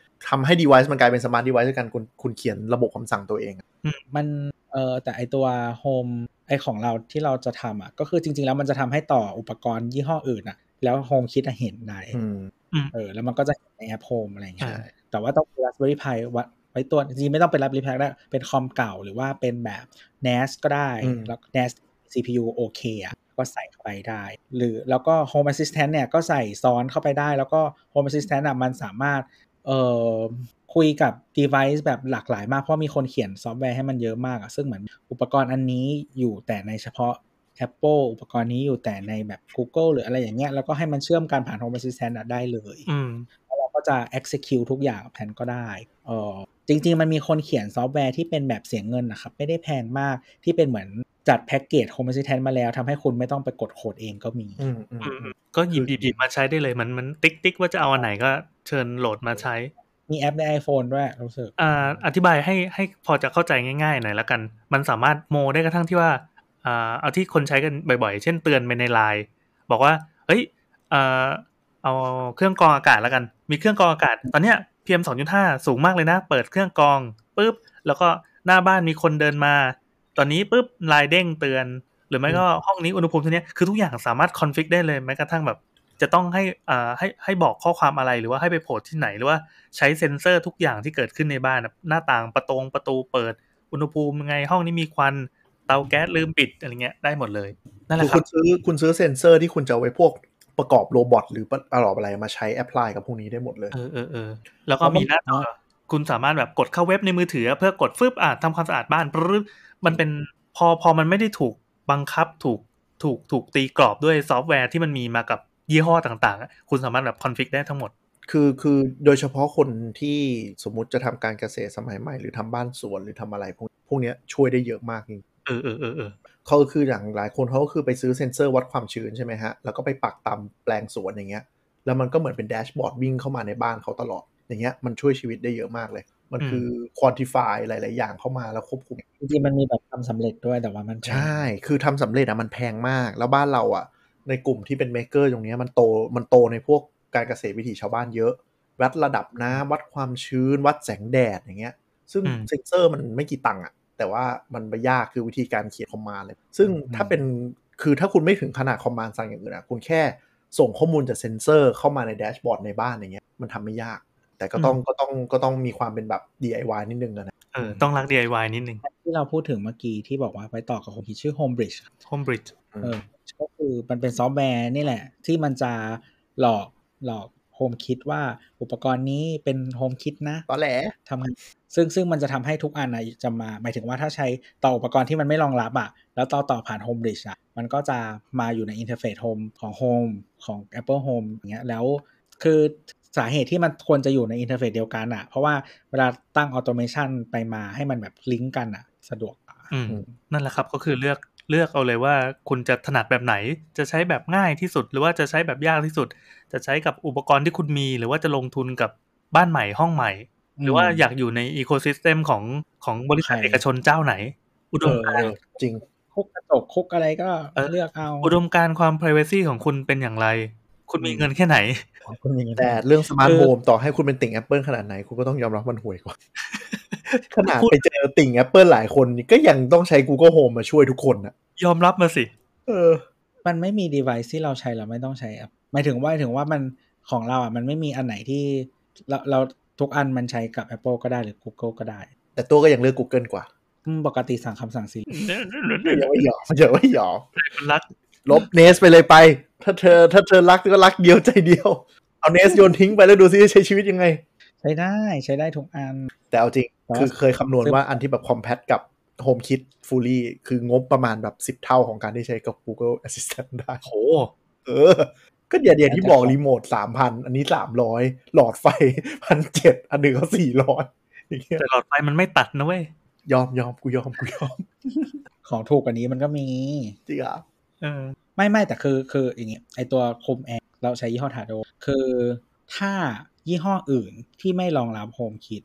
device มันกลายเป็น smart device ด้วยกันคุณเขียนระบบคำสั่งตัวเองมันแต่ไอตัว Home ไอของเราที่เราจะทำอ่ะก็คือจริงๆแล้วมันจะทำให้ต่ออุปกรณ์ยี่ห้ออื่นอ่ะแล้ว HomeKit เห็นได้แล้วมันก็จะเห็นในแอป Home อะไรอย่างเงี้ยแต่ว่าต้อง Raspberry Pi ไว้ตัวจริงๆไม่ต้องเป็น Raspberry Pi ได้เป็นคอมเก่าหรือว่าเป็นแบบ NAS ก็ได้แล้ว NAS CPU โอเคอ่ะก็ใส่เข้าไปได้หรือแล้วก็ Home Assistant เนี่ยก็ใส่ซ้อนเข้าไปได้แล้วก็ Home Assistant อ่ะมันสามารถคุยกับ device แบบหลากหลายมากเพราะมีคนเขียนซอฟต์แวร์ให้มันเยอะมากอ่ะซึ่งเหมือนอุปกรณ์อันนี้อยู่แต่ในเฉพาะ Apple อุปกรณ์นี้อยู่แต่ในแบบ Google หรืออะไรอย่างเงี้ยแล้วก็ให้มันเชื่อมกันผ่าน Home Assistant ได้เลยแล้วเราก็จะ execute ทุกอย่างแทนก็ได้จริงๆมันมีคนเขียนซอฟต์แวร์ที่เป็นแบบเสียเงินนะครับไม่ได้แพงมากที่เป็นเหมือนจัดแพ็กเกจ Home Assistant มาแล้วทำให้คุณไม่ต้องไปกดโค้ดเองก็มีก็หยิบมาใช้ได้เลยมันติ๊กว่าจะเอาอันไหนก็เชิญโหลดมาใช้มีแอปใน iPhone ด้วยรู้สึกอธิบายให้พอจะเข้าใจง่ายๆหน่อยแล้วกันมันสามารถโมได้กระทั่งที่ว่าเอาที่คนใช้กันบ่อยๆเช่นเตือนไปใน LINE บอกว่าเฮ้ยเอาเครื่องกรองอากาศแล้วกันมีเครื่องกรองอากาศตอนเนี้ย PM 2.5 สูงมากเลยนะเปิดเครื่องกรองปุ๊บแล้วก็หน้าบ้านมีคนเดินมาตอนนี้ปุ๊บไลน์เด้งเตือนหรือไม่ก็ห้องนี้อุณหภูมิเท่านี้คือทุกอย่างสามารถคอนฟิกได้เลยแม้กระทั่งแบบจะต้องให้บอกข้อความอะไรหรือว่าให้ไปโผล่ที่ไหนหรือว่าใช้เซ็นเซอร์ทุกอย่างที่เกิดขึ้นในบ้านหน้าต่างประตูเปิดอุณหภูมิยังไงห้องนี้มีควันเตาแก๊สลืมปิดอะไรเงี้ยได้หมดเลยนั่นแหละครับคุณซื้อเซ็นเซอร์ที่คุณจะไว้พวกประกอบโรบอทหรืออะไรมาใช้แอพพลายกับพวกนี้ได้หมดเลยแล้วก็มีหน้าจอคุณสามารถแบบกดเข้าเว็บในมือถือเพื่อกดฟึบทำความสะอาดบ้านมันเป็นพอมันไม่ได้ถูกบังคับถูกตีกรอบด้วยซอฟต์แวร์ที่มันมีมากับยี่ห้อต่างๆคุณสามารถแบบคอนฟิกได้ทั้งหมดคือโดยเฉพาะคนที่สมมุติจะทำการเกษตรสมัยใหม่หรือทำบ้านสวนหรือทำอะไรพวกนี้ช่วยได้เยอะมากจริงเขาคืออย่างหลายคนเขาก็คือไปซื้อเซ็นเซอร์วัดความชื้นใช่ไหมฮะแล้วก็ไปปักตามแปลงสวนอย่างเงี้ยแล้วมันก็เหมือนเป็นแดชบอร์ดวิ่งเข้ามาในบ้านเขาตลอดอย่างเงี้ยมันช่วยชีวิตได้เยอะมากเลยมันคือควอนติฟายหลายๆอย่างเข้ามาแล้วควบคุมจริงๆมันมีแบบทำสำเร็จด้วยแต่ว่ามันใช่คือทำสำเร็จมันแพงมากแล้วบ้านเราในกลุ่มที่เป็นเมเกอร์ตรงนี้มันโตในพวกการเกษตรวิถีชาวบ้านเยอะวัดระดับน้ำวัดความชื้นวัดแสงแดดอย่างเงี้ยซึ่งเซ็นเซอร์มันไม่กี่ตังค์แต่ว่ามันไม่ยากคือวิธีการเขียนคอมมานด์เลยซึ่งถ้าคุณไม่ถึงขนาดคอมมานด์สั่งอย่างอื่นคุณแค่ส่งข้อมูลจากเซ็นเซอร์เข้ามาในแดชบอร์ดในบ้านอย่างเงี้ยมันทำไม่ยากแต่ก็ต้องมีความเป็นแบบ DIY นิดนึงนะต้องรัก DIY นิดนึงที่เราพูดถึงเมื่อกี้ที่บอกว่าไปต่อกับHomeKitชื่อ Homebridge ก็คือมันเป็นซอฟต์แวร์นี่แหละที่มันจะหลอกHomeKit ว่าอุปกรณ์นี้เป็น HomeKit นะตอแหลทำงานซึ่งมันจะทำให้ทุกอันจะมาหมายถึงว่าถ้าใช้ต่ออุปกรณ์ที่มันไม่รองรับแล้วต่อผ่าน Homebridge มันก็จะมาอยู่ในอินเทอร์เฟซ Home ของ Home ของ Apple Home อย่างเงี้ยแล้วคือสาเหตุที่มันควรจะอยู่ในอินเทอร์เฟซเดียวกันเพราะว่าเวลาตั้งออโตเมชันไปมาให้มันแบบลิงก์กันสะดวกนั่นแหละครับก็คือเลือกเอาเลยว่าคุณจะถนัดแบบไหนจะใช้แบบง่ายที่สุดหรือว่าจะใช้แบบยากที่สุดจะใช้กับอุปกรณ์ที่คุณมีหรือว่าจะลงทุนกับบ้านใหม่ห้องใหม่หรือว่าอยากอยู่ในอีโคซิสเต็มของบริษัทเอกชนเจ้าไหนอุดมการณ์จริงคุกกระจกคุกอะไรก็เลือกเอาอุดมการณ์ความ privacy ของคุณเป็นอย่างไรคุณมีเงินแค่ไหนแต่เรื่องสมาร์ทโฮมต่อให้คุณเป็นติ่ง Apple ขนาดไหนคุณก็ต้องยอมรับมันห่วยกว่าขนาดไปเจอติ่ง Apple หลายคนก็ยังต้องใช้ Google Home มาช่วยทุกคนยอมรับมาสิมันไม่มี device ที่เราใช้แล้วไม่ต้องใช้แอปหมายถึงว่ามันของเรามันไม่มีอันไหนที่เราทุกอันมันใช้กับ Apple ก็ได้หรือ Google ก็ได้แต่ตัวก็ยังเลือก Google กว่าปกติสั่งคำสั่งSiri อย่าไม่หยอกรักลบเนสไปเลยไปถ้าเธอรักก็รักเดียวใจเดียวเอาเนสโยนทิ้งไปแล้วดูซิใช้ชีวิตยังไงใช้ได้ทุกอันแต่เอาจริงคือเคยคำนวณว่าอันที่แบบ compact กับ HomeKit fully คืองบประมาณแบบ10 เท่าของการที่ใช้กับ Google Assistant ได้โหก็เดี๋ยวที่บอกรีโมท 3,000 อันนี้300หลอดไฟ 1,700 อันนึงก็400 แต่หลอดไฟมันไม่ตัดนะเว้ยยอมกูยอมของถูกกว่านี้มันก็มีจริงอ่ะไม่แต่คืออย่างเงี้ยไอตัวโฮมแอร์เราใช้ยี่ห้อ Tado คือถ้ายี่ห้ออื่นที่ไม่รองรับHomeKit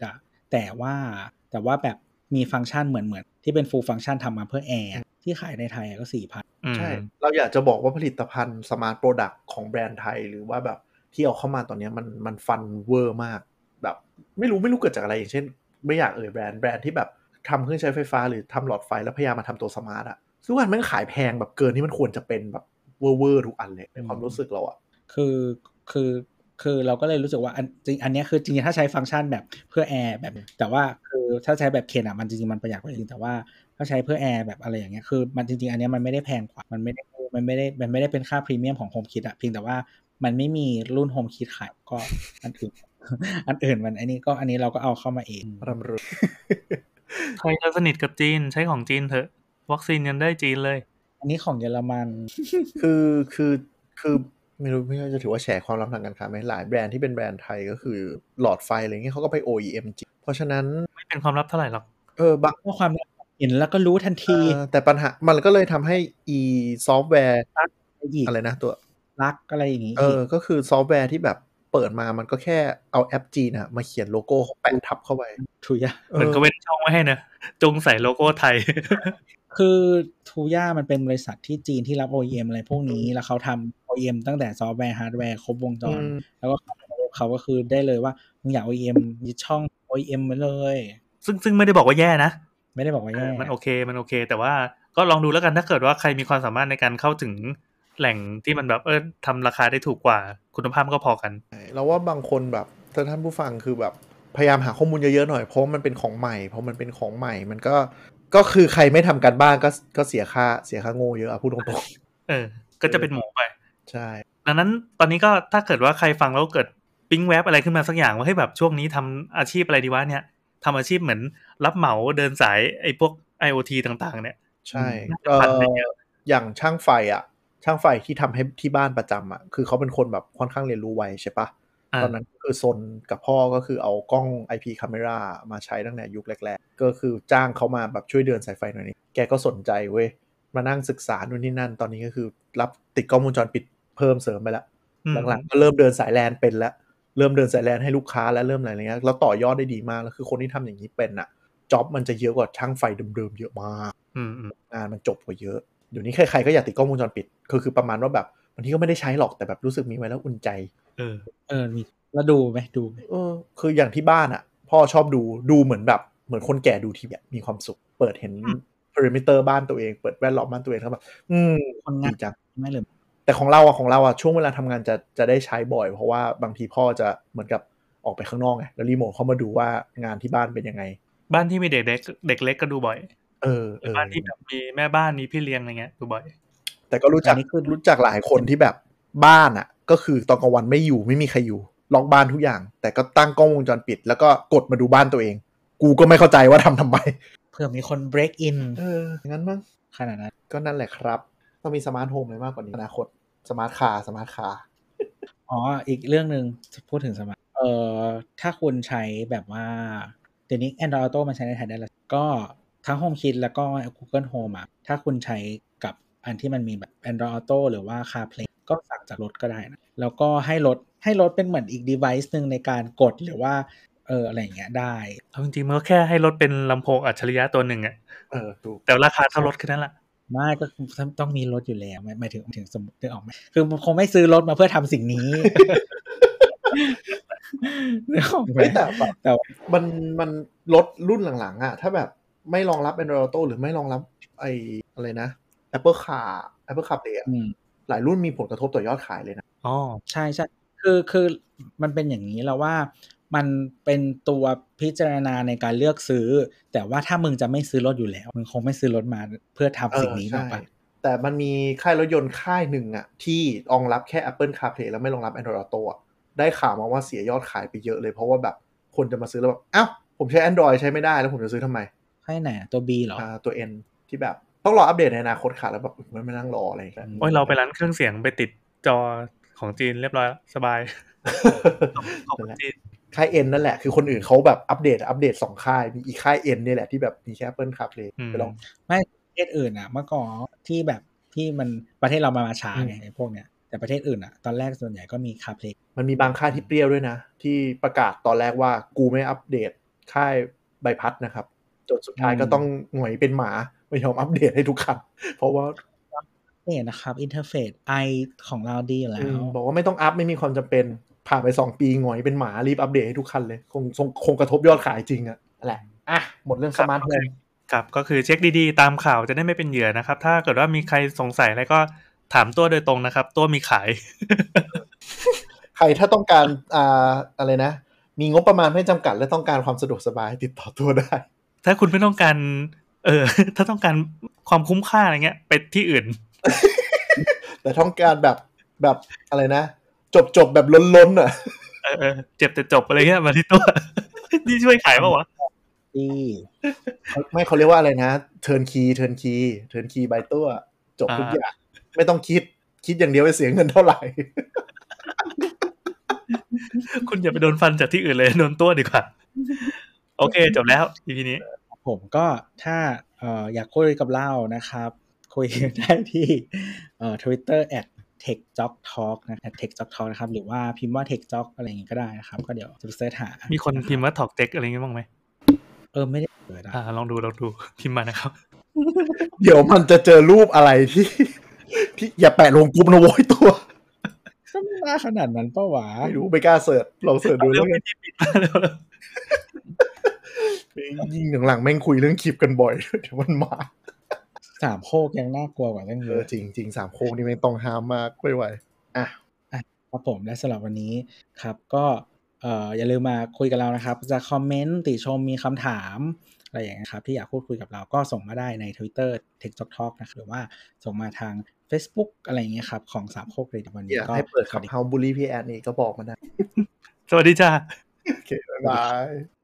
แต่ว่าแบบมีฟังก์ชันเหมือนที่เป็น full function ทำมาเพื่อแอร์ที่ขายในไทยก็ 4,000 ใช่เราอยากจะบอกว่าผลิตภัณฑ์สมาร์ทโปรดักต์ของแบรนด์ไทยหรือว่าแบบที่เอาเข้ามาตอนนี้มันฟันเวอร์มากแบบไม่รู้เกิดจากอะไรอย่างเช่นไม่อยากแบรนด์ที่แบบทำเครื่องใช้ไฟฟ้าหรือทำหลอดไฟแล้วพยายามมาทำตัวสมาร์ทอะทุกอันมันขายแพงแบบเกินที่มันควรจะเป็นแบบเวอร์ทุกอันเลยในความรู้สึกเราอะคือเราก็เลยรู้สึกว่าอันนี้คือจริงๆถ้าใช้ฟังก์ชันแบบเพื่อแอร์แบบแต่ว่าคือถ้าใช้แบบเคนมันจริงๆมันประหยัดกว่าจริงแต่ว่าถ้าใช้เพื่อแอร์แบบอะไรอย่างเงี้ยคือมันจริงๆอันนี้มันไม่ได้แพงกว่ามันไม่ได้เป็นค่าพรีเมียมของโฮมคิดเพียงแต่ว่ามันไม่มีรุ่นโฮมคิดขายก็อันอื่นมันอันนี้เราก็เอาเข้ามาเองรำรึไทยเราสนิทกับจีนใช้ของจีนเถอะวัคซีนยังได้จีนเลยอันนี้ของเยอรมันคือไม่รู้จะถือว่าแชร์ความลับทางการค้าไหมหลายแบรนด์ที่เป็นแบรนด์ไทยก็คือหลอดไฟอะไรเงี้ยเขาก็ไป OEM จริงเพราะฉะนั้นไม่เป็นความลับเท่าไหร่หรอกบางความเห็นแล้วก็รู้ทันทีแต่ปัญหามันก็เลยทำให้ซอฟต์แวร์อะไรนะตัวรักอะไรอย่างงี้ก็คือซอฟต์แวร์ที่แบบเปิดมามันก็แค่เอาแอปจีนมาเขียนโลโก้แปะทับเข้าไปทูย่าเหมือนก็เว้นช่องไว้ให้นะจงใส่โลโก้ไทยคือทูย่ามันเป็นบริษัทที่จีนที่รับ OEM อะไรพวกนี้แล้วเขาทำ OEM ตั้งแต่ซอฟต์แวร์ฮาร์ดแวร์ครบวงจรแล้วก็เขาก็คือได้เลยว่ามึงอยาก OEM ยึดช่อง OEM มาเลยซึ่งไม่ได้บอกว่าแย่นะไม่ได้บอกว่าแย่มันโอเคแต่ว่าก็ลองดูแล้วกันถ้าเกิดว่าใครมีความสามารถในการเข้าถึงแหล่งที่มันแบบทำราคาได้ถูกกว่าคุณภาพก็พอกันเราว่าบางคนแบบท่านผู้ฟังคือแบบพยายามหาข้อมูลเยอะๆหน่อยเพราะมันเป็นของใหม่มันก็คือใครไม่ทำการบ้านก็เสียค่าโง่เยอะพูดตรงๆก็จะเป็นหมูไปใช่ดังนั้นตอนนี้ก็ถ้าเกิดว่าใครฟังแล้วเกิดปิ๊งแวบอะไรขึ้นมาสักอย่างว่าให้แบบช่วงนี้ทำอาชีพอะไรดีวะเนี่ยทำอาชีพเหมือนรับเหมาเดินสายไอ้พวก IoT ต่างๆเนี่ยใช่อย่างช่างไฟที่ทำให้ที่บ้านประจำคือเขาเป็นคนแบบค่อนข้างเรียนรู้ไวใช่ปะตอนนั้นคือซนกับพ่อก็คือเอากล้อง IP camera มาใช้ตั้งแต่ยุคแรกๆก็คือจ้างเขามาแบบช่วยเดินสายไฟหน่อยนี่แกก็สนใจเว้ยมานั่งศึกษานู่นนี่นั่นตอนนี้ก็คือรับติดกล้องวงจรปิดเพิ่มเสริมไปแล้วหลังๆก็เริ่มเดินสายแลนเป็นแล้วเริ่มเดินสายแลนให้ลูกค้าแล้วเริ่มอะไรเงี้ยแล้วต่อยอดได้ดีมากแล้วคือคนที่ทำอย่างนี้เป็นจ็อบมันจะเยอะกว่าช่างไฟเดิมๆเยอะมากงานมันจบกว่าเยอะเดี๋ยวนี้ใครๆก็อยากติดกล้องวงจรปิดคือประมาณว่าแบบบางทีก็ไม่ได้ใช้หรอกแต่แบบรู้สึกมีไว้แล้วอุ่นใจมีแล้วดูไหมคืออย่างที่บ้านพ่อชอบดูเหมือนคนแก่ดูทีวีมีความสุขเปิดเห็นperimeter บ้านตัวเองเปิดแวดล้อมบ้านตัวเองแล้วแบบคนดีจังไม่เลยแต่ของเราช่วงเวลาทำงานจะได้ใช้บ่อยเพราะว่าบางทีพ่อจะเหมือนกับออกไปข้างนอกไงแล้วรีโมทเข้ามาดูว่างานที่บ้านเป็นยังไงบ้านที่มีเด็กเล็กก็ดูบ่อยบ้านที่แบบมีแม่บ้านมีพี่เลี้ยงอะไรเงี้ยดูบ่อยแต่ก็รู้จักหลายคนที่แบบบ้านก็คือตอนกลางวันไม่อยู่ไม่มีใครอยู่ล็อกบ้านทุกอย่างแต่ก็ตั้งกล้องวงจรปิดแล้วก็กดมาดูบ้านตัวเองกูก็ไม่เข้าใจว่าทำไมเผื่อมีคน break in งั้นมั้งขนาดนั้นก็นั่นแหละครับต้องมีสมาร์ทโฮมเลยมากกว่านี้อนาคตสมาร์ทคาร์อีกเรื่องนึงพูดถึงสมาร์ทถ้าคุณใช้แบบว่าเดี๋ยวนี้ Android Auto มันใช้ในไทยได้แล้วก็ทั้ง HomeKit แล้วก็ Google Home ถ้าคุณใช้กับอันที่มันมีแบบ Android Auto หรือว่า CarPlay ก็สั่งจากรถก็ได้นะแล้วก็ให้รถเป็นเหมือนอีก device นึงในการกดหรือว่าอะไรอย่างเงี้ยได้เอาจริงๆมันก็แค่ให้รถเป็นลำโพงอัจฉริยะตัวหนึ่งถูกแต่ราคาเท่ารถแค่นั้นแหละไม่ก็ต้องมีรถอยู่แล้วหมายถึงสมมติออกไหมคือคงไม่ซื้อรถมาเพื่อทำสิ่งนี้แต่มันรถรุ่นหลังๆถ้าแบบไม่รองรับ Android Auto หรือไม่รองรับอะไรนะ Apple CarPlay หลายรุ่นมีผลกระทบต่อยอดขายเลยนะใช่คือมันเป็นอย่างนี้แล้วว่ามันเป็นตัวพิจารณาในการเลือกซื้อแต่ว่าถ้ามึงจะไม่ซื้อรถอยู่แล้วมึงคงไม่ซื้อรถมาเพื่อทำสิ่งนี้หรอกปะแต่มันมีค่ายรถยนต์ค่ายหนึ่งที่รองรับแค่ Apple CarPlay แล้วไม่รองรับ Android Auto ได้ข่าวมาว่าเสียยอดขายไปเยอะเลยเพราะว่าแบบคนจะมาซื้อแล้วแบบอ้าวผมใช้ Android ใช้ไม่ได้แล้วผมจะซื้อทำไมค่ายไหนตัว B เหรอตัว N ที่แบบต้องรออัปเดตในอนาคตค่ะแล้วแบบมันไม่นั่งรออะไรอย่างเงี้ยเราไปร้านเครื่องเสียงไปติดจอของจีนเรียบร้อยสบายของจีนค่าย N นั่นแหละคือคนอื่นเขาแบบอัปเดต2ค่ายมีอีกค่าย N นี่แหละที่แบบมีแค่ Apple CarPlay ไปลองไม่ประเทศอื่นเมื่อก่อนที่แบบที่มันประเทศเรามาช้าไงพวกเนี้ยแต่ประเทศอื่นตอนแรกส่วนใหญ่ก็มี CarPlay มันมีบางค่ายที่เปรี้ยวด้วยนะที่ประกาศตอนแรกว่ากูไม่อัปเดตค่ายใบพัดนะครับจนสุดท้ายก็ต้องหงอยเป็นหมาไม่ยอมอัปเดตให้ทุกคันเพราะว่าเนี่ยนะครับอินเทอร์เฟซไอของเราดีอยู่แล้วบอกว่าไม่ต้องอัพไม่มีความจำเป็นผ่านไป2 ปีหงอยเป็นหมารีบอัปเดตให้ทุกคันเลยคงกระทบยอดขายจริงอ่ะแหละหมดเรื่องสมาร์ทโฮมครับก็คือเช็คดีๆตามข่าวจะได้ไม่เป็นเหยื่อนะครับถ้าเกิดว่ามีใครสงสัยอะไรก็ถามตัวโดยตรงนะครับตัวมีขายใครถ้าต้องการอะไรนะมีงบประมาณไม่จำกัดและต้องการความสะดวกสบายติดต่อตัวได้ถ้าคุณไม่ต้องการถ้าต้องการความคุ้มค่าอะไรเงี้ยไปที่อื่นแต่ต้องการแบบอะไรนะจบแบบล้นๆอ่ะเจ็บแต่จบอะไรเงี้ยมาที่ตัว นี่ช่วยขายป่าววะไม่เขาเรียกว่าอะไรนะเทิร์นคีย์ใบตัวจบทุกอย่างไม่ต้องคิดอย่างเดียวไปเสียเงินเท่าไหร่คุณอย่าไปโดนฟันจากที่อื่นเลยโดนตัวดีกว่าโอเคจบแล้ว EP นี้ผมก็ถ้าอยากคุยกับเรานะครับคุยได้ที่Twitter @techjocktalk นะ @techjocktalk นะครับหรือว่าพิมพ์ว่า techjock อะไรอย่างงี้ก็ได้นะครับก็เดี๋ยวจะเสิร์ชหามีคนพิมพ์ว่า talk tech อะไรอย่างงี้บ้างไหมไม่ได้เลยนะลองดูพิมพ์มานะครับเดี๋ยวมันจะเจอรูปอะไรที่อย่าแปะลงกลุ่มนะโว้ยตัวก็ไม่น่าขนาดนั้นป่าววะไม่รู้ไม่กล้าเสิร์ชลองเสิร์ชดูแล้วกันยิ่งหลังๆแม่งคุยเรื่องคลิปกันบ่อยเดี๋ยวมันมา 3โคกยังน่ากลัวกว่าตั้งเยอะจริงๆ3โคกนี่แม่งต้องห้ามมากไม่ไหวครับผมและสำหรับวันนี้ครับก็อย่าลืมมาคุยกับเรานะครับจะคอมเมนต์ติชมมีคำถามอะไรอย่างเงี้ยครับที่อยากพูดคุยกับเราก็ส่งมาได้ใน Twitter techjocktalk นะครับหรือว่าส่งมาทาง Facebook อะไรอย่างเงี้ยครับของ3โคกเลยวันนี้ก็ให้เปิดขับเฮาบูลลี่พี่แอดนี่ก็บอกมาได้สวัสดีจ้าโอเคบ๊ายบาย